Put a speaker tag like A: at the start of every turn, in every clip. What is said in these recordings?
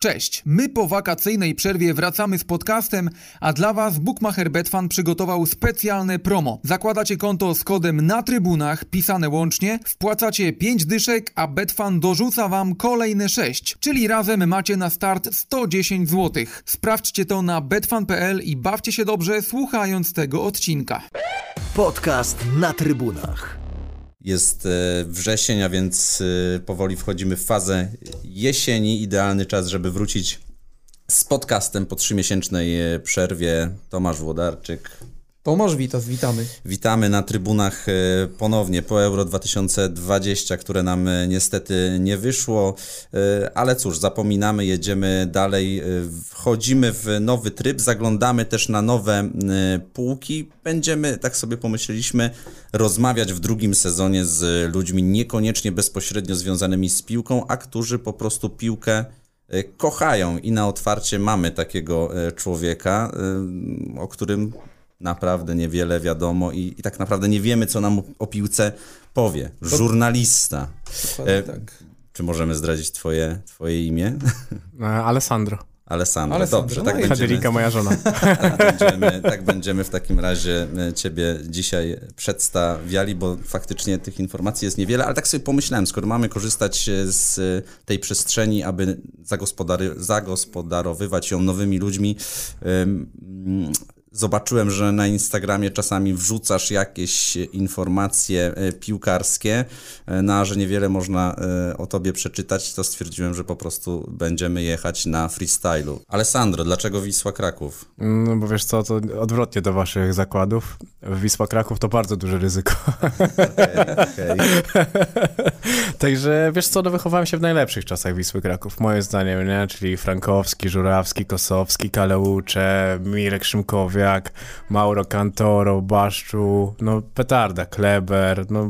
A: Cześć, my po wakacyjnej przerwie wracamy z podcastem, a dla Was Bookmacher Betfan przygotował specjalne promo. Zakładacie konto z kodem na trybunach, pisane łącznie, wpłacacie 5 dyszek, a Betfan dorzuca Wam kolejne 6, czyli razem macie na start 110 zł. Sprawdźcie to na betfan.pl i bawcie się dobrze słuchając tego odcinka.
B: Podcast na trybunach.
C: Jest wrzesień, a więc powoli wchodzimy w fazę jesieni. Idealny czas, żeby wrócić z podcastem po 3-miesięcznej przerwie. Tomasz Włodarczyk.
D: Tomasz Witas, witamy.
C: Witamy na trybunach ponownie po Euro 2020, które nam niestety nie wyszło, ale cóż, zapominamy, jedziemy dalej, wchodzimy w nowy tryb, zaglądamy też na nowe półki. Będziemy, tak sobie pomyśleliśmy, rozmawiać w drugim sezonie z ludźmi niekoniecznie bezpośrednio związanymi z piłką, a którzy po prostu piłkę kochają i na otwarcie mamy takiego człowieka, o którym naprawdę niewiele wiadomo i tak naprawdę nie wiemy, co nam o piłce powie. Żurnalista.
D: Tak.
C: Czy możemy zdradzić twoje imię?
D: Alessandro.
C: Dobrze.
D: Tak Federica, moja żona.
C: Tak będziemy w takim razie ciebie dzisiaj przedstawiali, bo faktycznie tych informacji jest niewiele, ale tak sobie pomyślałem, skoro mamy korzystać z tej przestrzeni, aby zagospodarowywać ją nowymi ludźmi, zobaczyłem, że na Instagramie czasami wrzucasz jakieś informacje piłkarskie, a że niewiele można o tobie przeczytać, to stwierdziłem, że po prostu będziemy jechać na freestylu. Alessandro, dlaczego Wisła Kraków?
D: No bo wiesz co, to odwrotnie do waszych zakładów. Wisła Kraków to bardzo duże ryzyko.
C: Okay.
D: Także wiesz co, no wychowałem się w najlepszych czasach Wisły Kraków, moim zdaniem, nie? Czyli Frankowski, Żurawski, Kosowski, Kaleucze, Mirek Szymkowiak, Mauro Cantoro, Baszczu, no petarda, Kleber, no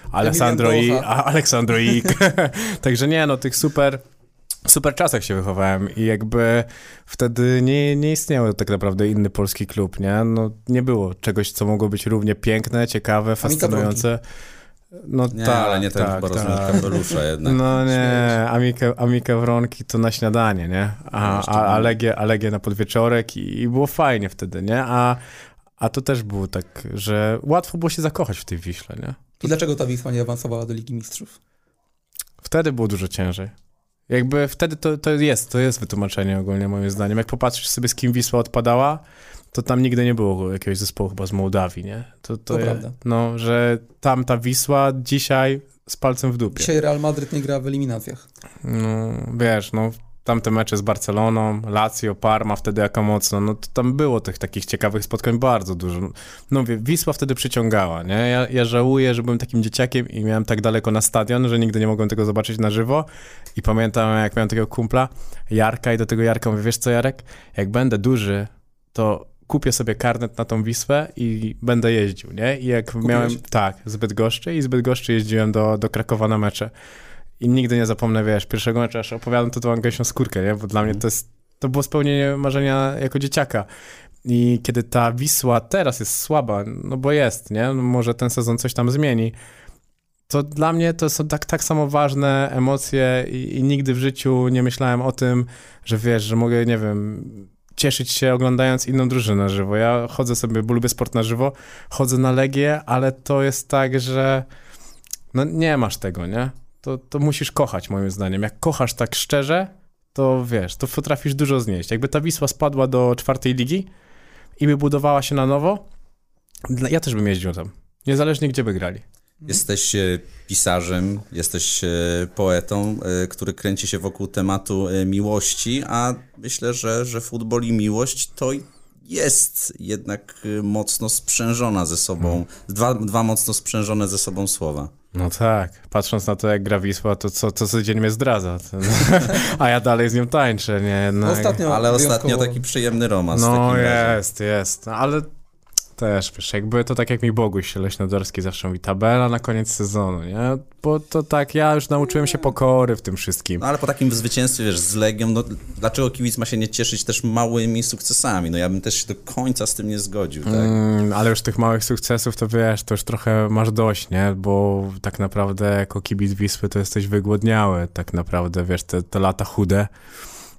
D: Aleksandro Ik. Także nie, no tych super czasach się wychowałem i jakby wtedy nie istniał tak naprawdę inny polski klub, nie? No nie było czegoś, co mogło być równie piękne, ciekawe, fascynujące. No
C: nie,
D: tak,
C: ale nie tak, chyba rozmiarka Belusza jednak.
D: No nie, Amikę Wronki to na śniadanie, nie? A Legię na podwieczorek i było fajnie wtedy, nie? A to też było tak, że łatwo było się zakochać w tej Wiśle, nie?
E: I dlaczego ta Wisła nie awansowała do Ligi Mistrzów?
D: Wtedy było dużo ciężej. Jakby wtedy to jest wytłumaczenie ogólnie moim zdaniem. Jak popatrzysz sobie, z kim Wisła odpadała, to tam nigdy nie było jakiegoś zespołu chyba z Mołdawii, nie? To
E: prawda.
D: No, że tam ta Wisła dzisiaj z palcem w dupie.
E: Dzisiaj Real Madryt nie gra w eliminacjach.
D: No, wiesz, no tamte mecze z Barceloną, Lazio, Parma wtedy jaka mocno, no to tam było tych takich ciekawych spotkań bardzo dużo. No wie, Wisła wtedy przyciągała, nie? Ja żałuję, że byłem takim dzieciakiem i miałem tak daleko na stadion, że nigdy nie mogłem tego zobaczyć na żywo i pamiętam, jak miałem takiego kumpla, Jarka, i do tego Jarka mówię, wiesz co, Jarek, jak będę duży, to kupię sobie karnet na tą Wisłę i będę jeździł, nie? I jak
E: Kupiłeś?
D: miałem, z Bydgoszczy jeździłem do Krakowa na mecze. I nigdy nie zapomnę, wiesz, pierwszego meczu, aż opowiadam to tą gęsią skórkę, nie? Bo dla mnie to było spełnienie marzenia jako dzieciaka. I kiedy ta Wisła teraz jest słaba, no bo jest, nie? No może ten sezon coś tam zmieni, to dla mnie to są tak samo ważne emocje i nigdy w życiu nie myślałem o tym, że wiesz, że mogę, nie wiem, cieszyć się oglądając inną drużynę na żywo. Ja chodzę sobie, bo lubię sport na żywo, chodzę na Legię, ale to jest tak, że no nie masz tego, nie? To musisz kochać, moim zdaniem. Jak kochasz tak szczerze, to wiesz, to potrafisz dużo znieść. Jakby ta Wisła spadła do 4. ligi i by budowała się na nowo, ja też bym jeździł tam. Niezależnie gdzie by grali.
C: Jesteś pisarzem, jesteś poetą, który kręci się wokół tematu miłości, a myślę, że futbol i miłość to jest jednak mocno sprzężona ze sobą, dwa mocno sprzężone ze sobą słowa.
D: No tak, patrząc na to, jak gra Wisła, to co codziennie mnie zdradza. A ja dalej z nią tańczę, nie? No,
C: ostatnio taki przyjemny romans.
D: No jest, ale też, wiesz, jakby to tak jak mi Boguś Leśnodorski zawsze mówi, tabela na koniec sezonu, nie? Bo to tak, ja już nauczyłem się pokory w tym wszystkim.
C: No ale po takim zwycięstwie, wiesz, z Legią, no dlaczego kibic ma się nie cieszyć też małymi sukcesami? No ja bym też się do końca z tym nie zgodził, tak?
D: Ale już tych małych sukcesów to wiesz, to już trochę masz dość, nie? Bo tak naprawdę jako kibic Wisły to jesteś wygłodniały, tak naprawdę, wiesz, te lata chude.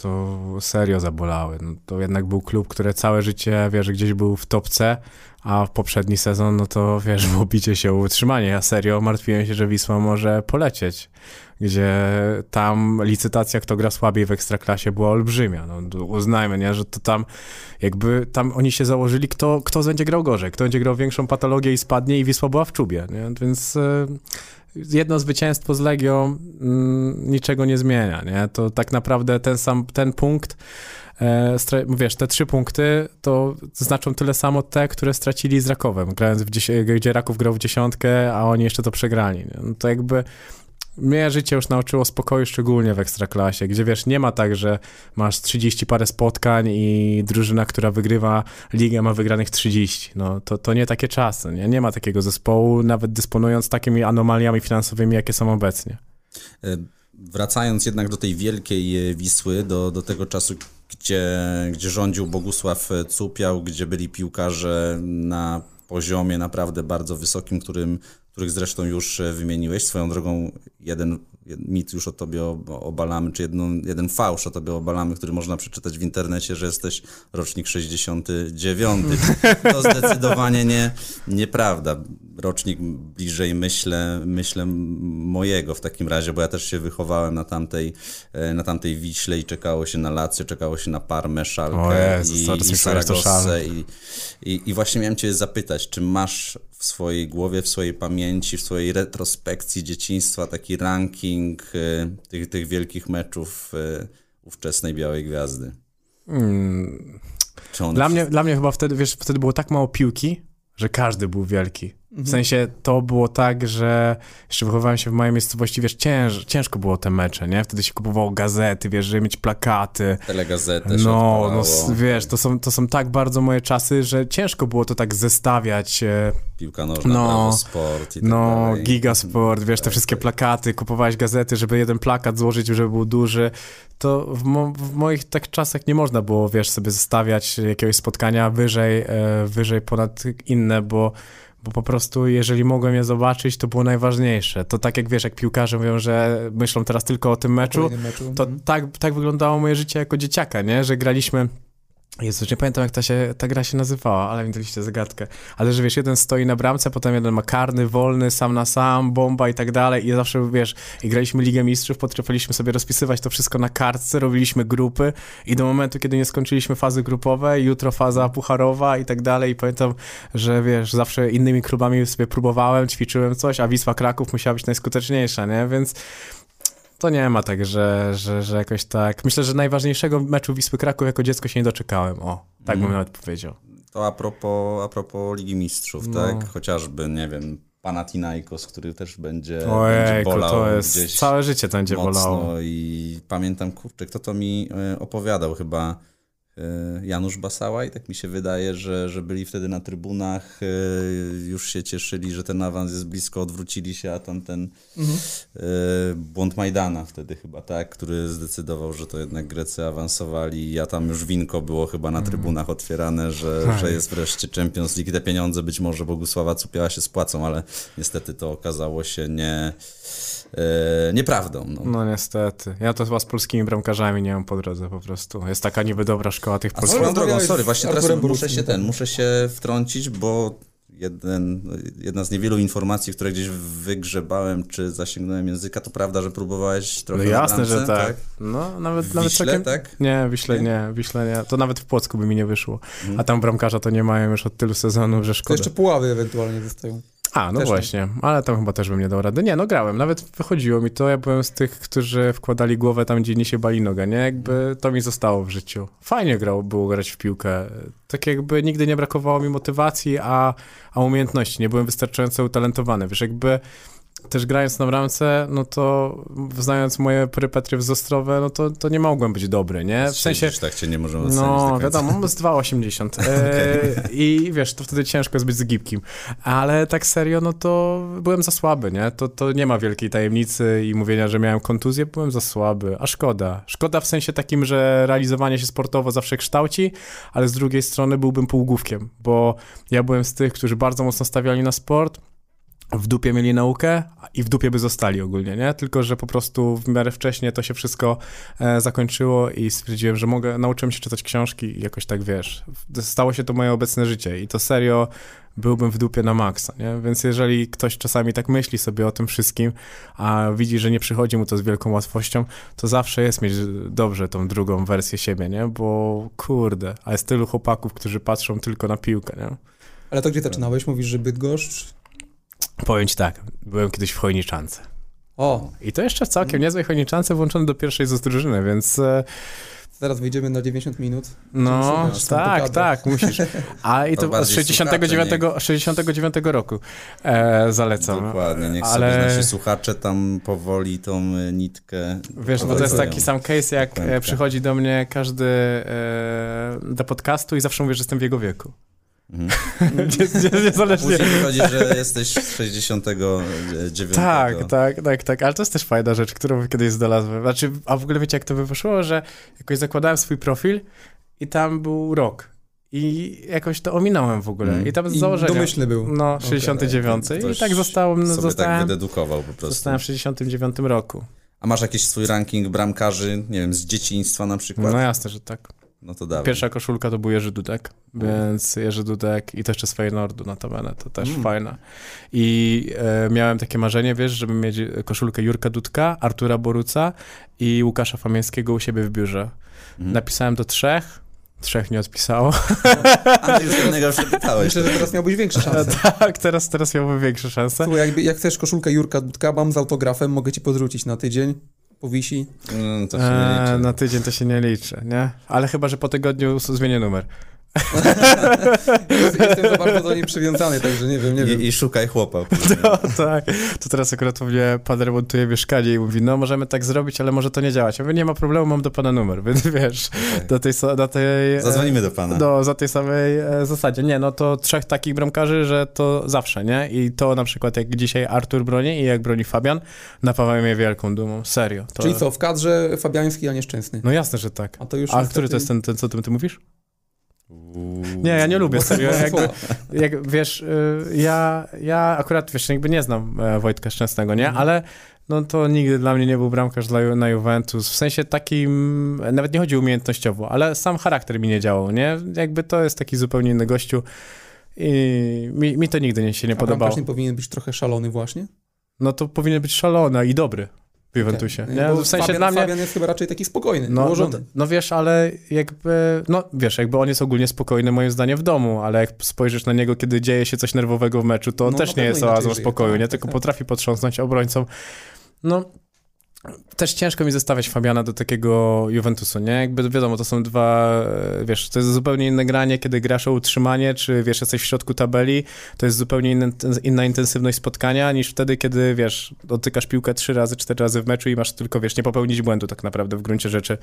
D: to serio zabolały. No, to jednak był klub, który całe życie, wiesz, gdzieś był w topce, a w poprzedni sezon, no to wiesz, było bicie się o utrzymanie. Ja serio martwiłem się, że Wisła może polecieć, gdzie tam licytacja, kto gra słabiej w Ekstraklasie, była olbrzymia. No, uznajmy, nie, że to tam jakby tam oni się założyli, kto będzie grał gorzej, kto będzie grał większą patologię i spadnie i Wisła była w czubie, nie? Więc jedno zwycięstwo z Legią niczego nie zmienia, nie? To tak naprawdę ten punkt, wiesz, te 3 punkty to znaczą tyle samo te, które stracili z Rakowem, grając gdzie Raków grał w 10, a oni jeszcze to przegrali. Nie? No to jakby mnie życie już nauczyło spokoju, szczególnie w Ekstraklasie, gdzie wiesz, nie ma tak, że masz 30 parę spotkań i drużyna, która wygrywa ligę, ma wygranych 30. No to nie takie czasy, nie ma takiego zespołu, nawet dysponując takimi anomaliami finansowymi, jakie są obecnie.
C: Wracając jednak do tej wielkiej Wisły, do tego czasu, gdzie rządził Bogusław Cupiał, gdzie byli piłkarze na poziomie naprawdę bardzo wysokim, których zresztą już wymieniłeś. Swoją drogą jeden mit już o tobie obalamy, czy jeden fałsz o tobie obalamy, który można przeczytać w internecie, że jesteś rocznik 69. To zdecydowanie nieprawda. Rocznik bliżej myślę mojego w takim razie, bo ja też się wychowałem na tamtej Wiśle i czekało się na Lazio, czekało się na Parmę, Szalkę i Saragossę. I właśnie miałem cię zapytać, czy masz w swojej głowie, w swojej pamięci, w swojej retrospekcji dzieciństwa taki ranking tych wielkich meczów ówczesnej Białej Gwiazdy?
D: Dla mnie chyba wtedy było tak mało piłki, że każdy był wielki. W sensie to było tak, że jeszcze wychowałem się w mojej miejscowości, wiesz, ciężko było te mecze, nie? Wtedy się kupowało gazety, wiesz, żeby mieć plakaty.
C: Telegazetę się
D: no wiesz, to są tak bardzo moje czasy, że ciężko było to tak zestawiać.
C: Piłka nożna, Prawo Sport i tak dalej.
D: Gigasport, wiesz, te wszystkie plakaty, kupowałeś gazety, żeby jeden plakat złożyć, żeby był duży. To w moich tak czasach nie można było, wiesz, sobie zestawiać jakiegoś spotkania wyżej ponad inne, bo po prostu jeżeli mogłem je zobaczyć, to było najważniejsze. To tak jak wiesz, jak piłkarze mówią, że myślą teraz tylko o tym meczu, to tak wyglądało moje życie jako dzieciaka, nie? Że graliśmy... Jezu, nie pamiętam jak ta gra się nazywała, ale mi daliście zagadkę. Ale że wiesz, jeden stoi na bramce, potem jeden ma karny, wolny, sam na sam, bomba i tak dalej. I zawsze, wiesz, i graliśmy Ligę Mistrzów, potrafiliśmy sobie rozpisywać to wszystko na kartce, robiliśmy grupy i do momentu, kiedy nie skończyliśmy fazy grupowej, jutro faza pucharowa i tak dalej. I pamiętam, że wiesz, zawsze innymi klubami sobie próbowałem, ćwiczyłem coś, a Wisła Kraków musiała być najskuteczniejsza, nie? Więc... To nie ma tak, że jakoś tak... Myślę, że najważniejszego meczu Wisły Kraków jako dziecko się nie doczekał. Tak bym nawet powiedział.
C: To a propos Ligi Mistrzów, tak? Chociażby, nie wiem, Panathinaikos, który też będzie bolał
D: to jest
C: gdzieś
D: całe życie to będzie bolało.
C: I pamiętam, kurczę, kto to mi opowiadał chyba... Janusz Basała i tak mi się wydaje, że byli wtedy na trybunach, już się cieszyli, że ten awans jest blisko, odwrócili się, a tamten błąd Majdana wtedy chyba, tak, który zdecydował, że to jednak Grecy awansowali, a tam już winko było chyba na trybunach otwierane, że jest wreszcie Champions League. Te pieniądze być może Bogusława Cupiała się spłacą, ale niestety to okazało się nieprawdą. No
D: niestety. Ja to chyba z polskimi bramkarzami nie mam po drodze po prostu. Jest taka niby dobra szkoła tych polskich.
C: A swoją drogą, właśnie teraz muszę się wtrącić, bo jedna z niewielu informacji, które gdzieś wygrzebałem, czy zasięgnąłem języka, to prawda, że próbowałeś trochę
D: jasne,
C: na bramce,
D: że tak. No, nawet
C: Wiśle,
D: całkiem...
C: tak?
D: Nie, Wiśle nie. To nawet w Płocku by mi nie wyszło. A tam bramkarza to nie mają już od tylu sezonów, że szkoda.
E: To jeszcze Puławy ewentualnie zostają.
D: No też właśnie, nie. Ale tam chyba też bym nie dał rady. Nie, grałem, nawet wychodziło mi to, ja byłem z tych, którzy wkładali głowę tam, gdzie inni się bali nogę, nie? Jakby to mi zostało w życiu. Fajnie było grać w piłkę. Tak jakby nigdy nie brakowało mi motywacji, a umiejętności. Nie byłem wystarczająco utalentowany. Wiesz, jakby też grając na bramce, no to znając moje perypetry w Ostrowe, no to nie mogłem być dobry, nie? W sensie...
C: Tak cię nie możemy ocenić.
D: No, wiadomo, z 2,80. I wiesz, to wtedy ciężko jest być z gibkim. Ale tak serio, no to byłem za słaby, nie? To nie ma wielkiej tajemnicy i mówienia, że miałem kontuzję, byłem za słaby. A szkoda. Szkoda w sensie takim, że realizowanie się sportowo zawsze kształci, ale z drugiej strony byłbym półgłówkiem, bo ja byłem z tych, którzy bardzo mocno stawiali na sport, w dupie mieli naukę i w dupie by zostali ogólnie, nie? Tylko, że po prostu w miarę wcześnie to się wszystko zakończyło i stwierdziłem, że nauczyłem się czytać książki i jakoś tak, wiesz, stało się to moje obecne życie i to serio byłbym w dupie na maksa, nie? Więc jeżeli ktoś czasami tak myśli sobie o tym wszystkim, a widzi, że nie przychodzi mu to z wielką łatwością, to zawsze jest mieć dobrze tą drugą wersję siebie, nie? Bo kurde, a jest tylu chłopaków, którzy patrzą tylko na piłkę, nie?
E: Ale to gdzie zaczynałeś? Mówisz, że Bydgoszcz?
D: Powiem ci tak, byłem kiedyś w Chojniczance.
E: O!
D: I to jeszcze w całkiem niezłej Chojniczance włączony do pierwszej z drużyny, więc...
E: Zaraz wyjdziemy na 90 minut.
D: No, tak, musisz. A i to z 69 roku zalecam.
C: Dokładnie, niech
D: ale...
C: sobie nasi słuchacze tam powoli tą nitkę...
D: Wiesz, bo to jest taki sam case, jak przychodzi do mnie każdy do podcastu i zawsze mówię, że jestem w jego wieku. Niezależnie.
C: Później wychodzi, że jesteś z 69.
D: Tak, ale to jest też fajna rzecz, którą kiedyś znalazłem. Znaczy, a w ogóle wiecie, jak to by wyszło, że jakoś zakładałem swój profil i tam był rok. I jakoś to ominąłem w ogóle. I tam z założenia...
E: domyślny był.
D: No, 69. I tak zostałem
C: tak wydedukował po prostu.
D: Zostałem w 69 roku.
C: A masz jakiś swój ranking bramkarzy, nie wiem, z dzieciństwa na przykład?
D: No jasne, że tak.
C: No to dawaj.
D: Pierwsza koszulka to był Jerzy Dudek, więc Jerzy Dudek i to jeszcze z Feyenoordu notabene, to też fajne. I miałem takie marzenie, wiesz, żeby mieć koszulkę Jurka Dudka, Artura Boruca i Łukasza Famińskiego u siebie w biurze. Napisałem do 3 nie odpisało.
C: A już jednego przepytałeś.
E: Myślę, że teraz miałbyś większe szanse.
D: Tak, teraz miałbym większe szanse.
E: Słuchaj, jak chcesz koszulkę Jurka Dudka, mam z autografem, mogę ci podrzucić na tydzień. Powisi.
C: To się nie liczy.
D: Na tydzień to się nie liczy, nie? Ale chyba, że po tygodniu zmienię numer.
E: Jestem za bardzo do niej przywiązany, także nie wiem.
C: I szukaj chłopa.
D: No, tak. To teraz akurat u mnie pan remontuje mieszkanie i mówi, no możemy tak zrobić, ale może to nie działać. Ja mówię, nie ma problemu, mam do pana numer, więc wiesz, do tej...
C: Zadzwonimy do pana.
D: Za tej samej zasadzie. Nie, no to 3 takich bramkarzy, że to zawsze, nie? I to na przykład jak dzisiaj Artur broni i jak broni Fabian, napawają mnie wielką dumą. Serio. To...
E: Czyli co, w kadrze Fabiański, a Nieszczęsny?
D: No jasne, że tak.
E: A to już
D: który to jest ten co ty mówisz? Nie, ja nie lubię, serio. Jak wiesz, ja akurat, wiesz, jakby nie znam Wojtka Szczęsnego, nie? Ale no to nigdy dla mnie nie był bramkarz na Juventus. W sensie takim, nawet nie chodzi umiejętnościowo, ale sam charakter mi nie działał, nie? Jakby to jest taki zupełnie inny gościu i mi to nigdy się nie podobało.
E: Bramkarz nie powinien być trochę szalony właśnie?
D: No to powinien być szalony i dobry. W Juventusie,
E: okay.
D: Nie?
E: Bo
D: w sensie
E: Fabian,
D: dla mnie...
E: Fabian jest chyba raczej taki spokojny,
D: ułożony. No wiesz, ale jakby... No wiesz, jakby on jest ogólnie spokojny moim zdaniem w domu, ale jak spojrzysz na niego, kiedy dzieje się coś nerwowego w meczu, to on też nie jest oazą spokoju, nie? Tylko potrafi potrząsnąć obrońcą. No... Też ciężko mi zestawiać Fabiana do takiego Juventusu, nie? Jakby wiadomo, to są dwa, wiesz, to jest zupełnie inne granie, kiedy grasz o utrzymanie, czy wiesz, jesteś w środku tabeli, to jest zupełnie inna intensywność spotkania niż wtedy, kiedy, wiesz, dotykasz piłkę 3 razy, 4 razy w meczu i masz tylko, wiesz, nie popełnić błędu tak naprawdę w gruncie rzeczy.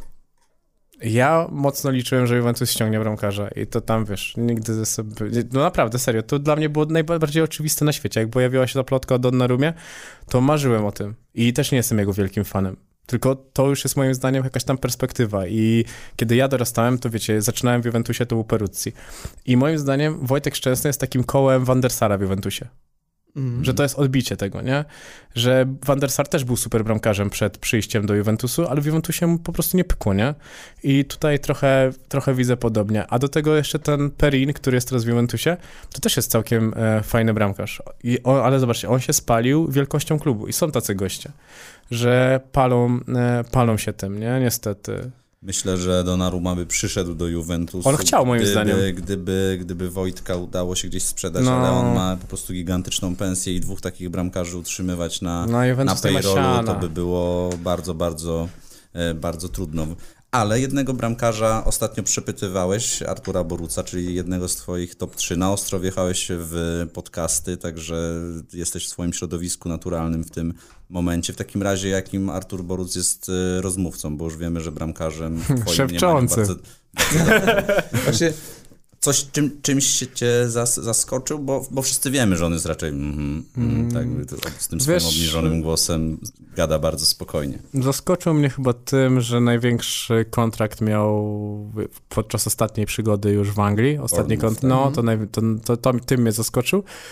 D: Ja mocno liczyłem, że Juventus ściągnie bramkarza i to tam, wiesz, nigdy sobie... No naprawdę, serio, to dla mnie było najbardziej oczywiste na świecie. Jak pojawiła się ta plotka o Donnarumie, to marzyłem o tym i też nie jestem jego wielkim fanem. Tylko to już jest moim zdaniem jakaś tam perspektywa i kiedy ja dorastałem, to wiecie, zaczynałem w Juventusie, to był Peruzzi. I moim zdaniem Wojtek Szczęsny jest takim kołem Van der Sara w Juventusie. Że to jest odbicie tego, nie? Że Van der Sar też był super bramkarzem przed przyjściem do Juventusu, ale w Juventusie mu po prostu nie pykło, nie? I tutaj trochę widzę podobnie. A do tego jeszcze ten Perin, który jest teraz w Juventusie, to też jest całkiem fajny bramkarz. Ale zobaczcie, on się spalił wielkością klubu i są tacy goście, że palą się tym, nie? Niestety.
C: Myślę, że Donnarumma by przyszedł do Juventusu.
D: On chciał, moim zdaniem.
C: Gdyby Wojtka udało się gdzieś sprzedać, ale on ma po prostu gigantyczną pensję i 2 takich bramkarzy utrzymywać na payrollu, to by było bardzo, bardzo, bardzo trudno. Ale jednego bramkarza ostatnio przepytywałeś, Artura Boruca, czyli jednego z twoich top 3. Na ostro wjechałeś w podcasty, także jesteś w swoim środowisku naturalnym w tym momencie. W takim razie, jakim Artur Boruc jest rozmówcą, bo już wiemy, że bramkarzem twoim
D: szewczący.
E: Właśnie
C: coś czymś cię zaskoczył, bo wszyscy wiemy, że on jest raczej tak, z tym swoim obniżonym głosem gada bardzo spokojnie.
D: Zaskoczył mnie chyba tym, że największy kontrakt miał podczas ostatniej przygody już w Anglii. Ostatni kontrakt, tym mnie zaskoczył.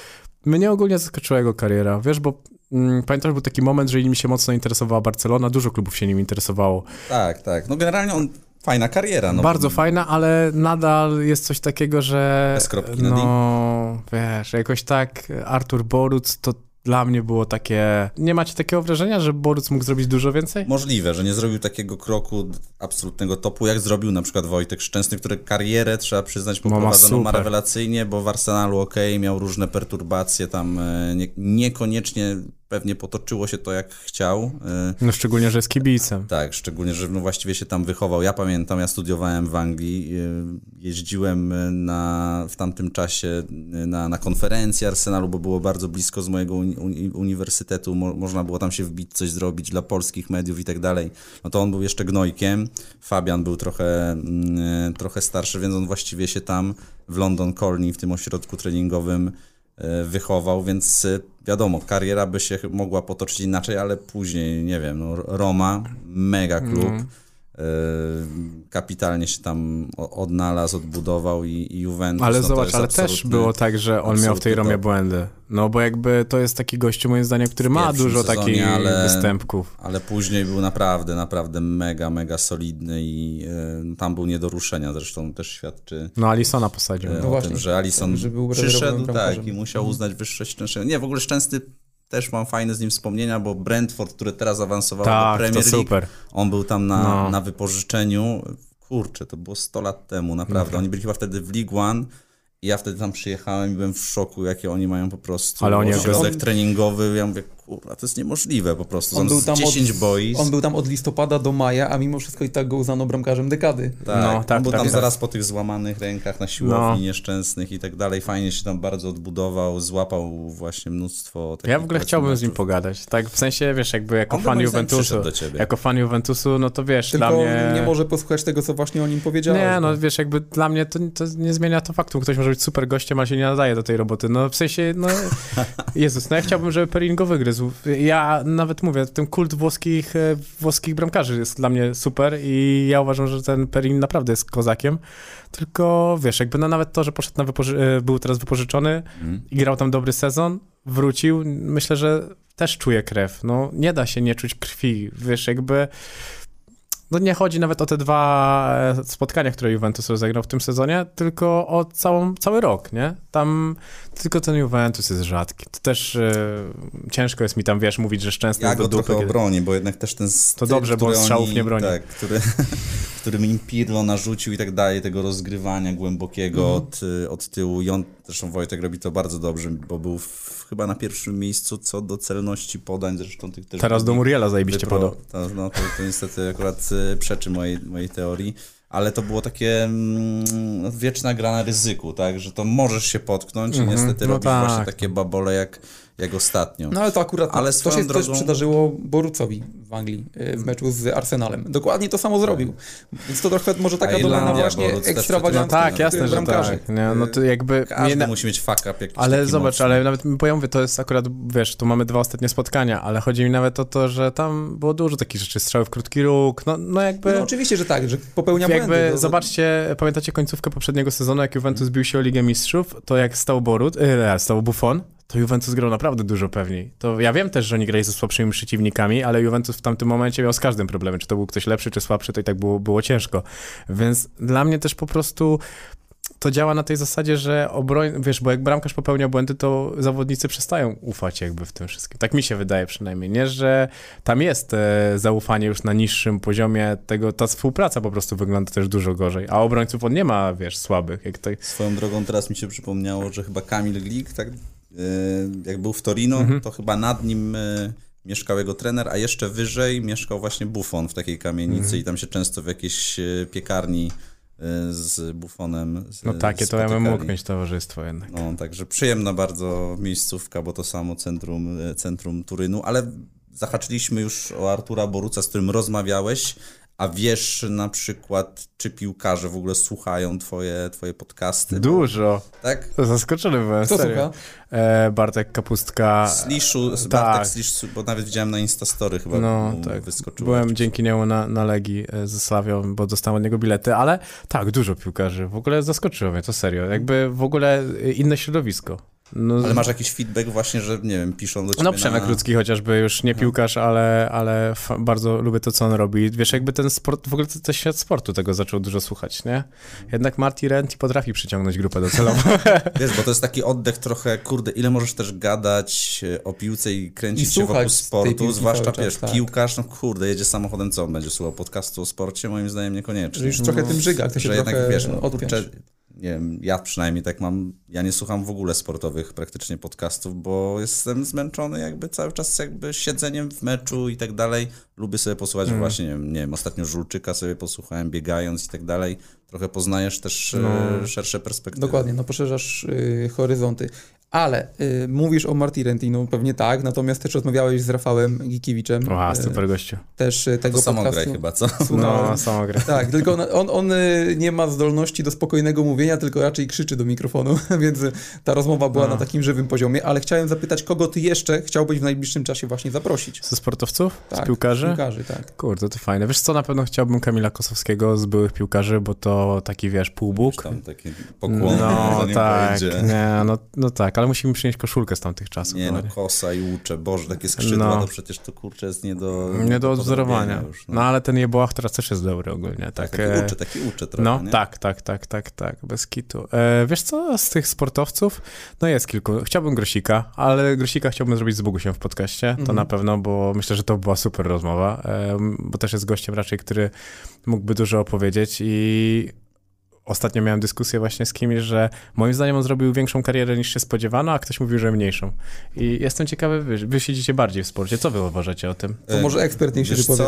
D: Mnie ogólnie zaskoczyła jego kariera, wiesz, bo pamiętasz, był taki moment, że mi się mocno interesowała Barcelona, dużo klubów się nim interesowało.
C: Tak. No generalnie fajna kariera. No.
D: Bardzo fajna, ale nadal jest coś takiego, że...
C: Bez kropki na D.
D: No, wiesz, jakoś tak Artur Boruc to dla mnie było takie... Nie macie takiego wrażenia, że Boruc mógł zrobić dużo więcej?
C: Możliwe, że nie zrobił takiego kroku absolutnego topu, jak zrobił na przykład Wojtek Szczęsny, który karierę, trzeba przyznać, poprowadzoną ma rewelacyjnie, bo w Arsenalu miał różne perturbacje, tam niekoniecznie pewnie potoczyło się to, jak chciał.
D: No szczególnie, że jest kibicem.
C: Tak, szczególnie, że no właściwie się tam wychował. Ja pamiętam, ja studiowałem w Anglii, jeździłem w tamtym czasie na konferencję Arsenalu, bo było bardzo blisko z mojego uniwersytetu, można było tam się wbić, coś zrobić dla polskich mediów i tak dalej. No to on był jeszcze gnojkiem, Fabian był trochę starszy, więc on właściwie się tam w London Colney, w tym ośrodku treningowym wychował, więc wiadomo, kariera by się mogła potoczyć inaczej, ale później, nie wiem, no, Roma, mega klub, kapitalnie się tam odnalazł, odbudował i Juventus.
D: Ale
C: no
D: zobacz, ale też było tak, że on miał w tej Romie błędy. No bo jakby to jest taki gościu, moim zdaniem, który ma dużo takich występków.
C: Ale później był naprawdę mega solidny i tam był nie do ruszenia, zresztą też świadczy
D: no Alisona posadził.
C: O tym, że Alison przyszedł i musiał uznać wyższość Szczęsnego. Nie, w ogóle Szczęsny też mam fajne z nim wspomnienia, bo Brentford, który teraz awansował do Premier League, super. On był tam na wypożyczeniu. Kurczę, to było 100 lat temu, naprawdę. Oni byli chyba wtedy w League One i ja wtedy tam przyjechałem i byłem w szoku, jakie oni mają po prostu ośrodek treningowy. Ja mówię, kurwa, to jest niemożliwe po prostu.
E: On był tam
C: 10 boisk.
E: On był tam od listopada do maja, a mimo wszystko i tak go uznano bramkarzem dekady.
C: Tak, on był tam zaraz po tych złamanych rękach na siłowni nieszczęsnych i tak dalej. Fajnie się tam bardzo odbudował, złapał właśnie mnóstwo takich.
D: Ja w ogóle chciałbym z nim pogadać. Tak, w sensie, wiesz, jakby jako fan Juventusu, no to wiesz,
E: tylko
D: dla mnie...
E: nie może posłuchać tego, co właśnie o nim powiedziałeś.
D: Nie, no wiesz, jakby dla mnie to nie zmienia to faktu. Ktoś może być super gościem, ale się nie nadaje do tej roboty. No w sensie, no Jezus, no ja chciałbym, żeby Perin go wygryzł. Ja nawet mówię, ten kult włoskich bramkarzy jest dla mnie super i ja uważam, że ten Perin naprawdę jest kozakiem. Tylko wiesz, jakby nawet to, że poszedł był teraz wypożyczony i grał tam dobry sezon, wrócił, myślę, że też czuje krew. No nie da się nie czuć krwi. Wiesz, jakby... No nie chodzi nawet o te 2 spotkania, które Juventus rozegrał w tym sezonie, tylko o cały rok, nie? Tam tylko ten Juventus jest rzadki. To też ciężko jest mi tam, wiesz, mówić, że Szczęsny jest do dupy.
C: Ja go trochę obroni, bo jednak też ten styl,
D: to dobrze, bo strzałów nie broni.
C: Tak, którym im Pirlo narzucił i tak dalej, tego rozgrywania głębokiego od tyłu. I on, zresztą Wojtek robi to bardzo dobrze, bo był chyba na pierwszym miejscu co do celności podań, zresztą tych też...
D: Teraz do Muriela zajebiście podał.
C: To niestety akurat przeczy mojej teorii, ale to było takie wieczna gra na ryzyku, tak, że to możesz się potknąć i niestety robisz właśnie takie babole jak ostatnio.
E: No ale to akurat to się też przydarzyło Borucowi w Anglii w meczu z Arsenalem. Dokładnie to samo zrobił. Więc to trochę może taka domena właśnie ekstrawagancja.
D: No tak, jasne, że tak. Nie, no to jakby...
C: Każdy musi mieć fuck up jakiś.
D: Ale zobacz,
C: mocny.
D: ale nawet bo ja mówię, to jest akurat, wiesz, tu mamy 2 ostatnie spotkania, ale chodzi mi nawet o to, że tam było dużo takich rzeczy, strzały w krótki róg, no jakby...
E: No oczywiście, że tak, że popełnia błędy.
D: Zobaczcie, pamiętacie końcówkę poprzedniego sezonu, jak Juventus bił się o Ligę Mistrzów, to jak stał Buffon, to Juventus grał naprawdę dużo pewniej. To ja wiem też, że oni grali ze słabszymi przeciwnikami, ale Juventus w tamtym momencie miał z każdym problemem. Czy to był ktoś lepszy, czy słabszy, to i tak było ciężko. Więc dla mnie też po prostu to działa na tej zasadzie, że wiesz, bo jak bramkarz popełnia błędy, to zawodnicy przestają ufać jakby w tym wszystkim. Tak mi się wydaje przynajmniej, nie? Że tam jest zaufanie już na niższym poziomie ta współpraca po prostu wygląda też dużo gorzej, a obrońców on nie ma, wiesz, słabych.
C: Swoją drogą teraz mi się przypomniało, że chyba Kamil Glik, tak, jak był w Torino, to chyba nad nim mieszkał jego trener, a jeszcze wyżej mieszkał właśnie Buffon w takiej kamienicy i tam się często w jakiejś piekarni z Buffonem
D: no takie to ja bym mógł mieć towarzystwo jednak.
C: No, także przyjemna bardzo miejscówka, bo to samo centrum Turynu, ale zahaczyliśmy już o Artura Boruca, z którym rozmawiałeś, a wiesz na przykład, czy piłkarze w ogóle słuchają twoje podcasty?
D: Dużo.
C: Tak?
D: Zaskoczony byłem,
E: Kto
D: serio.
E: słucha?
D: Bartek Kapustka.
C: Bartek Sliszu, bo nawet widziałem na Instastory chyba wyskoczyło.
D: Byłem dzięki niemu na Legii ze Slawią, bo dostałem od niego bilety, ale tak, dużo piłkarzy. W ogóle zaskoczyło mnie, to serio. Jakby w ogóle inne środowisko. No,
C: ale masz jakiś feedback właśnie, że nie wiem, piszą do ciebie
D: no Przemek Ludzki chociażby, już nie piłkarz, ale bardzo lubię to, co on robi. Wiesz, jakby ten sport, w ogóle ten świat sportu tego zaczął dużo słuchać, nie? Jednak Marty Renty potrafi przyciągnąć grupę docelową.
C: Wiesz, bo to jest taki oddech trochę, kurde, ile możesz też gadać o piłce i kręcić się wokół sportu, zwłaszcza, wiesz, piłkarz, no kurde, jedzie samochodem, co on będzie słuchał podcastu o sporcie? Moim zdaniem niekoniecznie.
E: Że już trochę tym żyga, jak to się
C: że
E: trochę
C: jednak, wiesz,
E: odpiąć.
C: Nie wiem, ja przynajmniej tak mam, ja nie słucham w ogóle sportowych praktycznie podcastów, bo jestem zmęczony jakby cały czas jakby siedzeniem w meczu i tak dalej. Lubię sobie posłuchać właśnie, nie wiem, ostatnio Żulczyka sobie posłuchałem biegając i tak dalej. Trochę poznajesz też szersze perspektywy.
E: Dokładnie, no poszerzasz horyzonty. Ale mówisz o Marty Renty, no pewnie tak, natomiast też rozmawiałeś z Rafałem Gikiewiczem.
D: Super gościu.
E: Też tego
C: to samograj chyba, co?
D: No, samograj.
E: Tak, tylko on nie ma zdolności do spokojnego mówienia, tylko raczej krzyczy do mikrofonu, więc ta rozmowa była na takim żywym poziomie, ale chciałem zapytać, kogo ty jeszcze chciałbyś w najbliższym czasie właśnie zaprosić?
D: Ze sportowców?
E: Tak,
D: z piłkarzy?
E: Z piłkarzy, tak.
D: Kurde, to fajne. Wiesz co, na pewno chciałbym Kamila Kosowskiego z byłych piłkarzy, bo to taki, wiesz, półbóg.
C: Tam taki pokłon,
D: no tak, nie, no tak, ale musimy przynieść koszulkę z tamtych czasów.
C: Nie, no Kosa i Łucze, Boże, takie skrzydła, to przecież to kurczę jest nie do
D: odwzorowania.
C: Już,
D: no ale ten Jeboach teraz też jest dobry ogólnie.
C: Taki uczy trochę,
D: no,
C: nie?
D: Tak, bez kitu. Wiesz co, z tych sportowców, no jest kilku. Chciałbym Grosika, ale Grosika chciałbym zrobić z Bogusiem w podcaście, to na pewno, bo myślę, że to była super rozmowa, bo też jest gościem raczej, który mógłby dużo opowiedzieć i ostatnio miałem dyskusję właśnie z kimś, że moim zdaniem on zrobił większą karierę niż się spodziewano, a ktoś mówił, że mniejszą. I jestem ciekawy, wy siedzicie bardziej w sporcie. Co wy uważacie o tym?
E: To może ekspert niech się wypowie.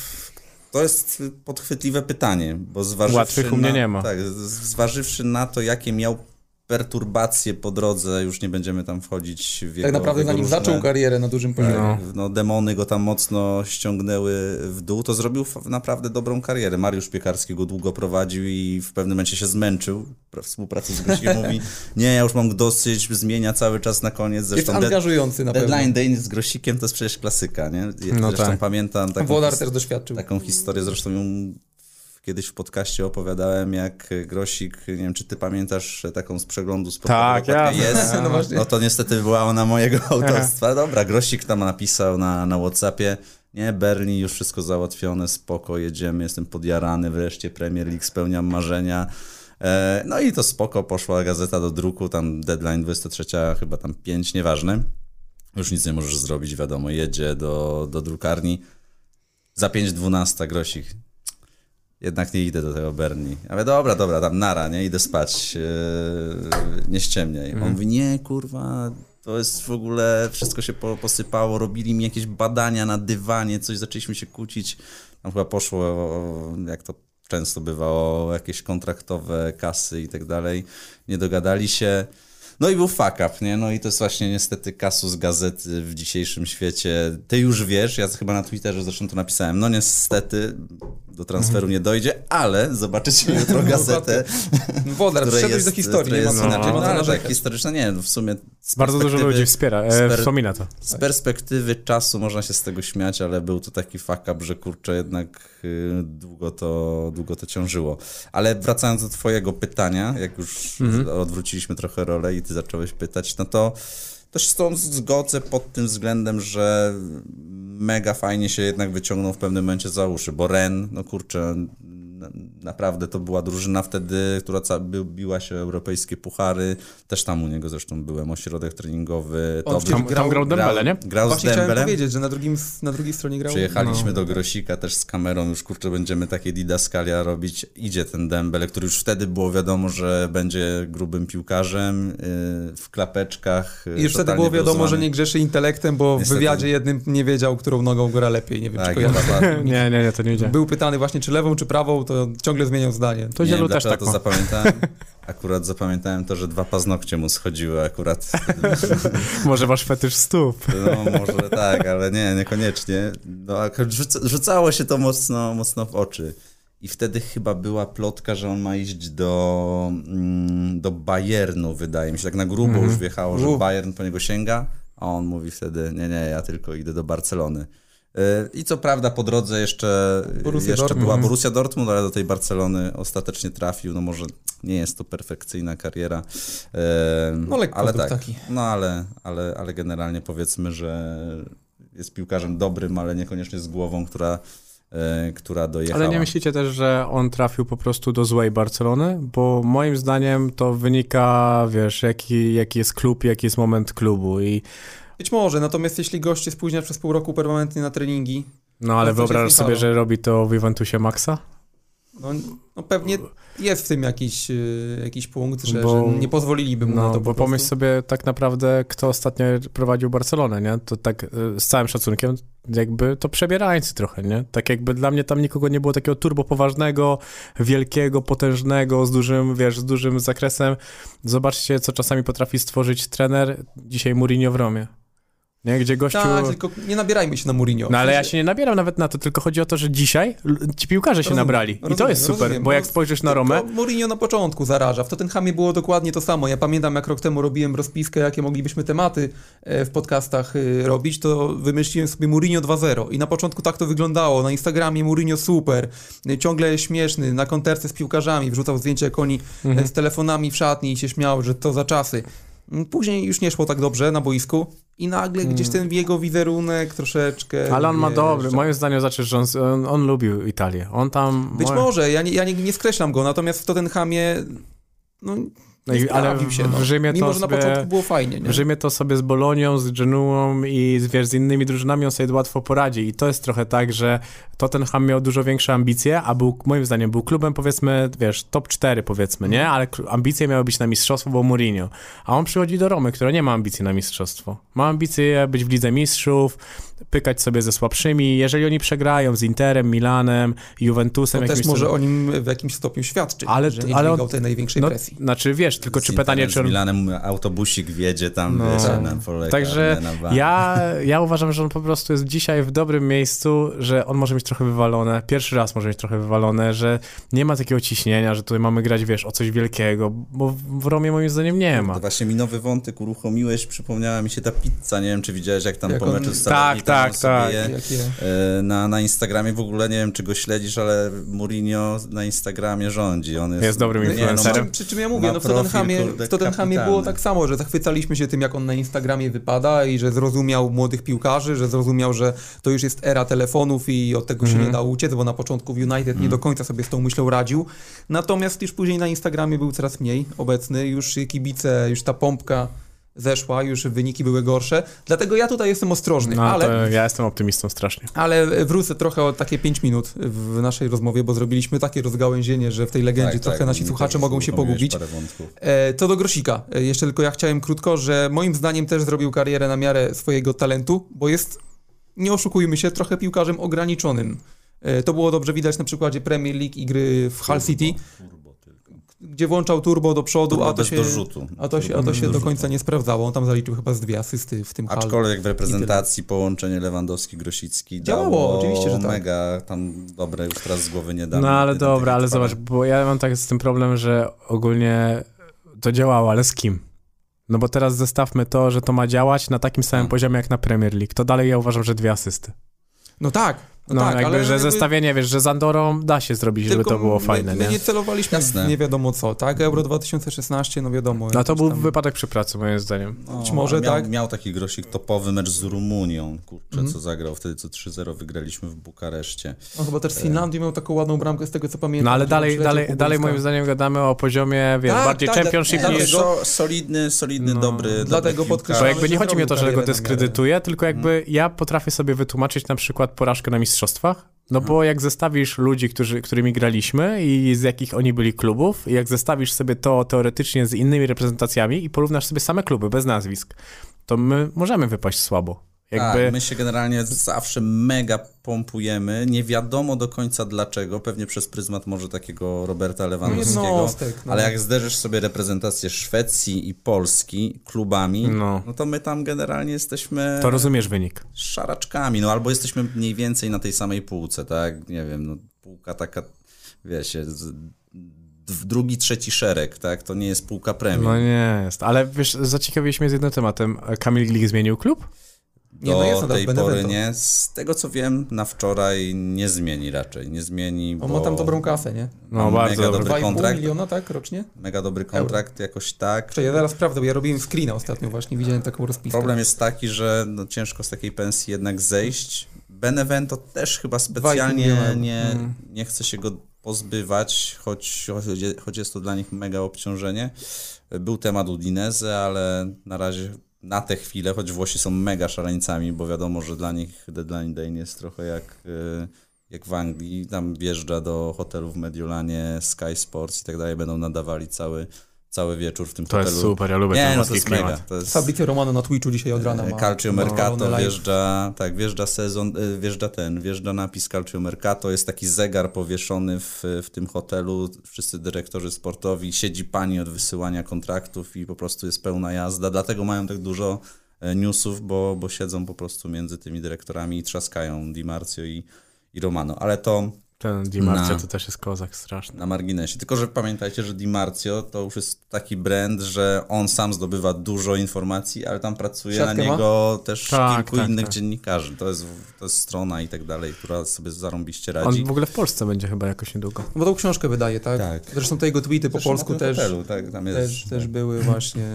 C: To jest podchwytliwe pytanie, bo zważywszy
D: łatwych u mnie nie ma.
C: Tak, zważywszy na to, jakie miał perturbacje po drodze, już nie będziemy tam wchodzić w jego...
E: Tak naprawdę zanim zaczął karierę na dużym poziomie.
C: No, demony go tam mocno ściągnęły w dół, to zrobił naprawdę dobrą karierę. Mariusz Piekarski go długo prowadził i w pewnym momencie się zmęczył. Współpracy z Grosikiem mówi, nie, ja już mam dosyć, zmienia cały czas na koniec. Zresztą
E: jest angażujący na pewno.
C: Deadline Day z Grosikiem to jest przecież klasyka, nie? Zresztą
D: tak.
C: Pamiętam
E: Włodar też doświadczył.
C: Taką historię, zresztą ją kiedyś w podcaście opowiadałem, jak Grosik, nie wiem, czy ty pamiętasz taką z przeglądu sportowego?
D: Tak,
C: jest.
E: No właśnie.
C: No to niestety była ona mojego autorstwa. Dobra, Grosik tam napisał na WhatsAppie, nie, Berlin, już wszystko załatwione, spoko, jedziemy, jestem podjarany, wreszcie Premier League, spełniam marzenia. No i to spoko, poszła gazeta do druku, tam deadline 23, chyba tam 5, nieważne. Już nic nie możesz zrobić, wiadomo, jedzie do drukarni. Za 5:12 Grosik. Jednak nie idę do tego Berni. Ale dobra, tam nara, nie? Idę spać, nie ściemniaj. On mówi, nie, kurwa, to jest w ogóle, wszystko się posypało, robili mi jakieś badania na dywanie, coś, zaczęliśmy się kłócić. Tam chyba poszło, jak to często bywa, o jakieś kontraktowe kasy i tak dalej. Nie dogadali się. No i był fuck up, nie? No i to jest właśnie niestety kasus gazety w dzisiejszym świecie. Ty już wiesz, ja chyba na Twitterze zresztą to napisałem, no niestety do transferu nie dojdzie, ale zobaczycie jutro gazetę.
E: Wodar, wszedłeś do historii, nie ma co
C: inaczej.
E: narzekać.
C: Tak, historyczna, nie, w sumie
D: bardzo dużo ludzi wspiera, wspomina to.
C: Z perspektywy czasu można się z tego śmiać, ale był to taki fuck up, że kurczę, jednak długo to ciążyło. Ale wracając do twojego pytania, jak już odwróciliśmy trochę rolę i ty zacząłeś pytać, no to się z tą zgodzę pod tym względem, że mega fajnie się jednak wyciągnął w pewnym momencie za uszy, bo Ren, no kurczę, naprawdę to była drużyna wtedy, która biła się o europejskie puchary, też tam u niego zresztą byłem, ośrodek treningowy.
D: Tam grał Dembele, nie?
C: Grał
E: właśnie
C: z Dembelem.
E: Chciałem powiedzieć, że na drugiej stronie grał.
C: Przyjechaliśmy do Grosika też z kamerą, już kurczę będziemy takie didaskalia robić. Idzie ten Dembele, który już wtedy było wiadomo, że będzie grubym piłkarzem, w klapeczkach.
E: I już wtedy było wiadomo, że nie grzeszy intelektem, bo niestety w wywiadzie jednym nie wiedział, którą nogą gra lepiej. Nie wiem,
C: tak,
E: czy kojarzy.
D: Nie, to nie wiedziałem.
E: Był pytany właśnie, czy lewą, czy prawą, to ciągle zmieniał zdanie.
D: To Zielu też tak
C: to zapamiętałem to, że 2 paznokcie mu schodziły akurat.
D: Może wasz fetysz stóp.
C: No może tak, ale niekoniecznie. No, rzucało się to mocno w oczy. I wtedy chyba była plotka, że on ma iść do Bayernu, wydaje mi się. Tak na grubo już wjechało, że Bayern po niego sięga, a on mówi wtedy, nie, ja tylko idę do Barcelony. I co prawda po drodze jeszcze była Borussia Dortmund, ale do tej Barcelony ostatecznie trafił. No może nie jest to perfekcyjna kariera.
E: No lekko
C: ale tak,
E: taki.
C: no ale generalnie powiedzmy, że jest piłkarzem dobrym, ale niekoniecznie z głową, która dojechała.
D: Ale nie myślicie też, że on trafił po prostu do złej Barcelony? Bo moim zdaniem to wynika, wiesz, jaki jest klub, jaki jest moment klubu i...
E: Być może, natomiast jeśli gość się spóźnia przez pół roku permanentnie na treningi...
D: No ale
E: to
D: wyobrażasz sobie, że robi to w Juventusie Maxa?
E: No pewnie jest w tym jakiś punkt, że nie pozwoliliby mu na to.
D: Bo pomyśl sobie tak naprawdę, kto ostatnio prowadził Barcelonę, nie? To tak z całym szacunkiem, jakby to przebierańcy trochę, nie? Tak jakby dla mnie tam nikogo nie było takiego turbo poważnego, wielkiego, potężnego, z dużym zakresem. Zobaczcie, co czasami potrafi stworzyć trener. Dzisiaj Mourinho w Romie. Nie? Gdzie gościu...
E: Tak, tylko nie nabierajmy się na Mourinho.
D: No ale ja się nie nabieram nawet na to, tylko chodzi o to, że dzisiaj ci piłkarze się nabrali. I to jest super, bo jak spojrzysz na Romę...
E: Mourinho na początku zaraża. W Tottenhamie było dokładnie to samo. Ja pamiętam, jak rok temu robiłem rozpiskę, jakie moglibyśmy tematy w podcastach robić, to wymyśliłem sobie Mourinho 2.0 i na początku tak to wyglądało. Na Instagramie Mourinho super, ciągle śmieszny, na konterce z piłkarzami, wrzucał zdjęcia, jak oni z telefonami w szatni i się śmiał, że to za czasy. Później już nie szło tak dobrze na boisku i nagle gdzieś ten jego wizerunek troszeczkę...
D: Ale on ma dobry, moim zdaniem znaczy, że on lubił Italię. On tam...
E: Być może, ja nie skreślam go, natomiast w Tottenhamie nie sprawił się.
D: W Rzymie
E: mimo,
D: to
E: że
D: sobie,
E: na początku było fajnie. Nie?
D: W Rzymie to sobie z Bolonią, z Genuą i z innymi drużynami on sobie łatwo poradzi. I to jest trochę tak, że Tottenham miał dużo większe ambicje, a moim zdaniem był klubem, powiedzmy, top 4 powiedzmy, nie? Ale ambicje miały być na mistrzostwo, bo Mourinho. A on przychodzi do Romy, która nie ma ambicji na mistrzostwo. Ma ambicje być w Lidze Mistrzów, pykać sobie ze słabszymi. Jeżeli oni przegrają z Interem, Milanem, Juventusem...
E: To też może o nim w jakimś stopniu świadczyć, że nie dźwigał tej największej presji.
D: Znaczy, wiesz, tylko czy pytanie, czy on...
C: Z Milanem autobusik wjedzie tam, na Poleka.
D: Także ja uważam, że on po prostu jest dzisiaj w dobrym miejscu, że on może mieć trochę wywalone, pierwszy raz może mieć trochę wywalone, że nie ma takiego ciśnienia, że tutaj mamy grać, wiesz, o coś wielkiego, bo w Romie moim zdaniem nie ma.
C: To właśnie mi nowy wątek uruchomiłeś, przypomniała mi się ta pizza, nie wiem, czy widziałeś, jak tam po meczu z
D: Tak.
C: na Instagramie, w ogóle nie wiem, czy go śledzisz, ale Mourinho na Instagramie rządzi. On jest
D: dobrym influencerem.
E: Przy czym ja mówię, w Tottenhamie było tak samo, że zachwycaliśmy się tym, jak on na Instagramie wypada i że zrozumiał młodych piłkarzy, że zrozumiał, że to już jest era telefonów i od tego się nie da uciec, bo na początku w United nie do końca sobie z tą myślą radził. Natomiast już później na Instagramie był coraz mniej obecny, już kibice, już ta pompka zeszła, już wyniki były gorsze, dlatego ja tutaj jestem ostrożny, ale...
D: Ja jestem optymistą strasznie.
E: Ale wrócę trochę o takie 5 minut w naszej rozmowie, bo zrobiliśmy takie rozgałęzienie, że w tej legendzie trochę nasi słuchacze mogą się pogubić. Co do Grosika, jeszcze tylko ja chciałem krótko, że moim zdaniem też zrobił karierę na miarę swojego talentu, bo jest, nie oszukujmy się, trochę piłkarzem ograniczonym. To było dobrze widać na przykładzie Premier League i gry w Hull City, gdzie włączał turbo do przodu, a to się do końca nie sprawdzało. On tam zaliczył chyba z 2 asysty w tym Hallu.
C: Aczkolwiek w reprezentacji połączenie Lewandowski-Grosicki
E: działało, oczywiście, że tak.
C: Mega tam dobre, już teraz z głowy nie dam.
D: No ale dobra, ale zobacz, bo ja mam tak z tym problem, że ogólnie to działało, ale z kim? No bo teraz zestawmy to, że to ma działać na takim samym poziomie jak na Premier League. To dalej ja uważam, że 2 asysty.
E: No tak.
D: Że zestawienie, wiesz, że z Andorą da się zrobić, żeby to było fajne,
E: my nie celowaliśmy w nie wiadomo co, tak? Euro 2016, no wiadomo.
D: No to był wypadek przy pracy, moim zdaniem.
E: Być może tak.
C: Miał taki Grosik topowy mecz z Rumunią, co zagrał wtedy, co 3-0 wygraliśmy w Bukareszcie.
E: No chyba też z Finlandii miał taką ładną bramkę, z tego co pamiętam.
D: No ale dalej moim zdaniem gadamy o poziomie, wiesz, bardziej championship niż...
C: Solidny, dobry.
E: Dlatego podkreślam.
D: Bo jakby nie chodzi mi o to, że go dyskredytuję, tylko jakby ja potrafię sobie wytłumaczyć na przykład porażkę na mistrzostwach. No bo jak zestawisz ludzi, którymi graliśmy i z jakich oni byli klubów, i jak zestawisz sobie to teoretycznie z innymi reprezentacjami i porównasz sobie same kluby bez nazwisk, to my możemy wypaść słabo.
C: My się generalnie zawsze mega pompujemy, nie wiadomo do końca dlaczego, pewnie przez pryzmat może takiego Roberta Lewandowskiego, ale jak zderzysz sobie reprezentację Szwecji i Polski klubami, no to my tam generalnie jesteśmy...
D: To rozumiesz wynik.
C: Szaraczkami, albo jesteśmy mniej więcej na tej samej półce, tak? Nie wiem, półka taka, wiecie... drugi, trzeci szereg, tak? To nie jest półka premium.
D: No nie jest, ale wiesz, zaciekawiliśmy z jednym tematem. Kamil Glik zmienił klub?
C: Do tej pory nie. Z tego co wiem, na wczoraj nie zmieni raczej. Nie zmieni,
E: On ma tam dobrą kasę, nie?
D: No bardzo
C: dobry
E: 2,5
C: kontrakt.
E: miliona, tak, rocznie?
C: Mega dobry kontrakt, jakoś tak.
E: Ja zaraz sprawdzę, bo ja robiłem screena ostatnio właśnie, widziałem taką rozpiskę.
C: Problem jest taki, że ciężko z takiej pensji jednak zejść. Benevento też chyba specjalnie nie chce się go pozbywać, choć jest to dla nich mega obciążenie. Był temat Udinese, ale na razie na tę chwilę, choć Włosi są mega szaleńcami, bo wiadomo, że dla nich deadline day jest trochę jak w Anglii. Tam wjeżdża do hotelu w Mediolanie, Sky Sports i tak dalej, będą nadawali cały wieczór w tym hotelu.
D: To jest super, ja lubię ten włoski klimat.
E: Fabrizio Romano na Twitchu dzisiaj od rana ma.
C: Calcio Mercato wjeżdża napis Calcio Mercato, jest taki zegar powieszony w tym hotelu, wszyscy dyrektorzy sportowi, siedzi pani od wysyłania kontraktów i po prostu jest pełna jazda, dlatego mają tak dużo newsów, bo siedzą po prostu między tymi dyrektorami i trzaskają Di Marzio i Romano, ale to
D: ten Di Marzio to też jest kozak straszny.
C: Na marginesie. Tylko, że pamiętajcie, że Di Marzio to już jest taki brand, że on sam zdobywa dużo informacji, ale tam pracuje na niego też kilku innych dziennikarzy. To jest strona i tak dalej, która sobie zarąbiście radzi.
D: On w ogóle w Polsce będzie chyba jakoś niedługo.
E: Bo tą książkę wydaje, tak? Zresztą te jego tweety po polsku też były właśnie...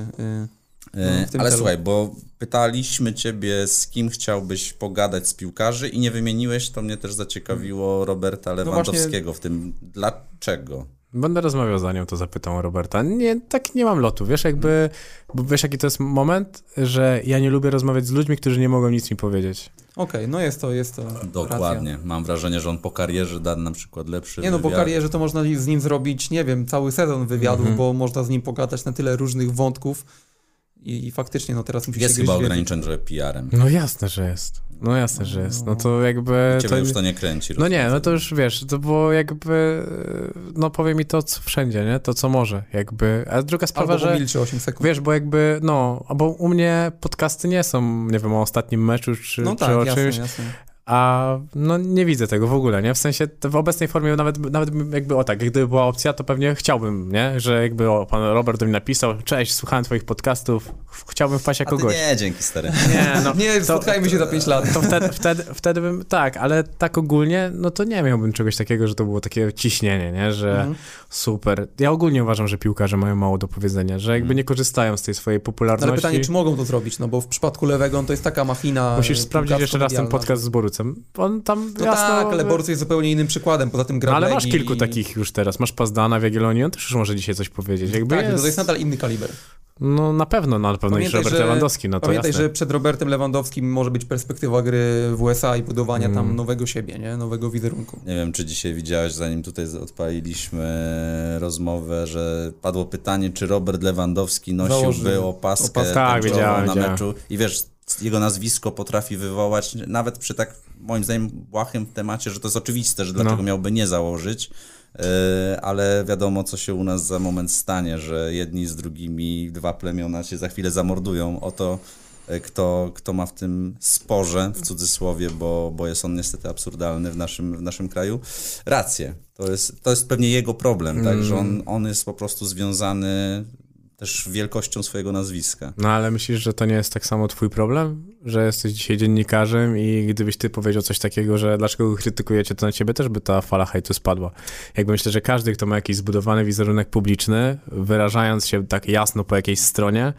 C: ale słuchaj, bo pytaliśmy ciebie, z kim chciałbyś pogadać z piłkarzy i nie wymieniłeś, to mnie też zaciekawiło, Roberta Lewandowskiego w tym. Dlaczego?
D: Będę rozmawiał za nią, to zapytam Roberta. Nie mam lotu, wiesz, bo wiesz jaki to jest moment, że ja nie lubię rozmawiać z ludźmi, którzy nie mogą nic mi powiedzieć.
E: Okej, no jest to
C: Dokładnie.
E: racja.
C: Mam wrażenie, że on po karierze da na przykład lepszy
E: wywiad. Po karierze to można z nim zrobić, nie wiem, cały sezon wywiadów, bo można z nim pogadać na tyle różnych wątków. I faktycznie, teraz musi się
C: jest chyba ograniczony trochę PR-em.
D: No jasne, że jest. No to jakby...
C: Ciebie już to nie kręci.
D: No nie, to już wiesz, to było jakby... powie mi to co wszędzie, nie? To co może, jakby... A druga sprawa,
E: albo pomilczy 8 sekund.
D: Wiesz, bo jakby, bo u mnie podcasty nie są, nie wiem, o ostatnim meczu, czy o czymś. Jasne. A nie widzę tego w ogóle, nie? W sensie w obecnej formie nawet jakby gdyby była opcja, to pewnie chciałbym, nie? Że jakby pan Robert do mnie napisał, cześć, słuchałem twoich podcastów, chciałbym wpaść jako gość.
C: Nie, dzięki stary.
E: Nie, spotkajmy się za 5 lat.
D: To wtedy bym, ale tak ogólnie, to nie miałbym czegoś takiego, że to było takie ciśnienie, nie? Że super. Ja ogólnie uważam, że piłkarze mają mało do powiedzenia, że jakby nie korzystają z tej swojej popularności.
E: Ale pytanie, czy mogą to zrobić, bo w przypadku Lewego to jest taka machina.
D: Musisz sprawdzić jeszcze raz ten podcast z Borucem. On tam
E: tak, ale Boruc jest zupełnie innym przykładem, poza tym gra
D: ale masz kilku takich już teraz. Masz Pazdana w Jagiellonii, on też już może dzisiaj coś powiedzieć. Jakby
E: to jest nadal inny kaliber.
D: Na pewno niż Robert Lewandowski, to
E: pamiętaj,
D: jasne.
E: że przed Robertem Lewandowskim może być perspektywa gry w USA i budowania tam nowego siebie, nie? Nowego wizerunku.
C: Nie wiem, czy dzisiaj widziałeś, zanim tutaj odpaliliśmy rozmowę, że padło pytanie, czy Robert Lewandowski nosiłby opaskę na meczu. I wiesz, jego nazwisko potrafi wywołać, nawet przy tak, moim zdaniem, błahym temacie, że to jest oczywiste, że dlaczego miałby nie założyć, ale wiadomo, co się u nas za moment stanie, że jedni z drugimi, dwa plemiona się za chwilę zamordują o to, kto ma w tym sporze, w cudzysłowie, bo jest on niestety absurdalny w naszym kraju, rację. To jest pewnie jego problem, tak, że on jest po prostu związany też wielkością swojego nazwiska.
D: Ale myślisz, że to nie jest tak samo twój problem? Że jesteś dzisiaj dziennikarzem i gdybyś ty powiedział coś takiego, że dlaczego go krytykujecie, to na ciebie też by ta fala hejtu spadła. Jakby myślę, że każdy, kto ma jakiś zbudowany wizerunek publiczny, wyrażając się tak jasno po jakiejś stronie,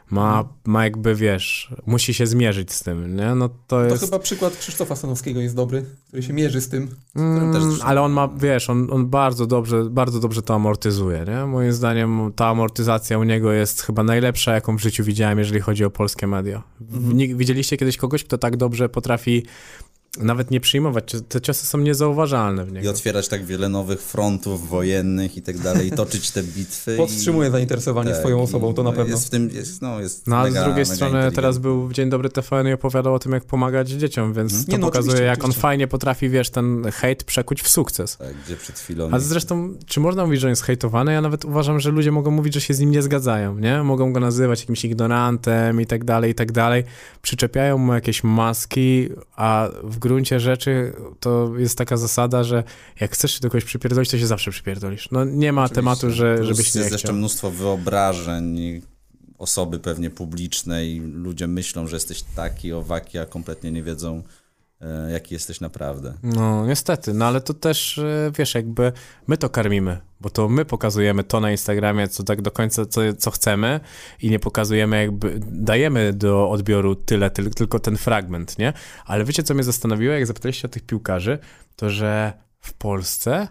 D: ma jakby, wiesz, musi się zmierzyć z tym, nie? To
E: chyba przykład Krzysztofa Stanowskiego jest dobry, który się mierzy z tym.
D: Ale on ma, wiesz, on bardzo dobrze to amortyzuje, nie? Moim zdaniem ta amortyzacja u niego jest chyba najlepsza, jaką w życiu widziałem, jeżeli chodzi o polskie media. Widzieliście kiedyś kogoś, kto tak dobrze potrafi nawet nie przyjmować, te ciosy są niezauważalne w niego.
C: I otwierać tak wiele nowych frontów wojennych i tak dalej, toczyć te bitwy.
E: Podtrzymuje zainteresowanie swoją osobą, to na pewno.
C: Jest w tym,
D: ale z drugiej strony teraz był w Dzień Dobry TVN i opowiadał o tym, jak pomagać dzieciom, więc to pokazuje, jak on fajnie potrafi, wiesz, ten hejt przekuć w sukces.
C: Tak, gdzie przed chwilą...
D: A zresztą, czy można mówić, że on jest hejtowany? Ja nawet uważam, że ludzie mogą mówić, że się z nim nie zgadzają, nie? Mogą go nazywać jakimś ignorantem i tak dalej. Przyczepiają mu jakieś maski, a w gruncie rzeczy to jest taka zasada, że jak chcesz się do kogoś przypierdolić, to się zawsze przypierdolisz. Nie ma tematu, żebyś nie
C: chciał. Jest jeszcze mnóstwo wyobrażeń, osoby pewnie publiczne i ludzie myślą, że jesteś taki, owaki, a kompletnie nie wiedzą, jaki jesteś naprawdę.
D: No niestety, no ale to też, wiesz, jakby my to karmimy, bo to my pokazujemy to na Instagramie, co tak do końca, co chcemy i nie pokazujemy jakby, dajemy do odbioru tylko ten fragment, nie? Ale wiecie, co mnie zastanowiło, jak zapytaliście o tych piłkarzy, to że w Polsce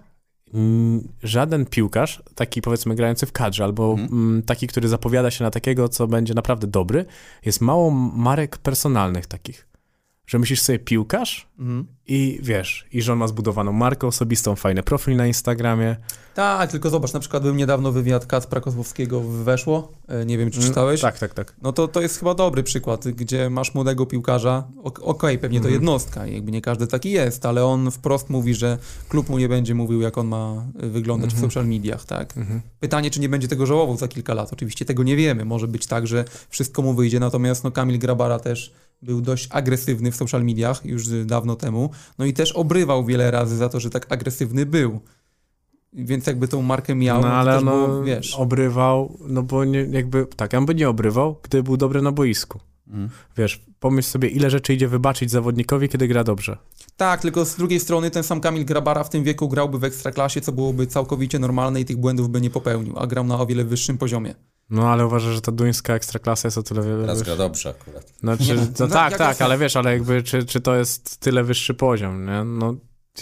D: żaden piłkarz, taki powiedzmy grający w kadrze, albo taki, który zapowiada się na takiego, co będzie naprawdę dobry, jest mało marek personalnych takich. Że myślisz sobie piłkarz i wiesz, i że on ma zbudowaną markę osobistą, fajny profil na Instagramie.
E: Tak, tylko zobacz, na przykład był niedawno wywiad Kacpra Kozłowskiego w Weszło, nie wiem, czy czytałeś?
D: Tak.
E: No to jest chyba dobry przykład, gdzie masz młodego piłkarza, okej, pewnie to jednostka, jakby nie każdy taki jest, ale on wprost mówi, że klub mu nie będzie mówił, jak on ma wyglądać w social mediach, tak? Pytanie, czy nie będzie tego żałował za kilka lat, oczywiście tego nie wiemy, może być tak, że wszystko mu wyjdzie, natomiast no Kamil Grabara też był dość agresywny w social mediach już dawno temu, no i też obrywał wiele razy za to, że tak agresywny był. Więc jakby tą markę miał,
D: no ale
E: było, wiesz.
D: Obrywał, no bo nie, jakby, tak, on by nie obrywał, gdyby był dobry na boisku. Wiesz, pomyśl sobie, ile rzeczy idzie wybaczyć zawodnikowi, kiedy gra dobrze.
E: Tak, tylko z drugiej strony ten sam Kamil Grabara w tym wieku grałby w Ekstraklasie, co byłoby całkowicie normalne i tych błędów by nie popełnił, a grał na o wiele wyższym poziomie.
D: No ale uważasz, że ta duńska Ekstraklasa jest o tyle...
C: Teraz gra dobrze akurat.
D: Tak, ale wiesz, ale jakby czy to jest tyle wyższy poziom, nie? No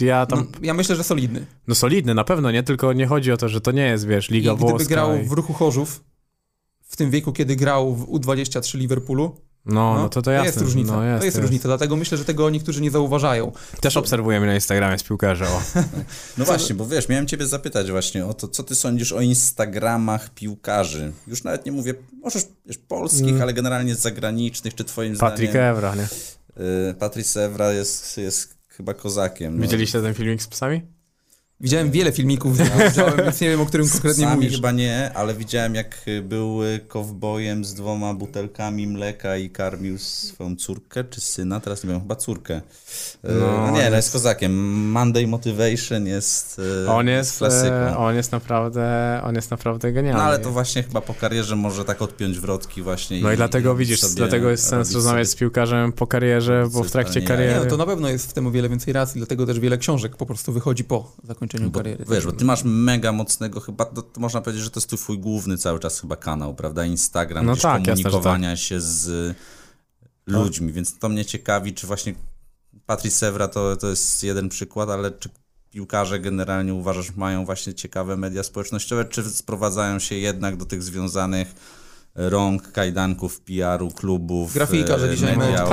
E: ja myślę, że solidny.
D: No solidny, na pewno, nie? Tylko nie chodzi o to, że to nie jest, wiesz, Liga Włoska.
E: Gdyby grał w Ruchu Chorzów, w tym wieku, kiedy grał w U23 Liverpoolu,
D: no to jasne.
E: Jest różnica. To jest różnica, dlatego myślę, że tego niektórzy nie zauważają.
D: Też obserwujemy na Instagramie z piłkarzy.
C: No właśnie, bo wiesz, miałem ciebie zapytać właśnie o to, co ty sądzisz o Instagramach piłkarzy. Już nawet nie mówię, możesz polskich, ale generalnie zagranicznych, czy twoim
D: Patryk
C: zdaniem...
D: Evra, nie?
C: Patrice Evra jest chyba kozakiem.
D: Widzieliście ten filmik z psami?
E: Widziałem wiele filmików, więc nie wiem, o którym konkretnie mówisz.
C: Chyba nie, ale widziałem, jak był kowbojem z 2 butelkami mleka i karmił swoją córkę, czy syna, teraz nie wiem, chyba córkę. Jest kozakiem. Monday Motivation jest klasyką.
D: On jest naprawdę genialny.
C: No ale to właśnie chyba po karierze może tak odpiąć wrotki właśnie.
D: No i dlatego widzisz, dlatego jest sens rozmawiać z piłkarzem po karierze, bo w trakcie kariery...
E: No to na pewno jest w tym o wiele więcej racji, dlatego też wiele książek po prostu wychodzi po zakończeniu kariery.
C: Wiesz, bo ty masz mega mocnego, chyba to można powiedzieć, że to jest twój główny cały czas chyba kanał, prawda? Instagram,
D: no tak,
C: komunikowania
D: jasne,
C: się z ludźmi, więc to mnie ciekawi, czy właśnie Patrice Evra to jest jeden przykład, ale czy piłkarze generalnie uważasz, mają właśnie ciekawe media społecznościowe, czy sprowadzają się jednak do tych związanych rąk, kajdanków, PR-u, klubów,
E: grafika, że dzisiaj
C: media,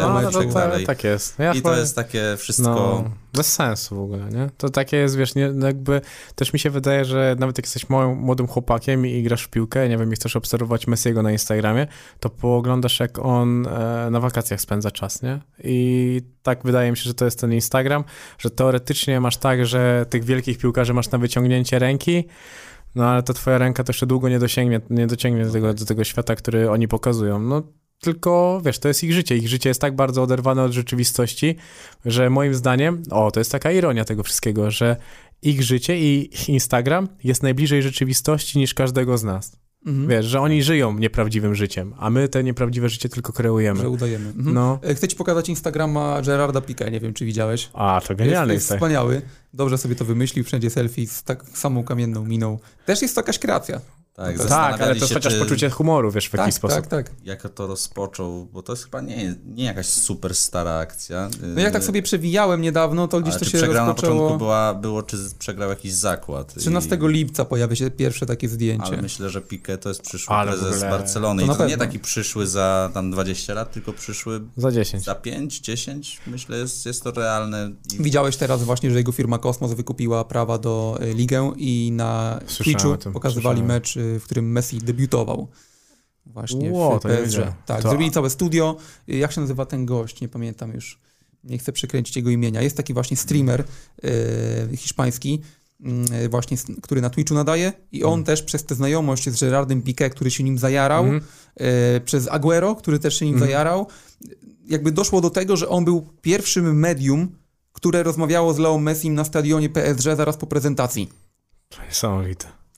D: tak jest.
C: I to jest takie wszystko...
D: bez sensu w ogóle, nie? To takie jest, wiesz, jakby też mi się wydaje, że nawet jak jesteś młodym chłopakiem i grasz w piłkę, nie wiem, i chcesz obserwować Messiego na Instagramie, to pooglądasz, jak on na wakacjach spędza czas, nie? I tak wydaje mi się, że to jest ten Instagram, że teoretycznie masz tak, że tych wielkich piłkarzy masz na wyciągnięcie ręki, no ale to twoja ręka to jeszcze długo nie dociągnie do tego świata, który oni pokazują. No tylko, wiesz, to jest ich życie. Ich życie jest tak bardzo oderwane od rzeczywistości, że moim zdaniem, to jest taka ironia tego wszystkiego, że ich życie i Instagram jest najbliżej rzeczywistości niż każdego z nas. Wiesz, że oni żyją nieprawdziwym życiem, a my te nieprawdziwe życie tylko kreujemy.
E: Że udajemy.
D: No.
E: Chcę ci pokazać Instagrama Gerarda Piqué, nie wiem, czy widziałeś.
D: To genialny
E: jest wspaniały. Dobrze sobie to wymyślił, wszędzie selfie z tak samą kamienną miną. Też jest to jakaś kreacja.
C: Tak,
D: ale to jest chociaż poczucie humoru, wiesz, w jakiś sposób.
E: Tak.
C: Jak to rozpoczął, bo to jest chyba nie jakaś super stara akcja.
E: No jak tak sobie przewijałem niedawno, to gdzieś to się
C: przegrał
E: rozpoczęło...
C: na początku było, czy przegrał jakiś zakład.
E: 13 lipca pojawia się pierwsze takie zdjęcie.
C: Ale myślę, że Piqué to jest przyszły prezes Barcelony. I to nie taki przyszły za tam 20 lat, tylko przyszły
D: za 10.
C: Za 5, 10, myślę, jest to realne.
E: Widziałeś teraz właśnie, że jego firma Kosmos wykupiła prawa do Ligę i na Twitchu pokazywali mecz, w którym Messi debiutował. Właśnie w PSG. Tak, zrobili całe studio. Jak się nazywa ten gość? Nie pamiętam już. Nie chcę przekręcić jego imienia. Jest taki właśnie streamer hiszpański, właśnie, który na Twitchu nadaje i on też przez tę znajomość z Gerardem Piqué, który się nim zajarał, przez Agüero, który też się nim zajarał, jakby doszło do tego, że on był pierwszym medium, które rozmawiało z Leo Messim na stadionie PSG zaraz po prezentacji.
D: Niesamowite.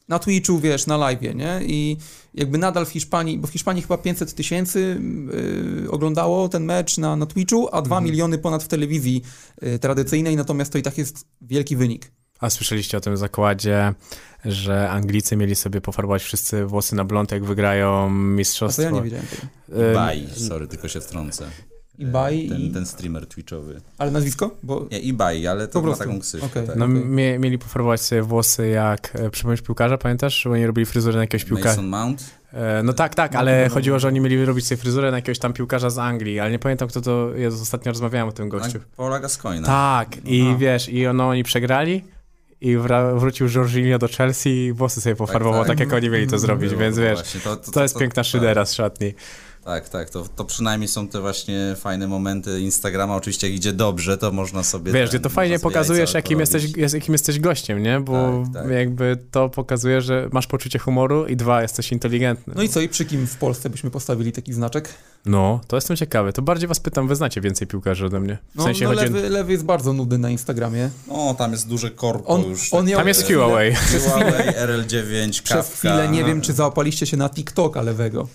E: na Twitchu, wiesz, na live'ie, nie? I jakby nadal w Hiszpanii, bo w Hiszpanii chyba 500 000 oglądało ten mecz na Twitchu, a 2 miliony ponad w telewizji tradycyjnej, natomiast to i tak jest wielki wynik.
D: A słyszeliście o tym zakładzie, że Anglicy mieli sobie pofarbować wszyscy włosy na blond, jak wygrają mistrzostwo?
E: A to ja nie wiedziałem tego.
C: Ibai, sorry, tylko się wtrącę.
E: Ibai
C: ten streamer twitchowy.
E: Ale nazwisko? Bo...
C: Nie, Ibai, ale to ma taką ksywkę.
E: Okay,
C: tak.
D: No mieli pofarbować sobie włosy jak, przypomnieć piłkarza, pamiętasz? Że oni robili fryzurę na jakiegoś piłkarza.
C: Mason Mount?
D: No tak, ale chodziło, że oni mieli robić sobie fryzurę na jakiegoś tam piłkarza z Anglii, ale nie pamiętam, kto to jest. Ostatnio rozmawiałem o tym gościu.
C: Paula Gascoigna.
D: Tak, i wiesz, i oni przegrali i wrócił Jorginho do Chelsea i włosy sobie pofarbował, tak jak oni mieli to zrobić, więc wiesz, właśnie, to jest piękna szydera z szatni.
C: Tak, to przynajmniej są te właśnie fajne momenty Instagrama. Oczywiście jak idzie dobrze, to można sobie...
D: Wiesz, że to fajnie pokazujesz, jakim jesteś gościem, nie? Bo jakby to pokazuje, że masz poczucie humoru i 2, jesteś inteligentny.
E: No i co, i przy kim w Polsce byśmy postawili taki znaczek?
D: No, to jestem ciekawy. To bardziej was pytam, wy znacie więcej piłkarzy ode mnie. W sensie chodzi...
E: lewy jest bardzo nudny na Instagramie.
C: No, tam jest duże korpo już.
D: Tam jest Huawei.
C: Huawei, RL9,
E: Przez chwilę nie wiem, czy załapaliście się na TikToka lewego.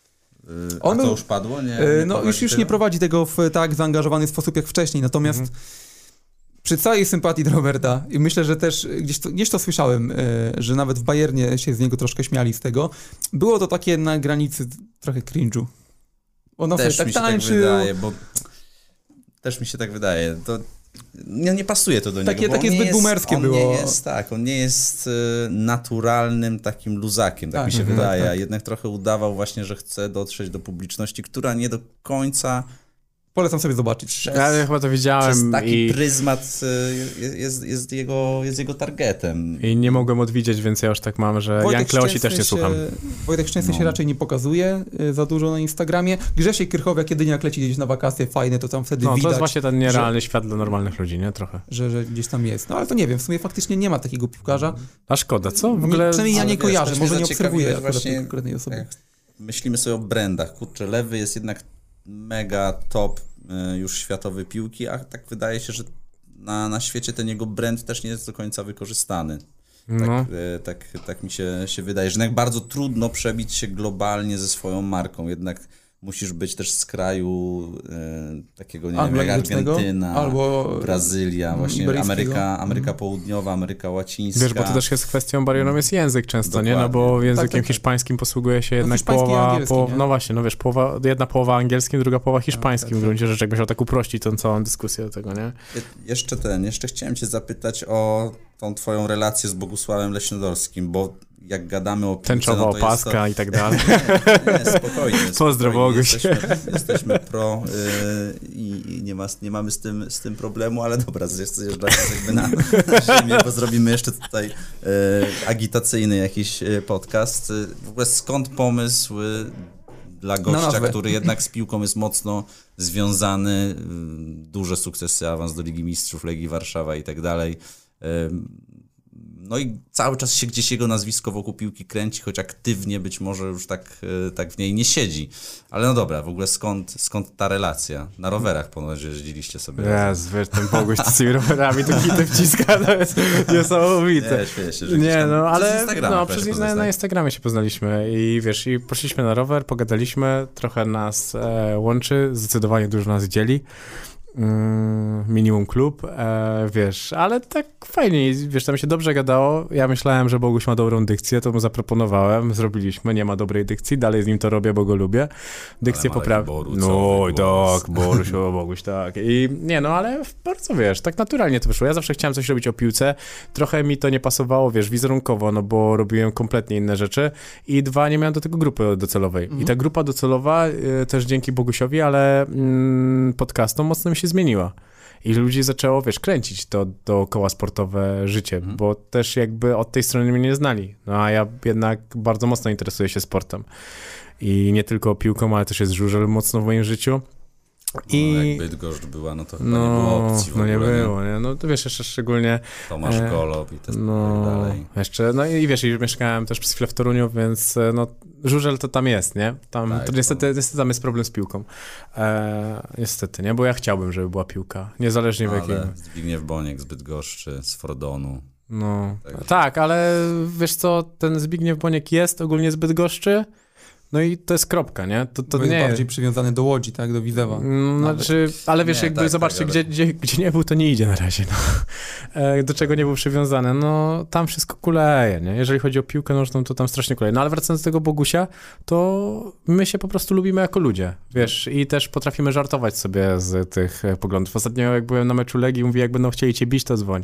C: A to już padło? Nie
E: no już nie prowadzi tego w tak zaangażowany sposób jak wcześniej, natomiast przy całej sympatii do Roberta i myślę, że też gdzieś to słyszałem, że nawet w Bayernie się z niego troszkę śmiali z tego, było to takie na granicy trochę cringe'u. Ono
C: też
E: tak
C: mi się tak wydaje, bo też mi się tak wydaje. To nie pasuje to do niego.
E: Takie zbyt boomerskie było.
C: On nie jest naturalnym takim luzakiem, tak mi się wydaje. A jednak trochę udawał właśnie, że chce dotrzeć do publiczności, która nie do końca...
E: Polecam sobie zobaczyć.
D: Ja chyba to widziałem.
C: Przez taki pryzmat jest jego targetem.
D: I nie mogłem odwidzieć, więc ja już tak mam, że Jan Kleosi też nie słucham.
E: Wojtek Szczęsny się raczej nie pokazuje za dużo na Instagramie. Grzesiek Krychowiak jedynie jak leci gdzieś na wakacje fajne, to tam wtedy widać.
D: To jest właśnie ten nierealny świat dla normalnych ludzi, nie? Trochę.
E: Że gdzieś tam jest. No ale to nie wiem, w sumie faktycznie nie ma takiego piłkarza.
D: A szkoda, co? W ogóle...
E: Przynajmniej ja nie kojarzę, może nie obserwuję właśnie konkretnej osoby.
C: Myślimy sobie o brandach. Kurczę, lewy jest jednak mega top już światowy piłki, a tak wydaje się, że na świecie ten jego brand też nie jest do końca wykorzystany. Tak mi się wydaje, że jednak bardzo trudno przebić się globalnie ze swoją marką, jednak musisz być też z kraju takiego, nie wiem, jak Argentyna, albo Brazylia, właśnie Ameryka Południowa, Ameryka Łacińska.
D: Wiesz, bo to też jest kwestią barierą, jest język często, dokładnie. Nie? No bo językiem hiszpańskim posługuje się jednak połowa, no właśnie, no wiesz, jedna połowa angielskim, druga połowa hiszpańskim w gruncie rzeczy, jakbyś miał tak uprościć tą całą dyskusję do tego, nie?
C: Jeszcze chciałem cię zapytać o tą twoją relację z Bogusławem Leśnodorskim, bo jak gadamy o piłce,
D: tęczowa opaska i tak dalej.
C: Nie, spokojnie.
D: Pozdro Boguś.
C: Jesteśmy pro i nie mamy z tym problemu, ale dobra, zjeżdżamy jakby na ziemię, bo zrobimy jeszcze tutaj agitacyjny jakiś podcast. W ogóle skąd pomysł dla gościa, który jednak z piłką jest mocno związany, duże sukcesy, awans do Ligi Mistrzów, Legii Warszawa i tak dalej. No i cały czas się gdzieś jego nazwisko wokół piłki kręci, choć aktywnie być może już tak w niej nie siedzi. Ale no dobra, w ogóle skąd ta relacja? Na rowerach ponoć jeździliście sobie.
D: Wiesz, ten Boguś z tymi rowerami to hity wciska, to jest niesamowite.
C: Nie,
D: no ale
C: na
D: Instagramie się poznaliśmy i wiesz, i poszliśmy na rower, pogadaliśmy, trochę nas łączy, zdecydowanie dużo nas dzieli. Minimum klub, wiesz, ale tak fajnie, wiesz, tam się dobrze gadało. Ja myślałem, że Boguś ma dobrą dykcję, to mu zaproponowałem, zrobiliśmy, nie ma dobrej dykcji, dalej z nim to robię, bo go lubię. Dykcję poprawię. No tak, Boguś, tak. I nie, no ale bardzo, wiesz, tak naturalnie to wyszło. Ja zawsze chciałem coś robić o piłce, trochę mi to nie pasowało, wiesz, wizerunkowo, no bo robiłem kompletnie inne rzeczy i 2, nie miałem do tego grupy docelowej. I ta grupa docelowa też dzięki Bogusiowi, ale podcastom mocno mi się zmieniła. I ludzi zaczęło, wiesz, kręcić to dookoła sportowe życie, bo też jakby od tej strony mnie nie znali. No a ja jednak bardzo mocno interesuję się sportem. I nie tylko piłką, ale też jest żużel mocno w moim życiu.
C: Jak Bydgoszcz była, no to chyba nie było opcji w ogóle.
D: Nie było, nie? No to wiesz, jeszcze szczególnie...
C: Tomasz Golob i tak dalej.
D: Jeszcze, no i wiesz, mieszkałem też przez chwilę w Toruniu, więc no żużel to tam jest, nie? Tam, tak, to niestety tam jest problem z piłką. Niestety, nie? Bo ja chciałbym, żeby była piłka, niezależnie w jakim...
C: Zbigniew Boniek z Bydgoszczy, z Frodonu.
D: No, tak, ale wiesz co, ten Zbigniew Boniek jest ogólnie z Bydgoszczy, no i to jest kropka, nie? To
E: jest
D: nie
E: bardziej przywiązany do Łodzi, tak, do Widzewa.
D: Znaczy, ale wiesz, jakby zobaczcie, gdzie nie był, to nie idzie na razie, no. Do czego nie był przywiązany, no tam wszystko kuleje, nie? Jeżeli chodzi o piłkę nożną, to tam strasznie kuleje. No ale wracając do tego Bogusia, to my się po prostu lubimy jako ludzie, wiesz, i też potrafimy żartować sobie z tych poglądów. Ostatnio jak byłem na meczu Legii, mówię, jak będą chcieli cię bić, to dzwoń.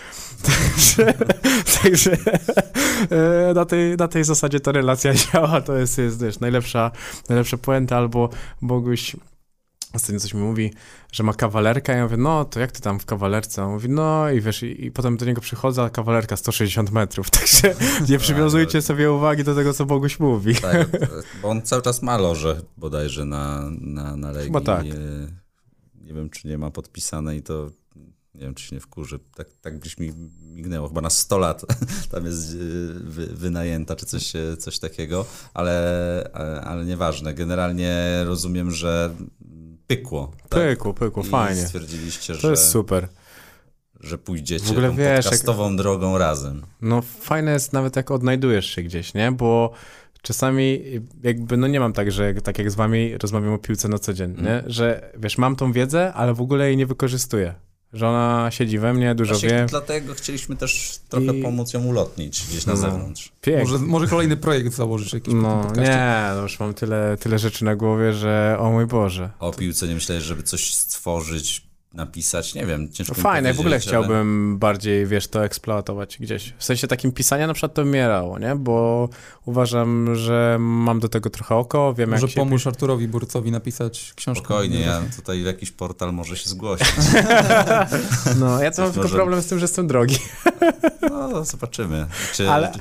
D: Także na tej zasadzie ta relacja działa, to jest wiesz, najlepsza puenta, albo Boguś ostatnio coś mi mówi, że ma kawalerkę, ja mówię, no to jak ty tam w kawalerce? On mówi, no i wiesz, i potem do niego przychodzę, a kawalerka 160 metrów, także nie przywiązujcie sobie uwagi do tego, co Boguś mówi.
C: Tak, bo on cały czas ma loże bodajże na Legii.
D: Chyba tak.
C: Nie wiem, czy nie ma podpisane i to nie wiem, czy się nie wkurzy. Tak gdzieś mi mignęło. Chyba na 100 lat tam jest wynajęta, czy coś takiego, ale nieważne. Generalnie rozumiem, że pykło. Tak?
D: Pykło,
C: i
D: fajnie.
C: Stwierdziliście,
D: to jest super.
C: Że pójdziecie
D: w ogóle,
C: tą podcastową drogą razem.
D: No fajne jest nawet jak odnajdujesz się gdzieś, nie? Bo czasami jakby, no nie mam tak, że tak jak z wami rozmawiam o piłce na co dzień, nie? Że wiesz, mam tą wiedzę, ale w ogóle jej nie wykorzystuję. Że ona siedzi we mnie, dużo wie.
C: Dlatego chcieliśmy też trochę pomóc ją ulotnić gdzieś na zewnątrz.
E: Może kolejny projekt założysz jakiś
D: no już mam tyle rzeczy na głowie, że o mój Boże.
C: O piłce nie myślałeś, żeby coś stworzyć, napisać, nie wiem, ciężko mi
D: fajne,
C: powiedzieć,
D: w ogóle chciałbym bardziej, wiesz, to eksploatować gdzieś. W sensie takim pisania na przykład to mierało, nie? Bo uważam, że mam do tego trochę oko, wiem
E: może
D: jak się...
E: pomóż Arturowi Burcowi napisać książkę.
C: Spokojnie, ja tutaj w jakiś portal może się zgłosić.
D: No, ja to mam tylko problem z tym, że jestem drogi.
C: No, zobaczymy. Czy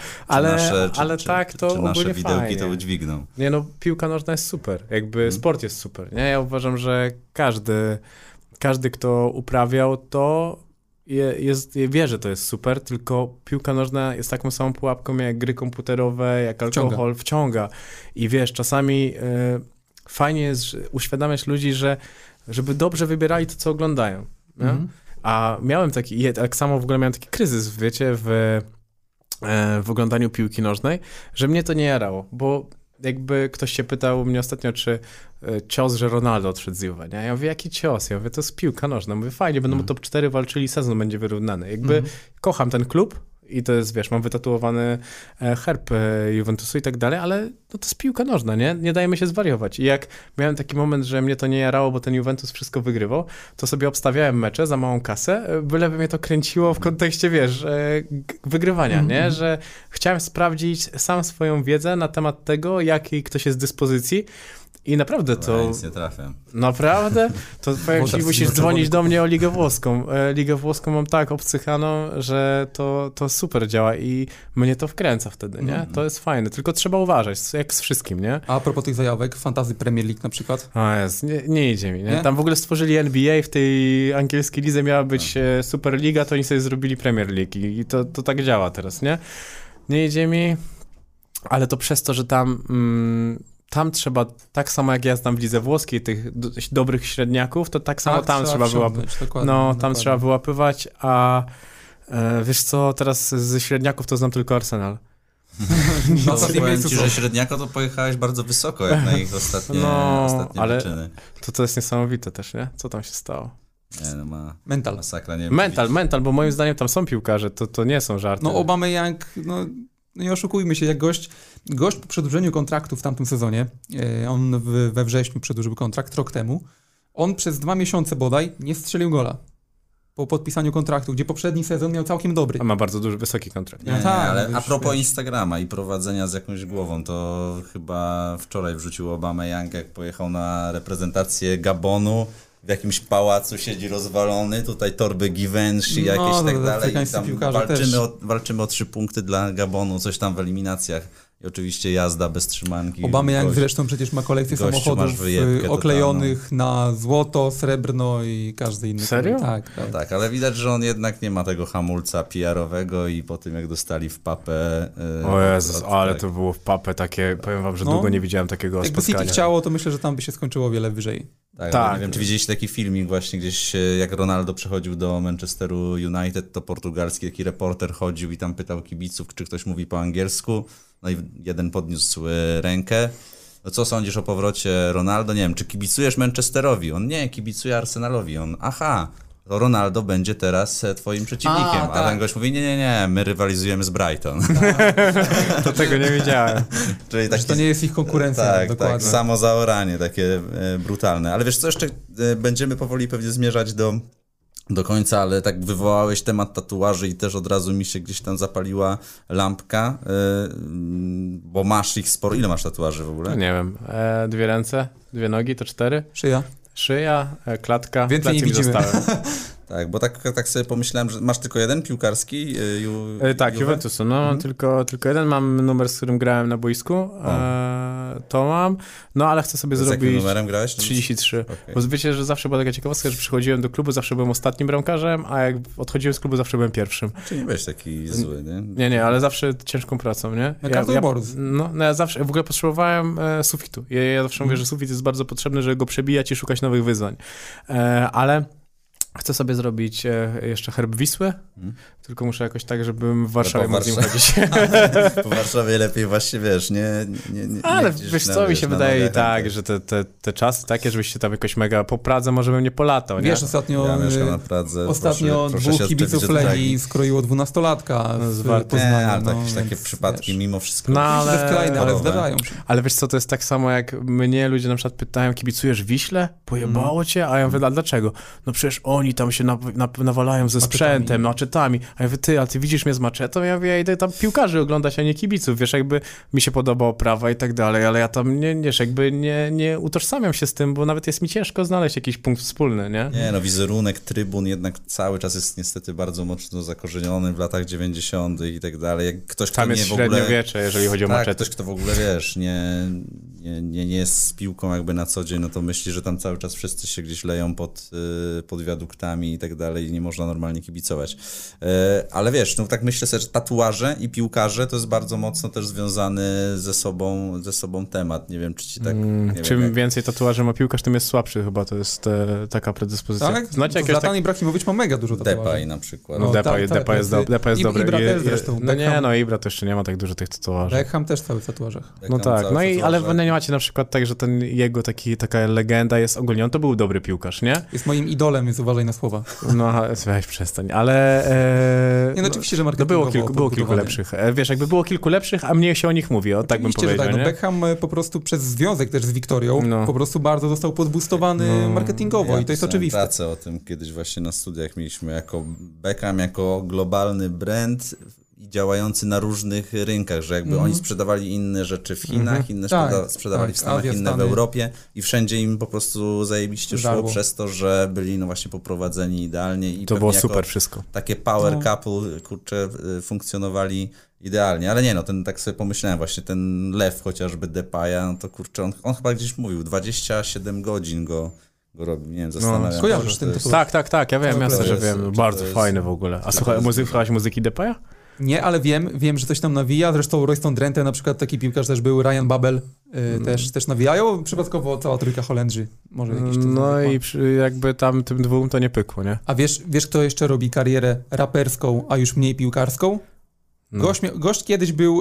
C: nasze widełki
D: fajnie.
C: To udźwigną.
D: Nie no, piłka nożna jest super, jakby sport jest super, nie? Ja uważam, że każdy, kto uprawiał to, wie, że to jest super, tylko piłka nożna jest taką samą pułapką jak gry komputerowe, jak alkohol, wciąga. I wiesz, czasami fajnie jest uświadamiać ludzi, żeby dobrze wybierali to, co oglądają. A miałem tak samo w ogóle miałem taki kryzys, wiecie, w oglądaniu piłki nożnej, że mnie to nie jarało, bo jakby ktoś się pytał mnie ostatnio, czy cios, że Ronaldo odszedł z Juve, nie? Ja mówię, jaki cios? Ja mówię, to jest piłka nożna. Mówię, fajnie, będą top 4 walczyli, sezon będzie wyrównany. Jakby kocham ten klub i to jest, wiesz, mam wytatuowany herb Juventusu i tak dalej, ale no to jest piłka nożna, nie? Nie dajemy się zwariować. I jak miałem taki moment, że mnie to nie jarało, bo ten Juventus wszystko wygrywał, to sobie obstawiałem mecze za małą kasę, byleby mnie to kręciło w kontekście, wiesz, wygrywania, nie? Że chciałem sprawdzić sam swoją wiedzę na temat tego, jakiej ktoś jest dyspozycji. I naprawdę to...
C: Ja nic nie trafiam.
D: Naprawdę? To powiem ci, musisz dzwonić do mnie o Ligę Włoską. Ligę Włoską mam tak obcychaną, że to super działa i mnie to wkręca wtedy, nie? To jest fajne, tylko trzeba uważać, jak z wszystkim, nie?
E: A propos tych zajawek, Fantasy Premier League na przykład?
D: Nie idzie mi, nie? Tam w ogóle stworzyli NBA, w tej angielskiej lidze miała być Superliga, to oni sobie zrobili Premier League i to tak działa teraz, nie? Nie idzie mi, ale to przez to, że tam trzeba, tak samo jak ja znam w lidze włoskiej, tych dobrych średniaków, to tak samo tam trzeba wyłapywać. Tam trzeba wyłapywać, a wiesz co, teraz ze średniaków to znam tylko Arsenal.
C: No to powiem ci, że średniako to pojechałeś bardzo wysoko, jak na ich ostatnie wyczyny.
D: To jest niesamowite też, nie? Co tam się stało?
C: Nie, no ma
E: mental.
C: Masakra, nie
D: mental, bo moim zdaniem tam są piłkarze, to nie są żarty.
E: No Aubameyang, nie oszukujmy się, jak gość po przedłużeniu kontraktu w tamtym sezonie, on we wrześniu przedłużył kontrakt rok temu, on przez 2 miesiące bodaj nie strzelił gola po podpisaniu kontraktu, gdzie poprzedni sezon miał całkiem dobry.
D: A ma bardzo wysoki kontrakt.
C: Nie, ale a propos Instagrama i prowadzenia z jakąś głową, to chyba wczoraj wrzucił Aubameyang, jak pojechał na reprezentację Gabonu, w jakimś pałacu siedzi rozwalony, tutaj torby Givenchy jakieś tak dalej i tam walczymy o 3 punkty dla Gabonu, coś tam w eliminacjach i oczywiście jazda bez trzymanki.
E: Aubameyang zresztą przecież ma kolekcję samochodów oklejonych na złoto, srebrno i każdy inny.
D: Serio?
E: Tak.
C: No tak, ale widać, że on jednak nie ma tego hamulca PR-owego i po tym jak dostali w papę...
D: O Jezus, ale to było w papę takie, powiem wam, że długo nie widziałem takiego spotkania.
E: Jakby City chciało, to myślę, że tam by się skończyło o wiele wyżej.
C: Tak. Nie wiem, czy widzieliście taki filmik właśnie gdzieś, jak Ronaldo przechodził do Manchesteru United, to portugalski taki reporter chodził i tam pytał kibiców, czy ktoś mówi po angielsku. No i jeden podniósł rękę. No co sądzisz o powrocie Ronaldo? Nie wiem, czy kibicujesz Manchesterowi? On nie, kibicuje Arsenalowi. On, aha, to Ronaldo będzie teraz twoim przeciwnikiem. A ten gość mówi, nie, my rywalizujemy z Brighton.
D: To tego nie wiedziałem.
C: Czyli taki,
E: to nie jest ich konkurencja.
C: Tak, samo zaoranie takie brutalne. Ale wiesz co, jeszcze będziemy powoli pewnie zmierzać do końca, ale tak wywołałeś temat tatuaży i też od razu mi się gdzieś tam zapaliła lampka, bo masz ich sporo. Ile masz tatuaży w ogóle?
D: Nie wiem, 2 ręce, 2 nogi, to 4. Szyja, klatka,
E: więcej nie widzimy.
C: Tak, bo tak sobie pomyślałem, że masz tylko jeden piłkarski?
D: Tak, Juventusu, tylko jeden. Mam numer, z którym grałem na boisku, to mam, no ale chcę sobie zrobić... Z jakim
C: numerem grałeś?
D: 33, okay. Bo wiecie, że zawsze była taka ciekawostka, że przychodziłem do klubu, zawsze byłem ostatnim bramkarzem, a jak odchodziłem z klubu, zawsze byłem pierwszym.
C: Czyli nie byłeś taki zły, nie?
D: Nie, ale zawsze ciężką pracą, nie? Ja zawsze, w ogóle potrzebowałem sufitu. Ja zawsze mówię, że sufit jest bardzo potrzebny, żeby go przebijać i szukać nowych wyzwań. Ale... Chcę sobie zrobić jeszcze herb Wisły, tylko muszę jakoś tak, żebym w Warszawie mógł z nim chodzić.
C: Po Warszawie lepiej właśnie, wiesz, nie
D: ale wiesz co, mi się wydaje tak, że te czasy takie, żebyś się tam jakoś mega po Pradze może bym nie polatał, nie?
E: Wiesz, ostatnio
C: ja mieszkam na Pradze,
E: ostatnio dwóch kibiców Legii skroiło 12-latka z Poznania.
C: Ale jakieś takie przypadki wiesz, mimo wszystko.
E: No ale zdarzają się.
D: Ale wiesz co, to jest tak samo jak mnie ludzie na przykład pytają, kibicujesz Wiśle? Pojebało cię? A ja mówię, a dlaczego? No przecież oni tam się nawalają ze sprzętem, maczetami. A ja mówię, a ty widzisz mnie z maczetą? Ja mówię, ja idę tam piłkarzy oglądać, a nie kibiców. Wiesz, jakby mi się podoba oprawa i tak dalej, ale ja tam nie utożsamiam się z tym, bo nawet jest mi ciężko znaleźć jakiś punkt wspólny, nie?
C: Nie, no wizerunek trybun jednak cały czas jest niestety bardzo mocno zakorzeniony w latach 90. i tak dalej. Jak ktoś, kto
D: tam jest średniowiecze, jeżeli chodzi o maczety.
C: Ktoś, kto w ogóle, wiesz, nie jest z piłką jakby na co dzień, no to myśli, że tam cały czas wszyscy się gdzieś leją pod wiaduktami i tak dalej i nie można normalnie kibicować. Ale wiesz, no tak myślę sobie, że tatuaże i piłkarze to jest bardzo mocno też związany ze sobą temat. Nie wiem, czy ci tak...
D: Czym więcej tatuaży ma piłkarz, tym jest słabszy chyba, to jest taka predyspozycja.
E: Tak? Znacie Zlatan Ibrahimowicz ma mega dużo tatuaży.
C: Depay na przykład.
D: No, Depay jest dobry.
E: Ibra też zresztą.
D: Ibra to jeszcze nie ma tak dużo tych tatuaży.
E: Beckham też cały w tatuażach.
D: No tak, ale wy nie macie na przykład tak, że ten jego taka legenda jest ogólnie, on to był dobry piłkarz, nie?
E: Jest moim idolem, więc uważaj na słowa.
D: No, weź przestań, ale...
E: Nie, no oczywiście, że marketingowo
D: było kilku lepszych. Wiesz, jakby było kilku lepszych, a mniej się o nich mówi, tak bym powiedział,
E: że tak,
D: nie?
E: Beckham po prostu przez związek też z Wiktorią po prostu bardzo został podboostowany marketingowo i to jest oczywiste.
C: Pracę o tym kiedyś właśnie na studiach mieliśmy jako Beckham, jako globalny brand i działający na różnych rynkach, że jakby oni sprzedawali inne rzeczy w Chinach, inne sprzedawali w Stanach, inne w Europie i wszędzie im po prostu zajebiście szło przez to, że byli no właśnie poprowadzeni idealnie i
D: to było super wszystko.
C: Takie power couple, kurczę, funkcjonowali idealnie, ale nie no, tak sobie pomyślałem właśnie, ten lew chociażby Depaya, no to kurczę, on chyba gdzieś mówił, 27 godzin go robi, nie wiem, zastanawiam.
E: Kojarzysz ten tytuł?
D: Tak, ja wiem, jasne, że wiem, bardzo fajny w ogóle. A słuchałeś muzyki Depaya?
E: Nie, ale wiem, że coś tam nawija. Zresztą Royston Drenthe, na przykład taki piłkarz też był, Ryan Babel też nawijają. Przypadkowo cała trójka Holendrzy. Może jakiś
D: no i jakby tam tym dwóm to nie pykło, nie?
E: A wiesz kto jeszcze robi karierę raperską, a już mniej piłkarską? Gość kiedyś był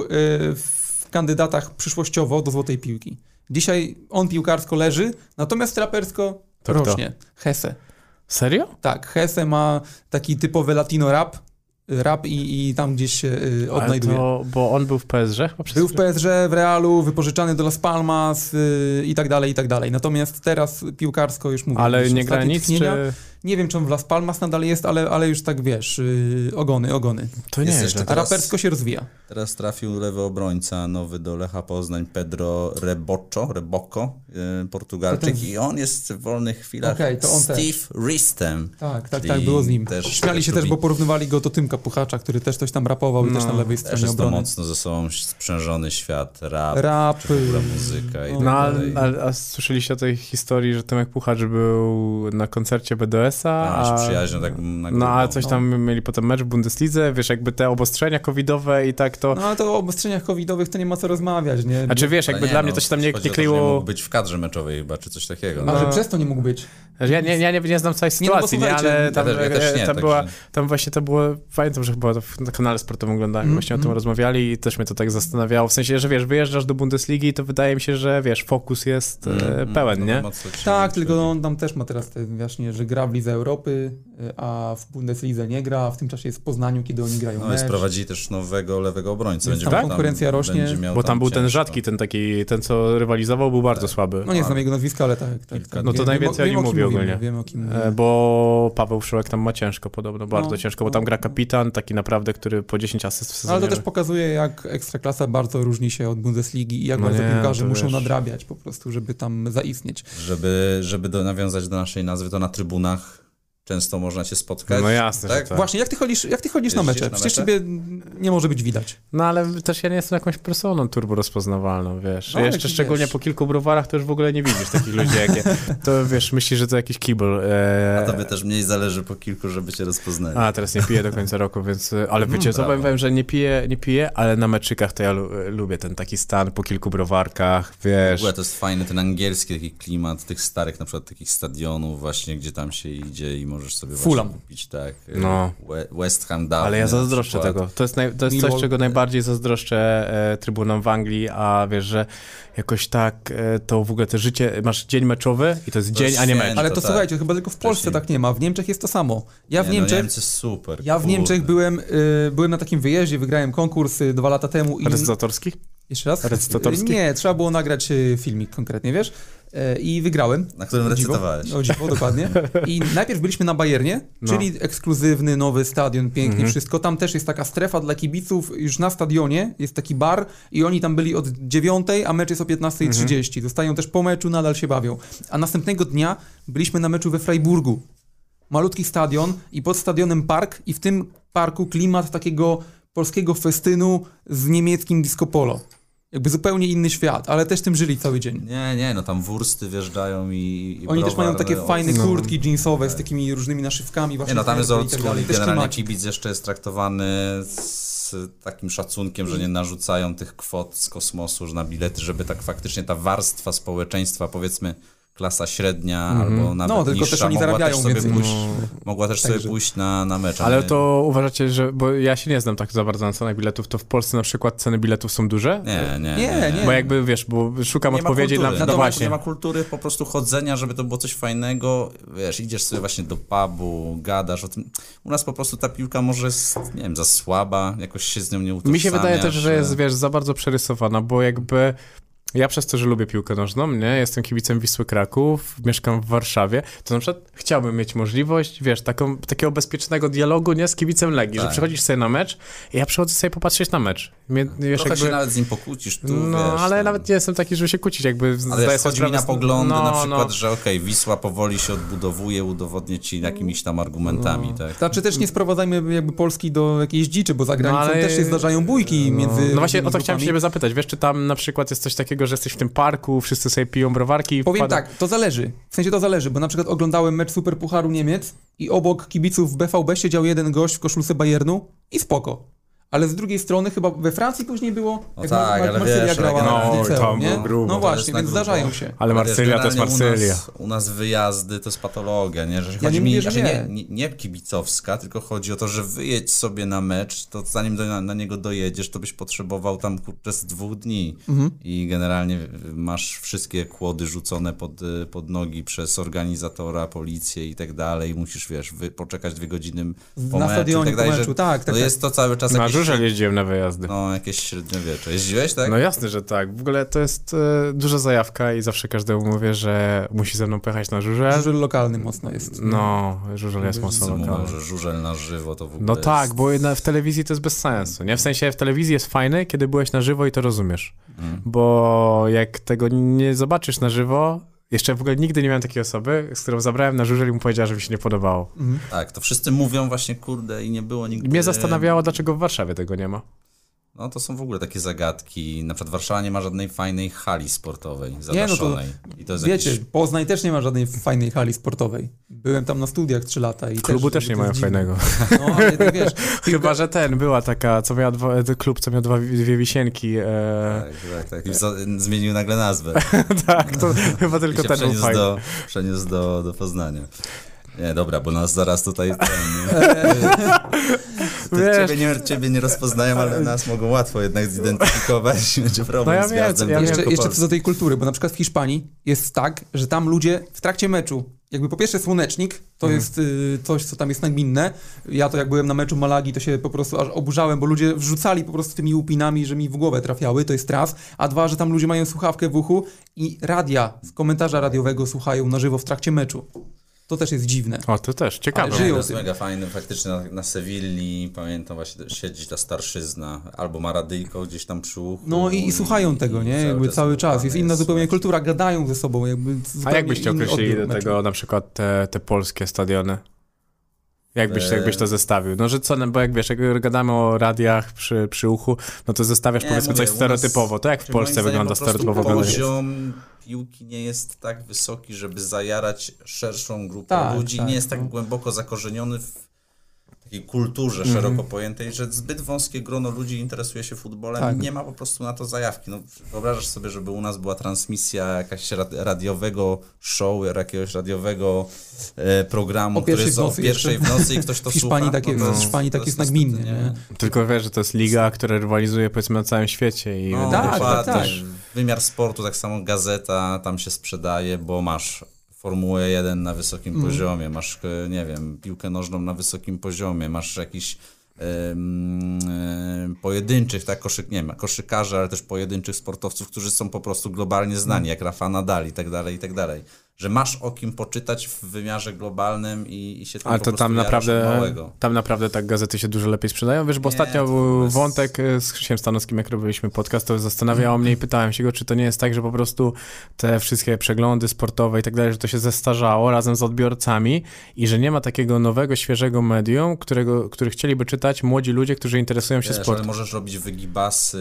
E: w kandydatach przyszłościowo do Złotej Piłki. Dzisiaj on piłkarsko leży, natomiast rapersko rośnie. Hesse.
D: Serio?
E: Tak, Hesse ma taki typowy latino rap i tam gdzieś się odnajduje.
D: Bo on był w PSG chyba
E: Był w PSG, w Realu, wypożyczany do Las Palmas i tak dalej. Natomiast teraz piłkarsko już mówię.
D: Ale nie gra nic, czy...
E: Nie wiem, czy on w Las Palmas nadal jest, ale już tak wiesz, ogony.
D: To nie jest.
E: A rapersko się rozwija.
C: Teraz trafił lewy obrońca nowy do Lecha Poznań, Pedro Rebocco, Portugalczyk i on jest w wolnych chwilach
E: to on
C: Steve Ristem.
E: Tak, było z nim. Śmiali się też, bo porównywali go do Tymka Puchacza, który też coś tam rapował i też na lewej stronie
C: jest
E: obrony.
C: To mocno ze sobą sprzężony świat, rap muzyka i tak dalej.
D: A słyszeliście o tej historii, że Tymek Puchacz był na koncercie BDS MLS-a.
C: się przyjaźnią tak na
D: grubo. No a coś tam mieli potem mecz w Bundeslidze, wiesz, jakby te obostrzenia covidowe i tak to...
E: No ale to o obostrzeniach covidowych to nie ma co rozmawiać, nie?
D: A czy wiesz, jakby dla mnie to się tam nie kleiło...
C: Nie mógł być w kadrze meczowej chyba, czy coś takiego.
E: A że przez to nie mógł być.
D: Ja nie znam całej sytuacji, ale tam właśnie to było, pamiętam, że chyba na kanale sportowym oglądałem, właśnie o tym rozmawiali i też mnie to tak zastanawiało, w sensie, że wiesz, wyjeżdżasz do Bundesligi, to wydaje mi się, że wiesz, fokus jest pełen, nie?
E: Tak, tylko on tam też ma teraz te właśnie, że gra w Lidze Europy, a w Bundeslidze nie gra, a w tym czasie jest w Poznaniu, kiedy oni grają mecz.
C: No i sprowadzi też nowego lewego obrońcę.
E: Będzie tam konkurencja rośnie.
D: Bo tam był ten rzadki, ten co rywalizował, był bardzo słaby.
E: No nie znam jego nazwiska, ale tak.
D: No to najwięcej o nim mówi ogólnie.
E: Wiem, o kim
D: bo Paweł Wszołek tam ma ciężko podobno, bardzo ciężko, bo tam gra kapitan, taki naprawdę, który po 10 asyst w sezonie.
E: Ale to też pokazuje, jak Ekstraklasa bardzo różni się od Bundesligi i jak bardzo piłkarze muszą nadrabiać po prostu, żeby tam zaistnieć.
C: Żeby nawiązać do naszej nazwy, to na trybunach często można cię spotkać.
D: No jasne,
C: tak?
D: Że tak.
E: Właśnie, jak ty chodzisz na mecze? Przecież ciebie nie może być widać.
D: No ale też ja nie jestem jakąś personą turbo rozpoznawalną, wiesz. No, jeszcze szczególnie po kilku browarach to już w ogóle nie widzisz takich ludzi jak ja. To wiesz, myślisz, że to jakiś kibel.
C: A tobie też mniej zależy po kilku, żeby cię rozpoznali.
D: A, teraz nie piję do końca roku, więc... Ale wiecie, co powiem, że nie piję, ale na meczykach to ja lubię ten taki stan po kilku browarkach, wiesz. W
C: ogóle to jest fajny, ten angielski taki klimat tych starych na przykład takich stadionów właśnie, gdzie tam się idzie i możesz sobie
E: Fulham
C: kupić, tak.
D: No.
C: West Ham dawny.
D: Ale ja zazdroszczę tego. To jest coś, czego najbardziej zazdroszczę trybunom w Anglii, a wiesz, że jakoś tak to w ogóle to życie, masz dzień meczowy i to jest dzień, a nie mecz.
E: Ale to słuchajcie, chyba tylko w Polsce tak nie ma. W Niemczech jest to samo.
C: Niemcy super.
E: Ja w Niemczech byłem na takim wyjeździe, wygrałem konkurs 2 lata temu.
D: Recytatorski?
E: Jeszcze raz?
D: Recytatorski?
E: Nie, trzeba było nagrać filmik konkretnie, wiesz? I wygrałem.
C: Na którym recytowałeś.
E: O dziwo, dokładnie. I najpierw byliśmy na Bayernie, czyli ekskluzywny, nowy stadion, pięknie wszystko. Tam też jest taka strefa dla kibiców, już na stadionie jest taki bar i oni tam byli od 9, a mecz jest o 15:30. Zostają też po meczu, nadal się bawią. A następnego dnia byliśmy na meczu we Freiburgu. Malutki stadion i pod stadionem park i w tym parku klimat takiego polskiego festynu z niemieckim disco polo. Jakby zupełnie inny świat, ale też tym żyli cały dzień.
C: Nie, no tam wursty wjeżdżają i
E: oni też mają takie fajne kurtki jeansowe z takimi różnymi naszywkami.
C: Nie, no tam jest old school i generalnie kibic jeszcze jest traktowany z takim szacunkiem, że nie narzucają tych kwot z kosmosu na bilety, żeby tak faktycznie ta warstwa społeczeństwa, powiedzmy klasa średnia albo nawet
E: tylko
C: niższa,
E: też oni zarabiają
C: mogła też sobie pójść na mecz.
D: Ale to uważacie, że, bo ja się nie znam tak za bardzo na cenach biletów, to w Polsce na przykład ceny biletów są duże?
C: Nie.
D: Bo jakby, wiesz, bo szukam
C: nie
D: odpowiedzi na to właśnie.
C: Nie ma kultury po prostu chodzenia, żeby to było coś fajnego, wiesz, idziesz sobie właśnie do pubu, gadasz o tym. U nas po prostu ta piłka może jest, nie wiem, za słaba, jakoś się z nią nie utożsamiasz.
D: Mi się wydaje też, że jest, wiesz, za bardzo przerysowana, bo jakby... Ja przez to, że lubię piłkę nożną, nie? Jestem kibicem Wisły Kraków, mieszkam w Warszawie, to na przykład chciałbym mieć możliwość, wiesz, takiego bezpiecznego dialogu, nie? Z kibicem Legii, że przychodzisz sobie na mecz i ja przychodzę sobie popatrzeć na mecz.
C: Wiesz, trochę się nawet z nim pokłócisz tu,
D: ale nawet nie jestem taki, żeby się kłócić, jakby...
C: Ale chodzi mi na poglądy na przykład, że Wisła powoli się odbudowuje, udowodnię ci jakimiś tam argumentami, tak?
E: Znaczy też nie sprowadzajmy jakby Polski do jakiejś dziczy, bo za granicą też się zdarzają bójki między...
D: No właśnie o to chciałem się zapytać, wiesz, czy tam na przykład jest coś takiego, że jesteś w tym parku, wszyscy sobie piją browarki.
E: Powiem tak, to zależy. W sensie to zależy, bo na przykład oglądałem mecz Superpucharu Niemiec i obok kibiców BVB siedział jeden gość w koszulce Bayernu i spoko. Ale z drugiej strony chyba we Francji później było,
C: jak Marsylia
E: grała w liceum, nie? No właśnie, więc zdarzają się.
D: Ale Marsylia to jest Marsylia.
C: U nas wyjazdy to jest patologia, nie? Że chodzi mi, nie kibicowska, tylko chodzi o to, że wyjedź sobie na mecz, to zanim na niego dojedziesz, to byś potrzebował tam przez 2 dni. I generalnie masz wszystkie kłody rzucone pod nogi przez organizatora, policję i tak dalej. Musisz, wiesz, poczekać 2 godziny po
E: na
C: meczu
E: stadionie,
C: i tak dalej.
E: Po meczu, tak.
C: Jest to cały czas
D: na żużel jeździłem na wyjazdy.
C: No, jakieś średniowiecze. Jeździłeś, tak?
D: No jasne, że tak. W ogóle to jest duża zajawka i zawsze każdemu mówię, że musi ze mną pojechać na żużel.
E: Żużel lokalny mocno jest.
D: No, żużel jest mocno lokalny.
C: Że żużel na żywo to w ogóle
D: No tak, bo w telewizji to jest bez sensu, nie? W sensie w telewizji jest fajne, kiedy byłeś na żywo i to rozumiesz. Bo jak tego nie zobaczysz na żywo... Jeszcze w ogóle nigdy nie miałem takiej osoby, z którą zabrałem na żużel i mu powiedziała, że mi się nie podobało.
C: Tak, to wszyscy mówią właśnie, kurde, i nie było nigdy...
D: Mnie zastanawiało, dlaczego w Warszawie tego nie ma.
C: No to są w ogóle takie zagadki. Na przykład Warszawa nie ma żadnej fajnej hali sportowej zadaszonej.
E: I to jest wiecie, Poznań też nie ma żadnej fajnej hali sportowej. Byłem tam na studiach 3 lata. I
D: klubu też nie mają fajnego.
E: No, ale to wiesz...
D: Chyba, że była taka, co miała klub, co miał dwie wisienki.
C: Tak. Zmienił nagle nazwę.
D: Tak, to chyba tylko ten był fajny.
C: Przeniósł do Poznania. Nie, dobra, bo nas zaraz tutaj... Ciebie nie rozpoznają, ale nas mogą łatwo jednak zidentyfikować. Będzie problem z gwiazdem.
E: Jeszcze co do tej kultury, bo na przykład w Hiszpanii jest tak, że tam ludzie w trakcie meczu, jakby po pierwsze słonecznik, to jest coś, co tam jest nagminne. Ja to jak byłem na meczu Malagi, to się po prostu aż oburzałem, bo ludzie wrzucali po prostu tymi łupinami, że mi w głowę trafiały, to jest raz. A 2, że tam ludzie mają słuchawkę w uchu i z komentarza radiowego słuchają na żywo w trakcie meczu. To też jest dziwne.
D: O, to też, ciekawe.
C: To jest mega fajne, faktycznie na Sewilli, pamiętam właśnie, siedzi ta starszyzna, albo ma radyjko gdzieś tam przy uchu.
E: No i słuchają tego, nie? Jakby cały czas. Jest inna zupełnie kultura, gadają ze sobą.
D: A jak byście określili do tego na przykład te polskie stadiony? Jakbyś to zestawił? No, że co, bo jak wiesz, jak gadamy o radiach przy uchu, no to zestawiasz powiedzmy coś stereotypowo. To jak w Polsce wygląda stereotypowo?
C: Poziom piłki nie jest tak wysoki, żeby zajarać szerszą grupę ludzi. Nie jest tak głęboko zakorzeniony w takiej kulturze szeroko pojętej, że zbyt wąskie grono ludzi interesuje się futbolem i nie ma po prostu na to zajawki. No, wyobrażasz sobie, żeby u nas była transmisja jakaś radiowego show, jakiegoś radiowego programu, który jest o pierwszej w nocy i ktoś to słucha.
E: W Hiszpanii tak jest nagminnie. Nie?
D: Tylko wiesz, że to jest liga, która rywalizuje powiedzmy na całym świecie. I
C: tak. Wymiar sportu, tak samo gazeta tam się sprzedaje, bo masz Formułę 1 na wysokim poziomie, masz, nie wiem, piłkę nożną na wysokim poziomie, masz jakiś pojedynczych, tak, koszykarzy, ale też pojedynczych sportowców, którzy są po prostu globalnie znani, jak Rafa Nadal i tak dalej, że masz o kim poczytać w wymiarze globalnym i się tym
D: ale
C: po
D: to
C: prostu
D: tam naprawdę tak gazety się dużo lepiej sprzedają, wiesz, bo ostatnio był wątek z Krzysiem Stanowskim, jak robiliśmy podcast, to zastanawiało mnie i pytałem się go, czy to nie jest tak, że po prostu te wszystkie przeglądy sportowe i tak dalej, że to się zestarzało razem z odbiorcami i że nie ma takiego nowego, świeżego medium, który chcieliby czytać młodzi ludzie, którzy interesują się sportem.
C: Ale możesz robić wygibasy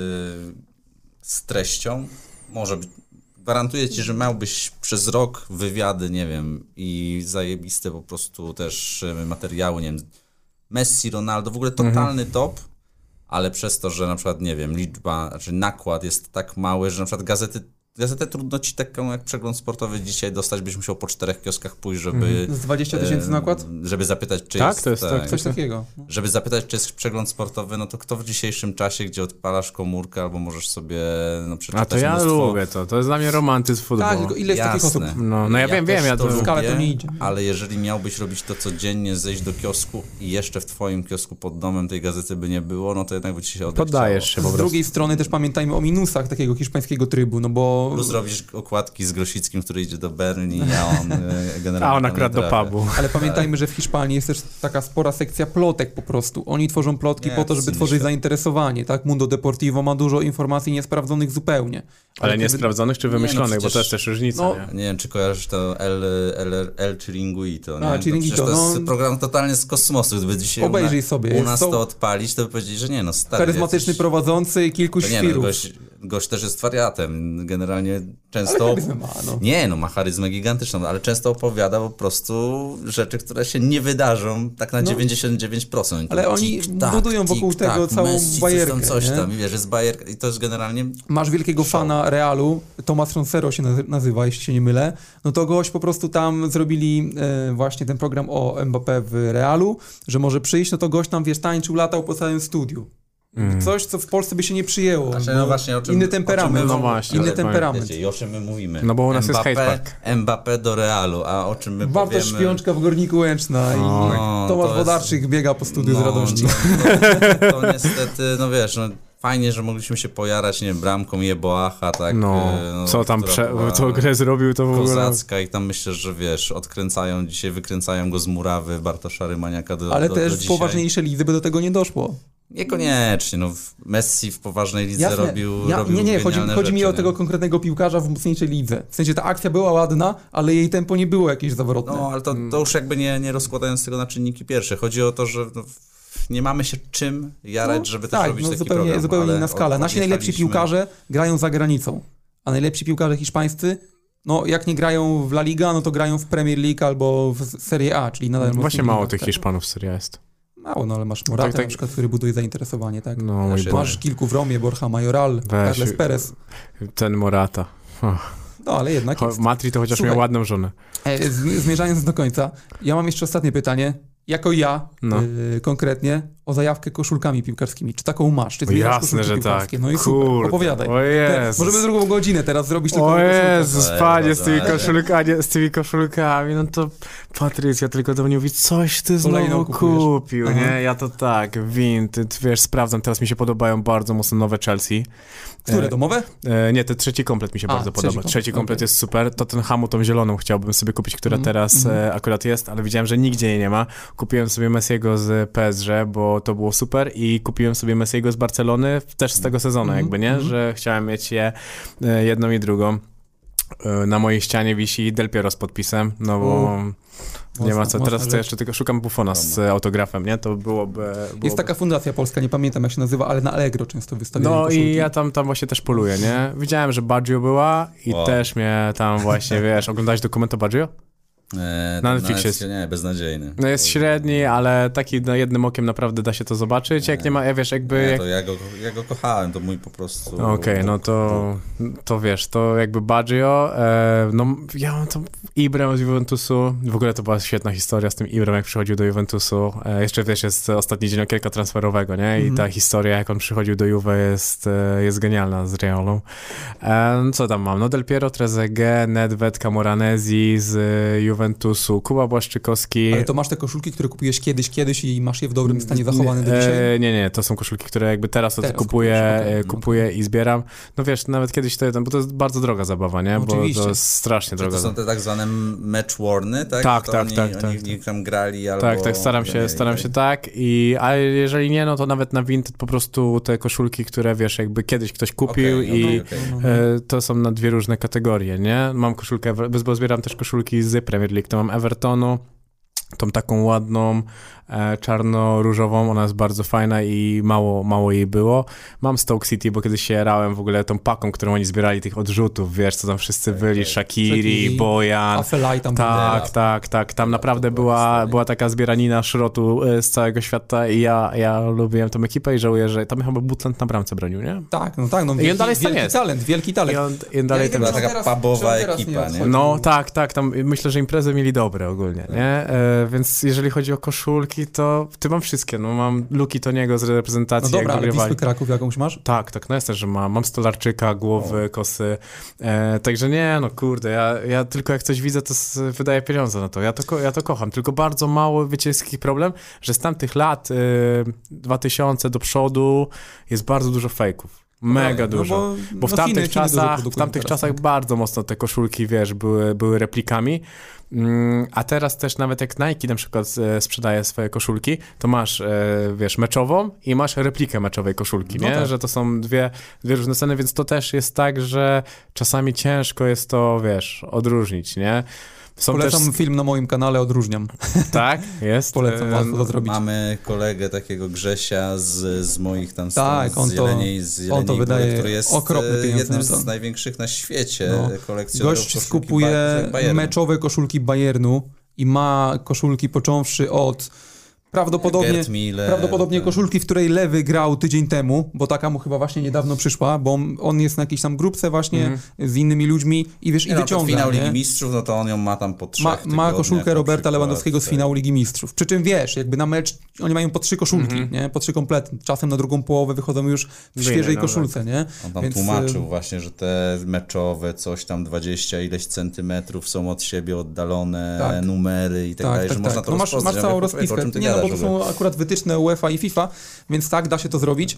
C: z treścią, może być. Gwarantuję ci, że miałbyś przez rok wywiady, nie wiem, i zajebiste po prostu też materiały, nie wiem, Messi, Ronaldo, w ogóle totalny top, ale przez to, że na przykład, nie wiem, nakład jest tak mały, że na przykład gazetę trudno ci taką jak przegląd sportowy dzisiaj dostać, byś musiał po 4 kioskach pójść, żeby...
E: Z 20 000 nakład?
C: Żeby zapytać, czy
D: tak,
C: jest...
D: To jest
E: coś takiego.
C: Żeby zapytać, czy jest przegląd sportowy, no to kto w dzisiejszym czasie, gdzie odpalasz komórkę, albo możesz sobie przeczytać
D: a to ja lubię to jest dla mnie romantyzm futbolu.
E: Tak, tylko ile jest takich osób?
D: No ja wiem, ja
C: to lubię,
E: to nie idzie.
C: Ale jeżeli miałbyś robić to codziennie, zejść do kiosku i jeszcze w twoim kiosku pod domem tej gazety by nie było, no to jednak by ci się odechciało.
D: Poddajesz się po prostu.
E: Z drugiej strony też pamiętajmy o minusach takiego hiszpańskiego trybu, no bo...
C: Plus robisz okładki z Grosickim, który idzie do Berni, a on generalnie...
D: A on akurat do pubu.
E: Ale pamiętajmy, że w Hiszpanii jest też taka spora sekcja plotek po prostu. Oni tworzą plotki po to, żeby tworzyć zainteresowanie, tak? Mundo Deportivo ma dużo informacji niesprawdzonych zupełnie.
D: Ale niesprawdzonych czy wymyślonych, bo to jest też różnica, nie?
C: Nie wiem, czy kojarzysz to El Chiringuito, nie?
E: Chiringuito,
C: to jest program totalnie z kosmosu. Gdyby dzisiaj
E: obejrzyj sobie.
C: U nas to odpalić, to by powiedzieli, że nie, no stary.
E: Charyzmatyczny prowadzący i kilku świrów.
C: Gość też jest wariatem. Generalnie często... ma charyzmę gigantyczną, ale często opowiada po prostu rzeczy, które się nie wydarzą tak na 99%.
E: Ale oni budują wokół tego całą bajerkę.
C: Coś tam, i wiesz, jest bajerka i to jest generalnie...
E: Masz wielkiego fana Realu, Tomas Roncero się nazywa, jeśli się nie mylę, no to gość po prostu tam zrobili właśnie ten program o Mbappé w Realu, że może przyjść, no to gość tam, wiesz, tańczył, latał po całym studiu. Coś, co w Polsce by się nie przyjęło.
C: No właśnie,
E: inny temperament.
C: Inny temperament. Wiecie, i o czym my mówimy?
D: No bo u nas jest hate park.
C: Mbappé do Realu, a o czym my
E: powiemy? Warta Śpiączka w Górniku Łęczna i Tomasz Wodarczyk biega po studiu z radości.
C: To niestety, no wiesz, fajnie, że mogliśmy się pojarać, nie wiem, bramką Jeboacha, tak?
D: Co tam, co grę zrobił, to w ogóle...
C: Kozacka i tam myślę, że wiesz, wykręcają go z murawy Bartosza Rymaniaka
E: ale też w poważniejsze lidze by do tego nie doszło.
C: Niekoniecznie, Messi w poważnej lidze robił
E: chodzi mi o tego konkretnego piłkarza w mocniejszej lidze. W sensie ta akcja była ładna, ale jej tempo nie było jakieś zawrotne.
C: No, ale to już jakby nie rozkładając tego na czynniki pierwsze. Chodzi o to, że nie mamy się czym jarać, żeby też robić taki
E: zupełnie,
C: program.
E: Zupełnie inna skala. Nasi najlepsi
C: odjechaliśmy...
E: piłkarze grają za granicą, a najlepsi piłkarze hiszpańscy, no jak nie grają w La Liga, no to grają w Premier League albo w Serie A, czyli nadal...
D: Właśnie mało tych Hiszpanów w Serie A jest.
E: Mało, no ale masz Moratę na przykład, który buduje zainteresowanie, tak?
D: No,
E: masz kilku w Romie, Borja Mayoral, Carles Perez.
D: Ten Morata.
E: No ale jednak jest.
D: Matri to chociaż miał ładną żonę.
E: Zmierzając do końca, ja mam jeszcze ostatnie pytanie. Jako ja konkretnie o zajawkę koszulkami piłkarskimi. Czy taką masz? Czy
D: zbierasz koszulki
E: piłkarskie?
D: Tak.
E: No i super, opowiadaj.
D: O Jezus.
E: Możemy drugą godzinę teraz zrobić tylko
D: o Jezus, panie, z tymi koszulkami, no to Patrycja tylko do mnie mówi, coś ty znowu kupił, nie? Ja to tak, Vinted, wiesz, sprawdzam, teraz mi się podobają bardzo mocno nowe Chelsea.
E: Które, domowe?
D: Nie, ten trzeci komplet mi się bardzo podoba. Trzeci komplet jest super. To ten Hamu, tą zieloną chciałbym sobie kupić, która teraz akurat jest, ale widziałem, że nigdzie jej nie ma. Kupiłem sobie Messiego z PSG, bo to było super i kupiłem sobie Messiego z Barcelony też z tego sezonu jakby, nie? Że chciałem mieć je jedną i drugą. Na mojej ścianie wisi Del Piero z podpisem, no bo nie ma co. Teraz to jeszcze tylko szukam Buffona z autografem, nie? To byłoby...
E: Jest taka fundacja polska, nie pamiętam jak się nazywa, ale na Allegro często wystawiają koszulki.
D: I ja tam właśnie też poluję, nie? Widziałem, że Baggio była i też mnie tam właśnie, wiesz, oglądałeś dokument o Baggio?
C: Na Netflixie jest... Nie, beznadziejny.
D: No jest średni, ale taki jednym okiem naprawdę da się to zobaczyć. Jak nie ma, ja wiesz, jakby...
C: Nie, to ja go kochałem, to mój po prostu...
D: Okej, no to wiesz, to jakby Baggio, no ja mam tam Ibrem z Juventusu, w ogóle to była świetna historia z tym Ibrem, jak przychodził do Juventusu. Jeszcze wiesz, jest ostatni dzień okienka transferowego, nie? I ta historia, jak on przychodził do Juve jest genialna z Realą. Co tam mam? No Del Piero, Trezeguet, Nedved, Camoranesi z Juventusu, Kuba Błaszczykowski.
E: Ale to masz te koszulki, które kupiłeś kiedyś i masz je w dobrym stanie zachowane do dzisiaj?
D: Nie, to są koszulki, które jakby teraz kupuję i zbieram. No wiesz, nawet kiedyś to bo to jest bardzo droga zabawa, nie? Bo to jest strasznie droga.
C: To są te tak zwane match worny, tak?
D: Tak.
C: Oni tam grali albo...
D: Tak, staram się tak. A jeżeli nie, no to nawet na Vinted po prostu te koszulki, które wiesz, jakby kiedyś ktoś kupił to są na dwie różne kategorie, nie? Mam koszulkę, bo zbieram też koszulki z Premier League, to mam Evertonu, tą taką ładną, czarno-różową, ona jest bardzo fajna i mało jej było. Mam Stoke City, bo kiedyś się jarałem w ogóle tą paką, którą oni zbierali, tych odrzutów, wiesz, co tam wszyscy byli, Shaqiri, Bojan.
E: Afelaj tam.
D: Tak, tam naprawdę była taka zbieranina szrotu z całego świata i ja lubiłem tą ekipę i żałuję, że tam chyba Butland na bramce bronił, nie?
E: Tak,
D: I on dalej
E: wielki talent.
D: I on dalej
C: była taka pubowa ekipa, nie?
D: No tak, tam myślę, że imprezy mieli dobre ogólnie, nie? Więc jeżeli chodzi o koszulki, to ty mam wszystkie, no mam Luki Toniego z reprezentacji.
E: No dobra, ale Wisły Kraków jakąś masz?
D: Tak, no jasne, że mam Stolarczyka, głowy, kosy, także nie, no kurde, ja tylko jak coś widzę, to wydaję pieniądze na to, ja to kocham, tylko bardzo mało, wiecie, jest taki problem, że z tamtych lat 2000 do przodu jest bardzo dużo fejków. Mega dużo, bo w tamtych czasach bardzo mocno te koszulki, wiesz, były replikami, a teraz też nawet jak Nike na przykład sprzedaje swoje koszulki, to masz, wiesz, meczową i masz replikę meczowej koszulki, nie? Tak. Że to są dwie różne sceny, więc to też jest tak, że czasami ciężko jest to, wiesz, odróżnić, nie?
E: Polecam film na moim kanale, odróżniam.
D: Tak, jest.
E: Polecam łatwo to zrobić.
C: Mamy kolegę takiego Grzesia z moich tam
E: stron,
C: z Jeleniej
E: on to wydaje
C: który jest jednym z największych na świecie kolekcjonerów.
E: Gość skupuje meczowe koszulki Bayernu i ma koszulki począwszy od prawdopodobnie koszulki, w której Lewy grał tydzień temu, bo taka mu chyba właśnie niedawno przyszła, bo on jest na jakiejś tam grupce właśnie z innymi ludźmi i wiesz, i wyciąga.
C: Finał Ligi Mistrzów, no to on ją ma tam po 3
E: Ma koszulkę Roberta Lewandowskiego z finału Ligi Mistrzów. Przy czym wiesz, jakby na mecz oni mają po 3 koszulki, nie? Po 3 komplety. Czasem na drugą połowę wychodzą już w świeżej koszulce, nie?
C: On tam tłumaczył właśnie, że te meczowe coś tam 20 ileś centymetrów są od siebie oddalone, numery i tak dalej, że można to rozpoznać.
E: Masz całą rozpiskę. Bo to są akurat wytyczne UEFA i FIFA, więc tak, da się to zrobić.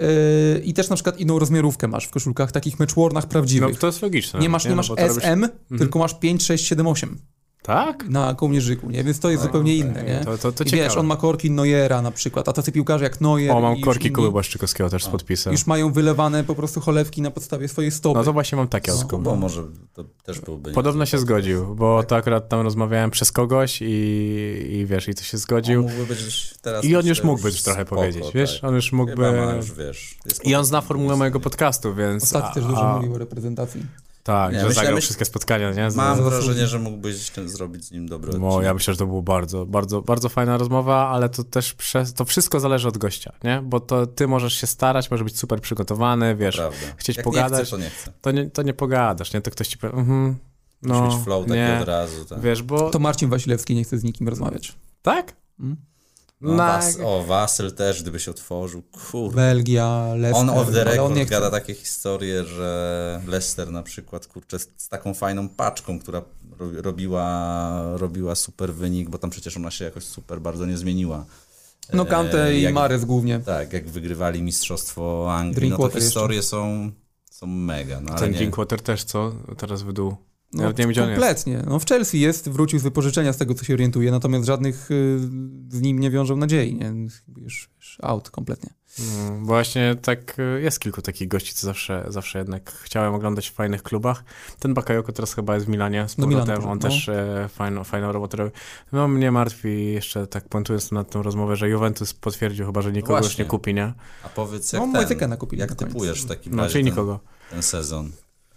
E: I też na przykład inną rozmiarówkę masz w koszulkach, takich matchwarnach prawdziwych.
D: No to jest logiczne.
E: Nie masz SM, tylko masz 5, 6, 7, 8.
D: Tak?
E: Na kołnierzyku, nie? Więc to jest zupełnie inne, nie?
D: To
E: I wiesz, on ma korki Neuera na przykład, a tacy piłkarze jak Neuer...
D: mam korki Kuby Błaszczykowskiego też z podpisem.
E: Już mają wylewane po prostu cholewki na podstawie swojej stopy.
D: No to właśnie mam takie od Kuby.
C: Bo może to też byłby...
D: Podobno się zgodził, bo to akurat tam rozmawiałem przez kogoś i wiesz, i to się zgodził.
C: On mógłby być teraz...
D: I on już mógłby trochę powiedzieć, wiesz? On już mógłby...
C: Już, wiesz,
D: I on zna formułę mojego podcastu, więc...
E: Ostatnio też dużo mówił o reprezentacji.
D: Tak, że zagrał wszystkie spotkania, nie?
C: Mam wrażenie, że mógłbyś zrobić z nim dobry odcinek.
D: Ja myślę, że to było bardzo, bardzo, bardzo fajna rozmowa, ale to też to wszystko zależy od gościa, nie? Bo to ty możesz się starać, możesz być super przygotowany, wiesz, chcieć pogadać.
C: Nie chce, to nie chce.
D: To nie pogadasz, nie? To ktoś ci powie,
C: Musi mieć flow taki od razu. Tak.
D: Wiesz, bo...
E: To Marcin Wasilewski nie chce z nikim rozmawiać.
D: Tak?
C: Wasyl też, gdyby się otworzył, kurde.
E: Belgia, Leicester.
C: On off the record gada takie historie, że Leicester na przykład, kurczę, z taką fajną paczką, która robiła super wynik, bo tam przecież ona się jakoś super bardzo nie zmieniła.
E: No Kante i Mahrez głównie.
C: Tak, jak wygrywali Mistrzostwo Anglii, no to historie są mega. No,
D: ten Drinkwater też, co? Teraz wydół.
E: No, kompletnie. No, w Chelsea wrócił z wypożyczenia z tego, co się orientuje, natomiast żadnych z nim nie wiążą nadziei, nie? Już out kompletnie.
D: Właśnie tak, jest kilku takich gości, co zawsze jednak chciałem oglądać w fajnych klubach. Ten Bakayoko teraz chyba jest w Milanie z powrotem, on też fajną robotę robi. No mnie martwi jeszcze tak pointując nad tą rozmowę, że Juventus potwierdził chyba, że nikogo już nie kupi, nie?
C: A powiedz jak typujesz w takim razie
D: czyli nikogo.
C: Ten sezon?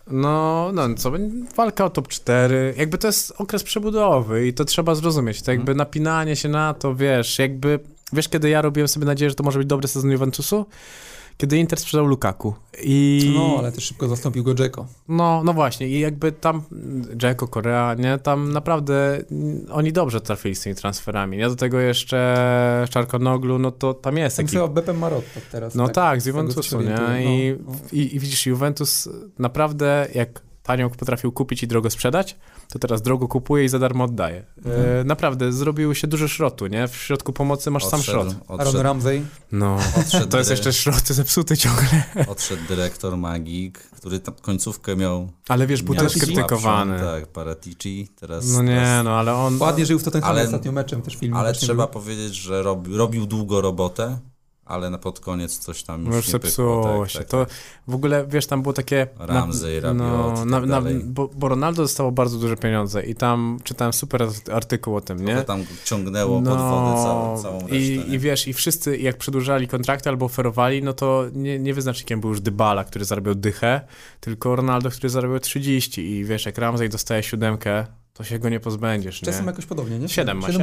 D: No co, walka o top 4, jakby to jest okres przebudowy i to trzeba zrozumieć, to jakby napinanie się na to, wiesz, kiedy ja robiłem sobie nadzieję, że to może być dobry sezon Juventusu? Kiedy Inter sprzedał Lukaku.
E: Ale też szybko zastąpił go Dzeko.
D: No właśnie i jakby tam Dzeko, Korea, nie, tam naprawdę oni dobrze trafili z tymi transferami, nie, do tego jeszcze Czarkonoglu, no to tam jest.
E: Chyba Beppe Marotta teraz.
D: No tak, z Juventusu, nie, i widzisz, Juventus naprawdę jak tanio potrafił kupić i drogo sprzedać, to teraz drogo kupuje i za darmo oddaje. Naprawdę, zrobiły się duże szrotu, nie? W środku pomocy masz sam szrot.
E: Aaron Ramsey.
D: No, to jest jeszcze szroty zepsuty ciągle.
C: Odszedł dyrektor Magik, który tam końcówkę miał...
D: Ale wiesz, był też krytykowany.
C: Tak, Paratici. Teraz,
D: ale on...
E: Ładnie żył w Tottenhamie ostatnio meczem też filmie.
C: Ale trzeba powiedzieć, że robił długo robotę, ale pod koniec coś tam już nie
D: zepsuło się. To w ogóle, wiesz, tam było takie...
C: Ramsey, Rabiot
D: bo Ronaldo dostało bardzo duże pieniądze i tam czytałem super artykuł o tym, nie?
C: To tam ciągnęło pod wodę całą resztę.
D: I wiesz, i wszyscy jak przedłużali kontrakty albo oferowali, no to nie wyznacznikiem był już Dybala, który zarabiał dychę, tylko Ronaldo, który zarabiał 30 i wiesz, jak Ramsey dostaje 7, to się go nie pozbędziesz, nie?
E: Czasem jakoś podobnie, nie?
D: 7 ma.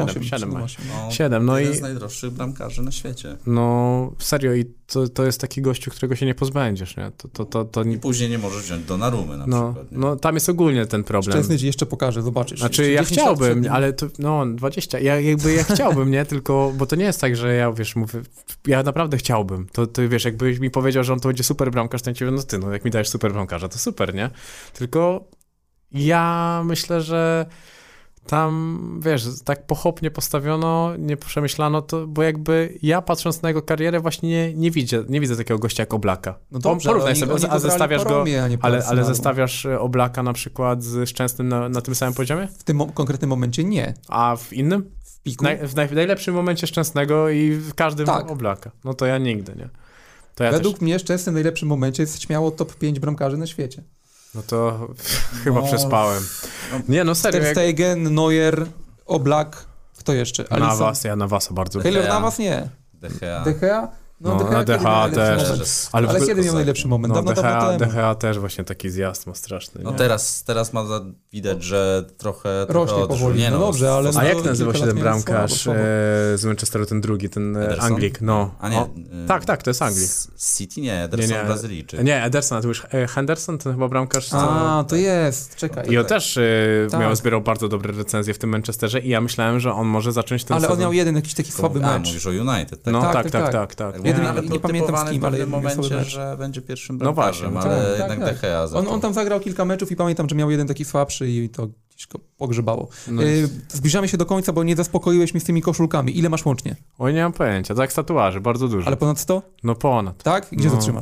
C: 7, no jeden z najdroższych bramkarzy na świecie.
D: No, serio, i to jest taki gościu, którego się nie pozbędziesz, nie?
C: I później nie możesz wziąć Donnarummy na przykład. Nie?
D: No, tam jest ogólnie ten problem.
E: Szczęsny ci jeszcze pokażę, zobaczysz.
D: Znaczy, ja chciałbym, ale to, 20. Ja chciałbym, nie? Tylko, bo to nie jest tak, że ja, wiesz, mówię, ja naprawdę chciałbym. To wiesz, jakbyś mi powiedział, że on to będzie super bramkarz, to ja ci mówię, jak mi dajesz super bramkarza, to super, nie? Tylko ja myślę, że tam, wiesz, tak pochopnie postawiono, nie przemyślano to, bo jakby ja patrząc na jego karierę właśnie nie widzę takiego gościa jak Oblaka.
E: No dobrze,
D: porównaj sobie, a zestawiasz go, ale
E: no.
D: zestawiasz Oblaka na przykład z Szczęsnym na tym samym poziomie?
E: W tym konkretnym momencie nie.
D: A w innym?
E: W piku?
D: W najlepszym momencie Szczęsnego i w każdym Oblaka. No to ja nigdy, nie?
E: Według mnie Szczęsny w najlepszym momencie jest śmiało top 5 bramkarzy na świecie.
D: No to chyba przespałem. Nie, no serio.
E: Ter Stegen, Neuer, Oblak, kto jeszcze?
D: Ja Navasa bardzo lubię.
E: Keylor Navas nie.
C: De
E: Gea?
D: De Gea też.
E: Ale kiedy miał najlepszy moment?
D: De Gea też właśnie taki zjazd ma straszny.
C: No teraz ma widać, że trochę
E: rośnie powoli.
C: Nie,
E: no dobrze, ale...
D: A jak nazywał się ten bramkarz z Manchesteru, ten drugi, ten
C: Ederson?
D: Anglik? No.
C: A nie,
D: tak, to jest Anglik.
C: City nie, Ederson Brazylijczyk.
D: Nie, Ederson, to już Henderson, ten chyba bramkarz.
E: To jest, czekaj.
D: I on też zbierał bardzo dobre recenzje w tym Manchesterze i ja myślałem, że on może zacząć ten sezon.
E: Ale on miał jeden jakiś taki słaby mecz.
C: Mówisz o United, tak?
D: No tak.
E: Nie pamiętam z kim, ale
C: w momencie, że będzie pierwszym bramkarzem, ale jednak De Gea.
E: On tam zagrał kilka meczów i pamiętam, że miał jeden taki słabszy i to gdzieś go pogrzebało. Zbliżamy się do końca, bo nie zaspokoiłeś mnie z tymi koszulkami. Ile masz łącznie?
D: Oj, nie mam pojęcia. Tak, z tatuaży, bardzo dużo.
E: Ale ponad 100?
D: No ponad.
E: Tak? Gdzie zatrzymasz?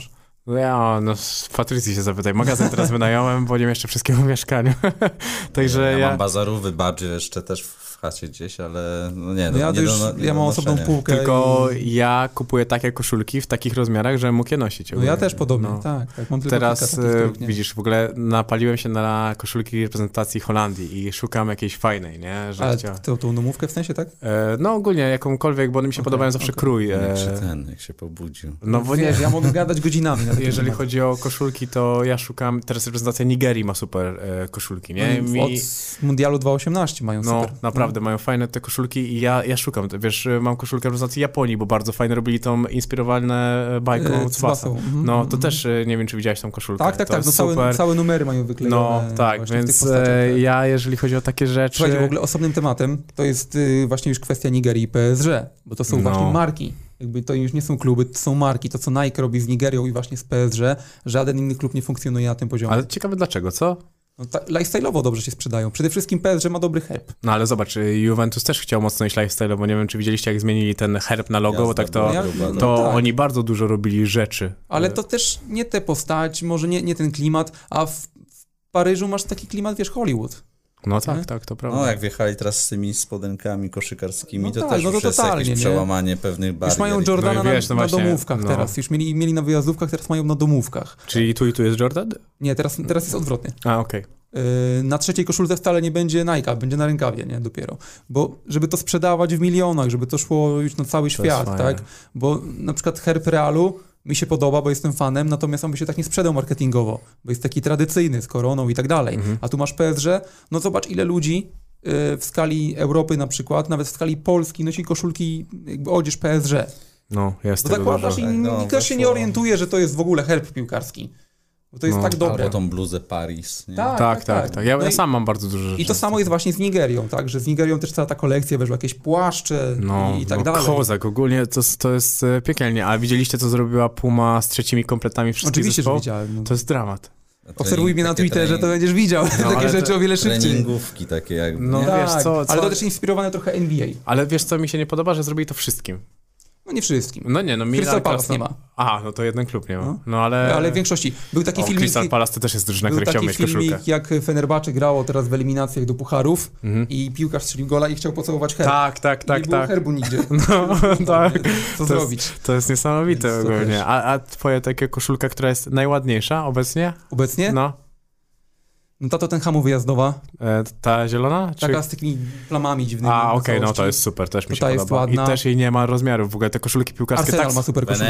D: No z Patrycji się zapytaj. Magazyn teraz wynająłem, bo nie mieszczę wszystkiego w mieszkaniu. Także
C: ja mam bazarówy badge jeszcze też w chacie gdzieś, ale no nie.
E: Ja mam osobną półkę.
D: Tylko ja kupuję takie koszulki w takich rozmiarach, że mógł je nosić.
E: No ja też podobnie, tak. Mam tylko
D: teraz widzisz, w ogóle napaliłem się na koszulki reprezentacji Holandii i szukam jakiejś fajnej, nie? Że
E: ale tą domówkę w sensie, tak?
D: No ogólnie jakąkolwiek, bo one mi się podobają zawsze krój.
C: Jak się pobudził.
D: No bo nie,
E: ja mogę gadać godzinami.
D: Jeżeli chodzi o koszulki, to ja szukam, teraz reprezentacja Nigerii ma super koszulki, nie?
E: Od Mundialu 2018 mają super.
D: No, naprawdę, mają fajne te koszulki i ja szukam, wiesz, mam koszulkę reprezentacji Japonii, bo bardzo fajnie robili tą inspirowane bajką Tsubasą. No, to też nie wiem, czy widziałeś tą koszulkę.
E: Tak, no całe numery mają wyklejone.
D: No, tak, więc ja, jeżeli chodzi o takie rzeczy...
E: Słuchajcie, w ogóle osobnym tematem to jest właśnie już kwestia Nigerii i PSG, bo to są właśnie marki. Jakby to już nie są kluby, to są marki. To, co Nike robi z Nigerią i właśnie z PSG, żaden inny klub nie funkcjonuje na tym poziomie.
D: Ale ciekawe dlaczego, co?
E: No, lifestyle'owo dobrze się sprzedają. Przede wszystkim PSG ma dobry herb.
D: No ale zobacz, Juventus też chciał mocno iść lifestyle'owo. Nie wiem, czy widzieliście, jak zmienili ten herb na logo, bo tak to oni bardzo dużo robili rzeczy.
E: Ale to też nie tę postać, może nie ten klimat, a w Paryżu masz taki klimat, wiesz, Hollywood.
D: No tak, to prawda.
C: No jak wjechali teraz z tymi spodenkami koszykarskimi,
E: to
C: też już jest
E: totalnie,
C: jakieś przełamanie pewnych barier.
E: Już mają Jordana na domówkach teraz. Już mieli na wyjazdówkach, teraz mają na domówkach.
D: Czyli tu i tu jest Jordan?
E: Nie, teraz jest odwrotnie.
D: Okej.
E: Na trzeciej koszulce wcale nie będzie Nike'a, będzie na rękawie, nie? Dopiero. Bo żeby to sprzedawać w milionach, żeby to szło już na cały świat, tak? Bo na przykład herb Realu mi się podoba, bo jestem fanem, natomiast on by się tak nie sprzedał marketingowo, bo jest taki tradycyjny, z koroną i tak dalej. A tu masz PSG, no zobacz ile ludzi w skali Europy na przykład, nawet w skali Polski nosi koszulki, jakby odzież PSG.
D: No, jest
E: to zakładasz i nikt też się nie orientuje, że to jest w ogóle herb piłkarski. Bo to jest tak dobre.
C: Albo tą bluzę Paris. Nie?
D: Tak. Ja sam mam bardzo dużo rzeczy.
E: I to samo jest właśnie z Nigerią, tak? Że z Nigerią też cała ta kolekcja weszła, jakieś płaszcze i tak dalej.
D: Kozak, ogólnie to jest piekielnie. A widzieliście, co zrobiła Puma z trzecimi kompletami wszystkich
E: Oczywiście,
D: zespołów?
E: że widziałem. No.
D: To jest dramat.
E: Obserwuj mnie na Twitterze, to będziesz widział takie rzeczy o wiele szybciej.
C: Treningówki takie jakby.
D: No
E: tak,
D: wiesz co?
E: Ale to też inspirowane trochę NBA.
D: Ale wiesz co mi się nie podoba, że zrobili to wszystkim.
E: No nie wszystkim.
D: No nie,
E: Crystal Palace nie ma.
D: Aha, no to jeden klub nie ma. No ale
E: w większości. Był taki filmik...
D: Crystal Palace to też jest drużyna, która chciał mieć koszulkę.
E: Był taki filmik, jak Fenerbahce grało teraz w eliminacjach do pucharów i piłkarz strzelił gola i chciał pocałować herb.
D: Tak.
E: Nie było herbu nigdzie.
D: No, tak.
E: Co zrobić?
D: To jest niesamowite ogólnie. A twoja taka koszulka, która jest najładniejsza obecnie?
E: Obecnie?
D: No.
E: No ta Tottenhamu wyjazdowa.
D: Ta zielona?
E: Taka z takimi plamami dziwnymi.
D: Okej, no to jest super, też mi się podoba. Jest ładna. I też jej nie ma rozmiarów. W ogóle te koszulki piłkarskie
E: Arsenal ma super koszulki.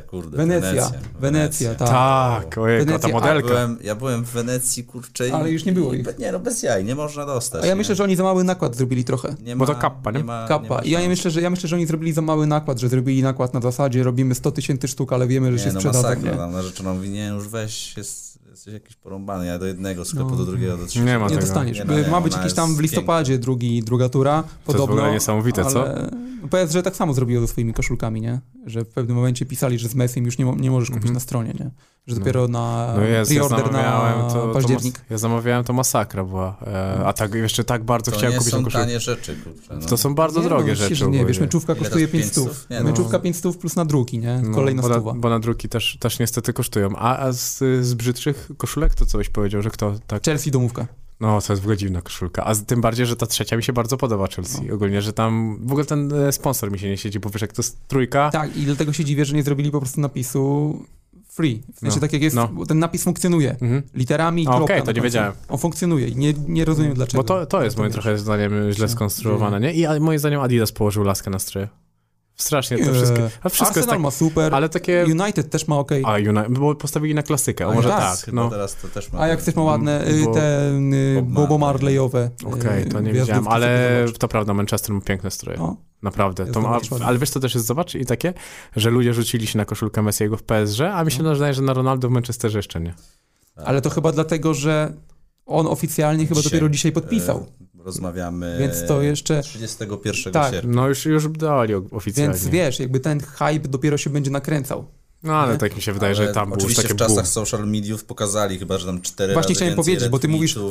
E: Wenecja, tak.
D: Tak, ojej, ta modelka.
C: Ja byłem w Wenecji, kurczę.
E: Ale już nie było ich.
C: Nie, bez jaj, nie można dostać.
E: A ja myślę, że oni za mały nakład zrobili trochę.
D: Bo to kappa, nie?
E: Kappa. I ja myślę, że oni zrobili za mały nakład, że zrobili nakład na zasadzie, robimy 100 000 sztuk, ale wiemy, że się sprzeda.
C: Masakra, na rzeczoną winię już weź, jesteś jakiś porąbany, ja do jednego sklepu, do drugiego, do trzeciego.
D: Nie ma
E: nie
D: tego.
E: dostaniesz. Ma być jakiś tam w listopadzie druga tura, podobno.
D: To jest w ogóle niesamowite, co?
E: PSG tak samo zrobiło ze swoimi koszulkami, nie? Że w pewnym momencie pisali, że z Messim już nie możesz kupić na stronie, nie? Że dopiero na pre-order na październik.
D: Ja zamawiałem, to masakra była. A tak jeszcze tak bardzo chciałem kupić tą koszulkę.
C: To nie są tanie rzeczy, kurczę. No.
D: To są bardzo drogie rzeczy.
E: Nie, wiesz, meczówka kosztuje 500. Meczówka 500 plus na druki, nie? Kolejna stuwa.
D: Bo na druki też niestety kosztują. A z brzydszych koszulek to co byś powiedział, że kto tak...
E: Chelsea domówka.
D: No, to jest w ogóle dziwna koszulka. A tym bardziej, że ta trzecia mi się bardzo podoba Chelsea. Ogólnie, że tam w ogóle ten sponsor mi się nie siedzi, bo wiesz, jak to jest trójka.
E: Tak, i dlatego się dziwię, że nie zrobili po prostu napisu free. W sensie tak jak jest, ten napis funkcjonuje. Literami i kropka.
D: Okej, to nie wiedziałem.
E: On funkcjonuje i nie rozumiem dlaczego.
D: Bo to jest moim trochę zdaniem źle skonstruowane, nie? I moim zdaniem Adidas położył laskę na stroje. Strasznie to wszystko. A wszystko
E: Arsenal
D: jest tak,
E: ma super,
D: ale takie...
E: United też ma okej.
D: Bo postawili na klasykę, może tak. No.
C: Teraz to też ma.
E: Ajax też ma ładne, te Bobo Marleyowe.
D: Okej, to nie wiedziałem, ale to prawda, Manchester ma piękne stroje. No. Naprawdę. Ale wiesz co też jest, zobacz, i takie, że ludzie rzucili się na koszulkę Messiego w PSG, a mi się wydaje, że na Ronaldo w Manchesterze jeszcze nie.
E: Ale to chyba dlatego, że on oficjalnie chyba dopiero dzisiaj podpisał.
C: Rozmawiamy
E: więc to jeszcze
C: 31 sierpnia.
D: No już dali oficjalnie.
E: Więc wiesz, jakby ten hype dopiero się będzie nakręcał.
D: No ale tak mi się wydaje, że tam było już takie
C: w czasach social mediów pokazali chyba, że tam 4
E: Właśnie
C: razy
E: chciałem powiedzieć, bo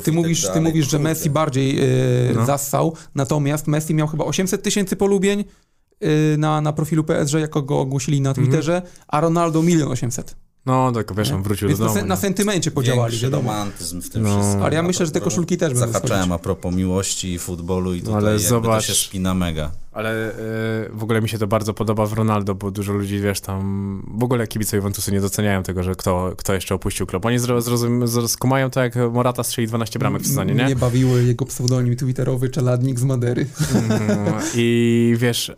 E: ty mówisz, że Messi bardziej zassał, natomiast Messi miał chyba 800 000 polubień na profilu PSG, jako go ogłosili na Twitterze, a Ronaldo 1 800 000.
D: No, tylko wiesz, on wrócił do domu.
E: Na sentymencie podziałali.
C: Większy romantyzm w tym
E: wszystkim.
C: wszystkim.
E: Ale ja myślę, że te koszulki też będą
C: Zahaczałem a propos miłości i futbolu i tutaj
D: ale
C: zobacz, to się spina mega.
D: Ale w ogóle mi się to bardzo podoba w Ronaldo, bo dużo ludzi, wiesz, tam w ogóle kibice Juventusu nie doceniają tego, że kto jeszcze opuścił klub. Oni skumają to, jak Morata strzeli 12 bramek w sezonie, nie?
E: Mnie bawiły jego pseudonim twitterowy Czeladnik z Madery.
D: I wiesz,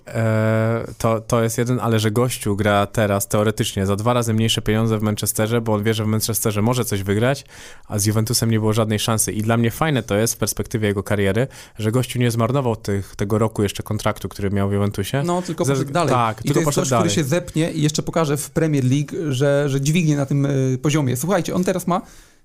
D: to jest jeden, ale że gościu gra teraz teoretycznie za 2 razy mniejsze pieniądze w Manchesterze, bo on wie, że w Manchesterze może coś wygrać, a z Juventusem nie było żadnej szansy. I dla mnie fajne to jest w perspektywie jego kariery, że gościu nie zmarnował tego roku jeszcze kontraktu, który miał w Juventusie.
E: No, tylko poszedł dalej.
D: Tak,
E: i to jest gość, który się zepnie i jeszcze pokaże w Premier League, że dźwignie na tym poziomie. Słuchajcie, on teraz ma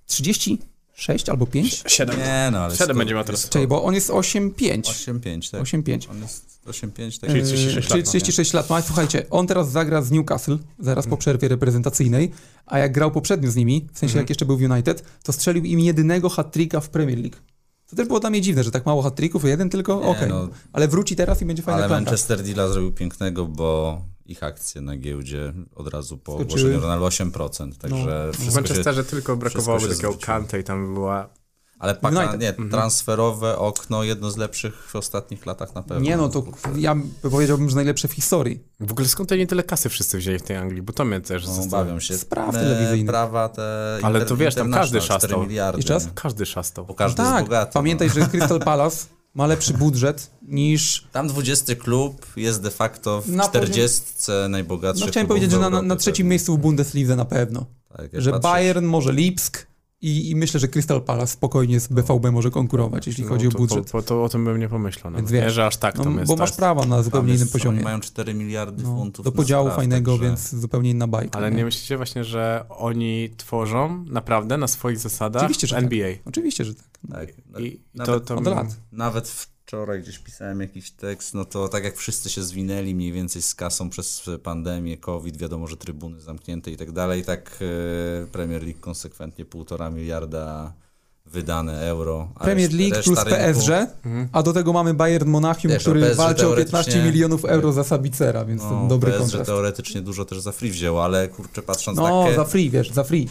E: 36 albo 5?
D: 7.
C: Nie, no ale
D: 7 będzie miał teraz.
E: Czyli, bo on jest 8-5.
C: 8-5, tak.
E: 8-5.
C: On jest 8-5, tak.
D: Czyli 36 lat.
E: 36 lat ma. Słuchajcie, on teraz zagra z Newcastle, zaraz po przerwie reprezentacyjnej, a jak grał poprzednio z nimi, w sensie jak jeszcze był w United, to strzelił im jedynego hat-tricka w Premier League. To też było dla mnie dziwne, że tak mało hat-tricków, jeden tylko, okej. No, ale wróci teraz i będzie fajna
C: klamka. Ale
E: klamka.
C: Manchester Deala zrobił pięknego, bo ich akcje na giełdzie od razu po ogłoszeniu Ronaldo 8%, także
D: w Manchesterze tylko brakowałoby takiego Kante i tam była...
C: Ale transferowe okno jedno z lepszych w ostatnich latach na pewno.
E: Nie no, to ja powiedziałbym, że najlepsze w historii.
D: W ogóle skąd oni tyle kasy wszyscy wzięli w tej Anglii? Bo to mnie też...
C: bawią się.
E: Spraw telewizyjnych.
C: Prawa te...
D: Ale to wiesz, tam każdy szastał.
C: Jeszcze
E: raz?
D: Każdy szastał.
C: Bo każdy jest bogaty.
E: Pamiętaj, że Crystal Palace ma lepszy budżet niż...
C: Tam 20 klub jest de facto w 40 najbogatszych.
E: No chciałem powiedzieć, że na trzecim miejscu w Bundeslidze na pewno. Tak, że patrzysz. Bayern, może Lipsk i myślę, że Crystal Palace spokojnie z BVB może konkurować, jeśli chodzi o budżet.
D: To o tym bym nie pomyślał.
E: Więc
D: nie, że aż tak to jest.
E: Bo masz prawa na zupełnie innym poziomie.
C: Mają 4 miliardy funtów.
E: Do podziału fajnego, także... więc zupełnie inna bajka.
D: Ale nie myślicie właśnie, że oni tworzą naprawdę na swoich zasadach
E: oczywiście, że
D: NBA?
E: Tak. Oczywiście, że tak.
D: I
E: to od lat.
C: Nawet wczoraj gdzieś pisałem jakiś tekst, no to tak jak wszyscy się zwinęli mniej więcej z kasą przez pandemię, COVID, wiadomo, że trybuny zamknięte i tak dalej, tak Premier League konsekwentnie 1,5 miliarda wydane euro.
E: Premier League plus PSG, a do tego mamy Bayern Monachium, który walczy o 15 milionów euro za Sabicera, więc to dobry
C: PSG
E: kontrast.
C: Teoretycznie dużo też za free wziął, ale kurczę, patrząc
E: za free, wiesz, za free.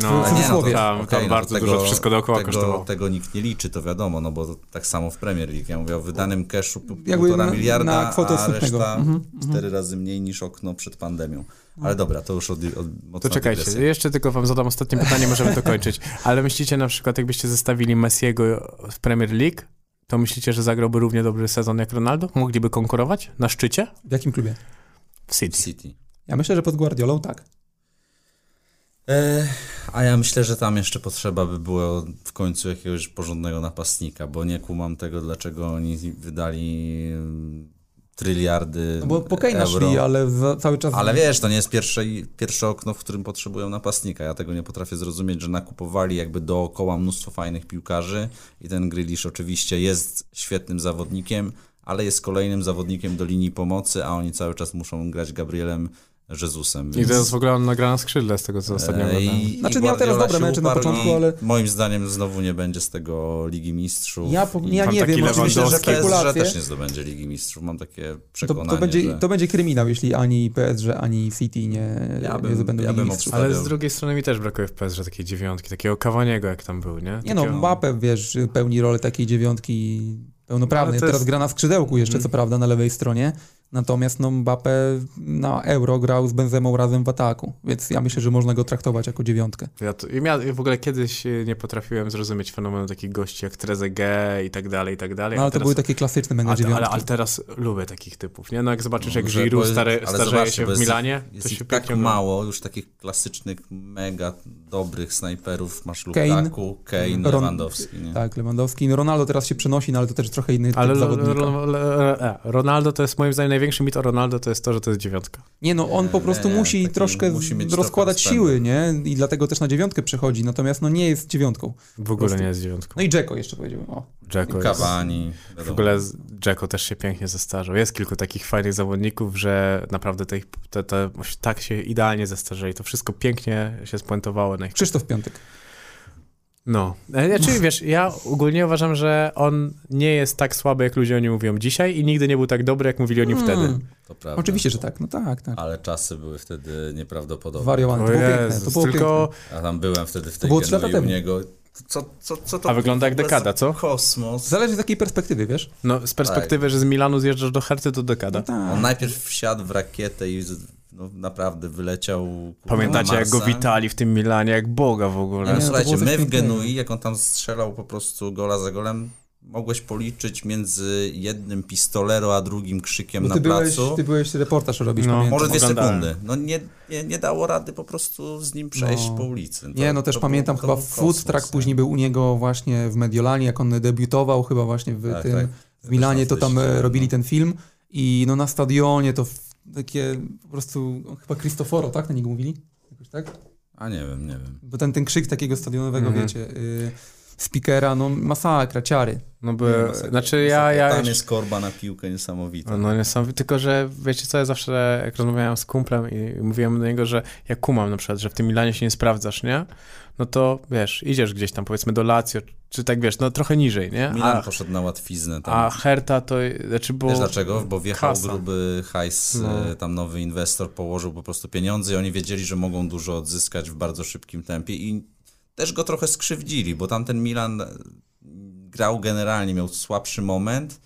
D: Tam bardzo dużo wszystko dookoła kosztowało.
C: Tego nikt nie liczy, to wiadomo, no bo tak samo w Premier League. Ja mówię o wydanym cashu 1,5 miliarda,
E: na kwotę
C: a reszta 4 razy mniej niż okno przed pandemią. Ale dobra, to już
D: to czekajcie, dygresja. Jeszcze tylko wam zadam ostatnie pytanie, możemy to kończyć. Ale myślicie na przykład, jakbyście zestawili Messiego w Premier League, to myślicie, że zagrałby równie dobry sezon jak Ronaldo? Mogliby konkurować na szczycie?
E: W jakim klubie?
D: W City.
E: Ja myślę, że pod Guardiolą tak.
C: A ja myślę, że tam jeszcze potrzeba by było w końcu jakiegoś porządnego napastnika, bo nie kumam tego, dlaczego oni wydali tryliardy
E: bo po Kane'a szli, ale cały czas...
C: Ale wiesz, to nie jest pierwsze okno, w którym potrzebują napastnika. Ja tego nie potrafię zrozumieć, że nakupowali jakby dookoła mnóstwo fajnych piłkarzy i ten Grealish oczywiście jest świetnym zawodnikiem, ale jest kolejnym zawodnikiem do linii pomocy, a oni cały czas muszą grać Gabrielem Jezusem.
D: Więc... I teraz w ogóle on nagra na skrzydle z tego, co ostatnio oglądałem.
E: Znaczy miał teraz dobre mecze na początku, ale...
C: Moim zdaniem znowu nie będzie z tego Ligi Mistrzów.
E: Ja nie wiem,
C: myślę, że PSG też nie zdobędzie Ligi Mistrzów. Mam takie przekonanie,
E: to będzie kryminał, jeśli ani PSG, ani City nie zdobędą Ligi Mistrzów.
D: Ale z drugiej strony mi też brakuje w PSG takiej dziewiątki, takiego Cavaniego, jak tam był, nie?
E: Nie no, Mbappé, wiesz, pełni rolę takiej dziewiątki pełnoprawnej. Teraz gra na skrzydełku jeszcze, co prawda, na lewej stronie. Natomiast Mbappé na Euro grał z Benzemą razem w ataku, więc ja myślę, że można go traktować jako dziewiątkę.
D: Ja w ogóle kiedyś nie potrafiłem zrozumieć fenomenu takich gości jak Trezeguet i tak dalej, i tak dalej.
E: No, ale to były takie klasyczne mega dziewiątki.
D: Ale teraz lubię takich typów, nie? No jak zobaczysz, jak Giroud starzeje się w Milanie,
C: to się tak mało już takich klasycznych, mega dobrych snajperów. Masz Lukaku, Kane, Lewandowski. Nie?
E: Tak, Lewandowski. No Ronaldo teraz się przenosi, no ale to też trochę inny typ zawodnika.
D: Ronaldo to jest moim zdaniem największy mit o Ronaldo to jest to, że to jest dziewiątka.
E: Nie no, on po prostu musi troszkę rozkładać siły, nie? I dlatego też na dziewiątkę przechodzi, natomiast no nie jest dziewiątką.
D: W ogóle nie jest dziewiątką.
E: No i Dzeko jeszcze powiedziałem.
C: Dzeko Cavani.
D: W ogóle Dzeko też się pięknie zestarzał. Jest kilku takich fajnych zawodników, że naprawdę tak się idealnie zestarzeli. To wszystko pięknie się spuentowało.
E: Krzysztof Piątek.
D: No, znaczy wiesz, ja ogólnie uważam, że on nie jest tak słaby, jak ludzie o nim mówią dzisiaj i nigdy nie był tak dobry, jak mówili o nim wtedy.
C: To prawda.
E: Oczywiście, że tak, no tak.
C: Ale czasy były wtedy nieprawdopodobne.
E: Wariowane, to było piękne. To było
D: tylko...
C: Ja tam byłem wtedy w tej
E: było 3 lata
C: Genui u
E: temu.
C: niego. Co to
D: A wygląda jak dekada, co?
C: Kosmos.
E: Zależy z jakiej perspektywy, wiesz?
D: No, z perspektywy, że z Milanu zjeżdżasz do Herty, to dekada.
E: No tak.
C: On najpierw wsiadł w rakietę i naprawdę wyleciał.
D: Pamiętacie,
C: na
D: jak go
C: Marsa?
D: witali w tym Milanie, jak Boga w ogóle.
C: Ale
E: to
C: słuchajcie,
E: było coś
C: my w
E: pięknego.
C: Genui, jak on tam strzelał po prostu gola za golem, mogłeś policzyć między jednym pistolero a drugim krzykiem
E: Bo
C: na
E: ty
C: placu.
E: byłeś reportaż robić,
D: No.
E: pamiętam.
C: Może 2
D: Oglądałem.
C: sekundy. No nie dało rady po prostu z nim przejść po ulicy.
E: Też pamiętam, chyba
C: był
E: food
C: kosmos,
E: truck
C: nie?
E: później był u niego właśnie w Mediolanie, jak on debiutował chyba właśnie w w Milanie, to tam robili ten film i no na stadionie to takie po prostu, chyba Cristoforo, tak? Na niego mówili? Jakoś tak?
C: A nie wiem.
E: Bo ten krzyk takiego stadionowego, wiecie, speakera, no masakra, ciary.
D: No by, znaczy
C: Tam jest korba na piłkę niesamowita.
D: No niesamowite, tylko że wiecie co, ja zawsze jak rozmawiałem z kumplem i mówiłem do niego, że jak kumam na przykład, że w tym Milanie się nie sprawdzasz, nie? No to wiesz, idziesz gdzieś tam powiedzmy do Lazio, czy tak wiesz, no trochę niżej, nie?
C: Milan poszedł na łatwiznę tam.
D: A Herta to, znaczy bo...
C: Wiesz dlaczego? Bo wjechał
D: kasa.
C: gruby hajs, tam nowy inwestor położył po prostu pieniądze i oni wiedzieli, że mogą dużo odzyskać w bardzo szybkim tempie i też go trochę skrzywdzili, bo tamten Milan grał generalnie, miał słabszy moment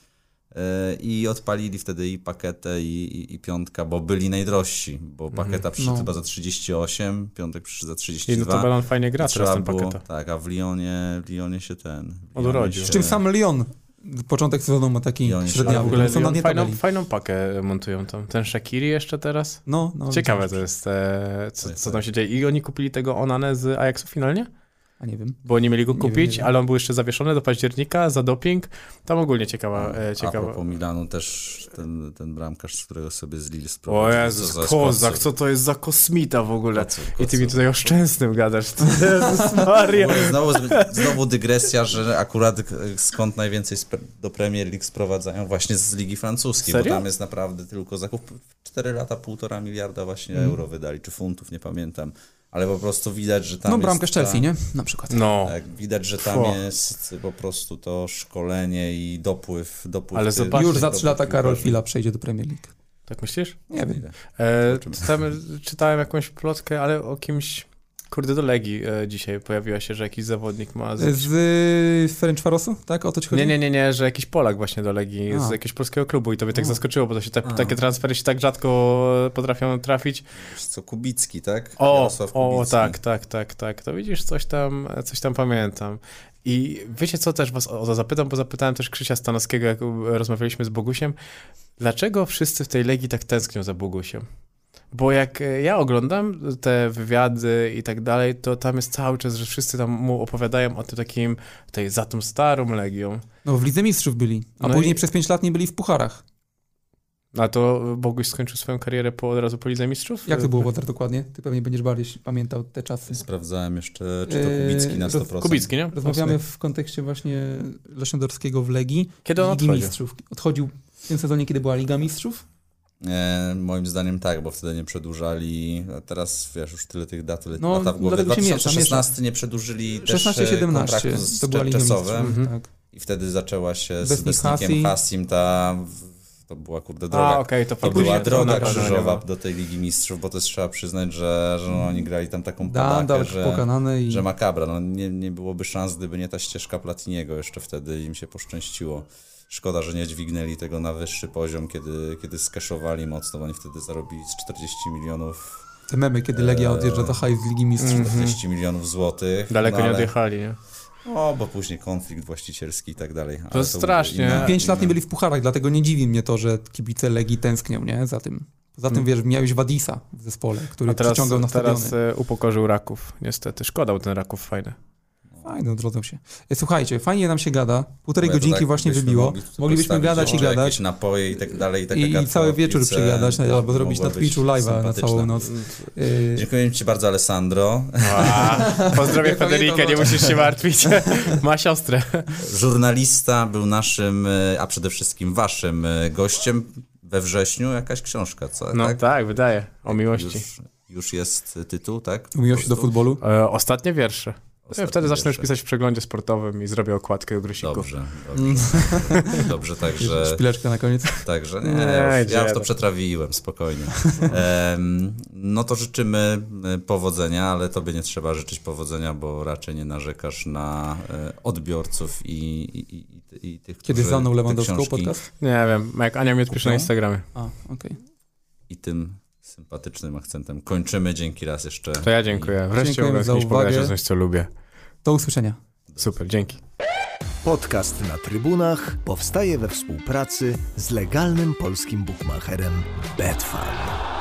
C: i odpalili wtedy i Paketę i Piątka, bo byli najdrożsi, bo Paketa przyszedł chyba za 38, Piątek przyszedł za 32.
D: I no to Belan fajnie gra teraz ten
C: było,
D: Paketa.
C: tak, a w Lyonie się
D: Odrodził.
E: Z czym sam Lyon, początek sezonu ma taki
C: Lyon się-
E: średniawy.
D: W ogóle
E: Są na dnie tabeli.
D: fajną pakę montują tam. Ten Shaqiri jeszcze teraz.
E: No,
D: Ciekawe to jest, co tam się dzieje. I oni kupili tego Onanę z Ajaxu finalnie?
E: A nie wiem.
D: Bo nie mieli go
E: Nie
D: kupić,
E: wiem.
D: ale on był jeszcze zawieszony do października za doping. Tam ogólnie ciekawa.
C: A propos Milanu też ten bramkarz, z którego sobie z Lille
D: O
C: sprowadził.
D: Jezus,
C: co za
D: kozak,
C: kocur.
D: co to jest za kosmita w ogóle?
C: Kocur.
D: I ty mi tutaj o Szczęsnym gadasz. Jezus Maria.
C: Znowu dygresja, że akurat skąd najwięcej do Premier League sprowadzają właśnie z Ligi Francuskiej,
D: Serio?
C: bo tam jest naprawdę tylko zakup 4 lata 1,5 miliarda właśnie euro wydali, czy funtów, nie pamiętam. Ale po prostu widać, że tam
E: No
C: jest
E: bramkarz Chelsea, nie? Na przykład.
D: No,
C: Tak, widać, że tam jest po prostu to szkolenie i dopływ
D: Ale
C: tych-
D: zobacz-
E: Już za
C: dopływ
E: 3 lata Karol
C: piłkarzy.
E: Fila przejdzie do Premier League.
D: tak myślisz?
E: Nie wiem.
D: Czytałem jakąś plotkę, ale o kimś, kurde, do Legii dzisiaj pojawiła się, że jakiś zawodnik ma...
E: Z Ferencvarosu, tak? O to ci chodzi?
D: Nie, że jakiś Polak właśnie do Legii z jakiegoś polskiego klubu i to mnie tak zaskoczyło, bo to się takie transfery się tak rzadko potrafią trafić.
C: Wiesz co, Kubicki, tak?
D: O,
C: Jarosław Kubicki.
D: tak. To widzisz, coś tam pamiętam. I wiecie co, też was o to zapytam, bo zapytałem też Krzysia Stanowskiego, jak rozmawialiśmy z Bogusiem, dlaczego wszyscy w tej Legii tak tęsknią za Bogusiem? Bo jak ja oglądam te wywiady i tak dalej, to tam jest cały czas, że wszyscy tam mu opowiadają o tym takim, za tą starą Legią.
E: No w Lidze Mistrzów byli, a
D: No
E: później
D: i-
E: przez 5 lat nie byli w pucharach.
D: A to Boguś skończył swoją karierę od razu po Lidze Mistrzów?
E: Jak to było, Wotar, dokładnie? Ty pewnie będziesz bardziej pamiętał te czasy.
C: Sprawdzałem jeszcze, czy to Kubicki na 100%.
D: Kubicki, nie?
E: Rozmawiamy w kontekście właśnie Leśnodorskiego w Legii.
D: Kiedy on
E: Ligi
D: odchodził?
E: Mistrzów. Odchodził w tym sezonie, kiedy była Liga Mistrzów?
C: Moim zdaniem tak, bo wtedy nie przedłużali, a teraz wiesz, już tyle tych dat
E: No,
C: lata w głowie.
E: dlatego się miesza,
C: 2016 nie przedłużyli też
E: 16-17
C: kontraktu
E: to była Liga
C: czasowe
E: Mistrzów. Tak.
C: i wtedy zaczęła się
E: Bez
C: z Besnikiem
E: Hassi.
C: Hassim to była kurde droga.
D: A, okej, to
C: To
D: faktycznie.
C: była
D: to
C: droga
D: na pewno nie
C: krzyżowa
D: ma.
C: do tej Ligi Mistrzów, bo też trzeba przyznać, że oni grali tam taką
E: Dandal,
C: podakę,
E: pokonany i...
C: że makabra. No, nie byłoby szans, gdyby nie ta ścieżka Platiniego. Jeszcze wtedy im się poszczęściło. Szkoda, że nie dźwignęli tego na wyższy poziom, kiedy skeszowali mocno, bo oni wtedy zarobili z 40 milionów,
E: Te memy, kiedy Legia odjeżdża do hajs z Ligi Mistrzów.
C: 40 milionów złotych.
D: Daleko
C: no,
D: nie
C: ale-
D: odjechali, nie?
C: O, bo później konflikt właścicielski i tak dalej. Ale
D: jest
C: były
D: strasznie.
C: inne-
E: 5 lat nie
C: inne-
E: byli w pucharach, dlatego nie dziwi mnie to, że kibice Legii tęsknią, nie? Za tym. Poza tym, wiesz, miałeś Wadisa w zespole, który
D: A teraz,
E: przyciągał na stadiony.
D: upokorzył Raków, niestety. Szkoda, bo ten Raków fajny.
E: Fajnie, odrodzą się. Słuchajcie, fajnie nam się gada. Półtorej
C: Bo ja to
E: godzinki
C: tak
E: właśnie
C: byśmy
E: wybiło.
C: mogli tu
E: Moglibyśmy
C: postawić
E: gadać i
C: jeszcze
E: gadać.
C: Jakieś napoje i tak dalej. taka
E: I
C: gadka
E: cały
C: o
E: wieczór
C: piłce
E: przygadać, albo zrobić na
C: mogła być
E: Twitchu live'a na
C: sympatyczna.
E: całą noc.
C: Dziękuję Ci bardzo, Alessandro.
D: Pozdrowię
E: Ja
D: Federikę,
E: pamiętam,
D: nie
E: no.
D: musisz się martwić. Ma siostrę.
C: Żurnalista był naszym, a przede wszystkim waszym gościem we wrześniu. Jakaś książka, co?
D: No tak, wydaje. O miłości.
C: Już jest tytuł, tak?
E: Miłość do futbolu.
D: Ostatnie wiersze. Wtedy zacznę już pisać w przeglądzie sportowym i zrobię okładkę o Grosiku.
C: Dobrze, także...
E: Szpileczka na koniec?
C: Także ja już to przetrawiłem, spokojnie. No to życzymy powodzenia, ale tobie nie trzeba życzyć powodzenia, bo raczej nie narzekasz na odbiorców i tych,
E: Kiedy
C: którzy...
E: za mną Lewandowską podcast?
D: Nie wiem, jak Ania mnie odpisze na Instagramie.
E: Okej.
C: I tym sympatycznym akcentem kończymy. Dzięki raz jeszcze.
D: To ja dziękuję. Wreszcie mogę z kimś pogadać o coś, co lubię.
E: Do usłyszenia.
D: Super, dzięki.
B: Podcast na trybunach powstaje we współpracy z legalnym polskim bookmacherem Betfan.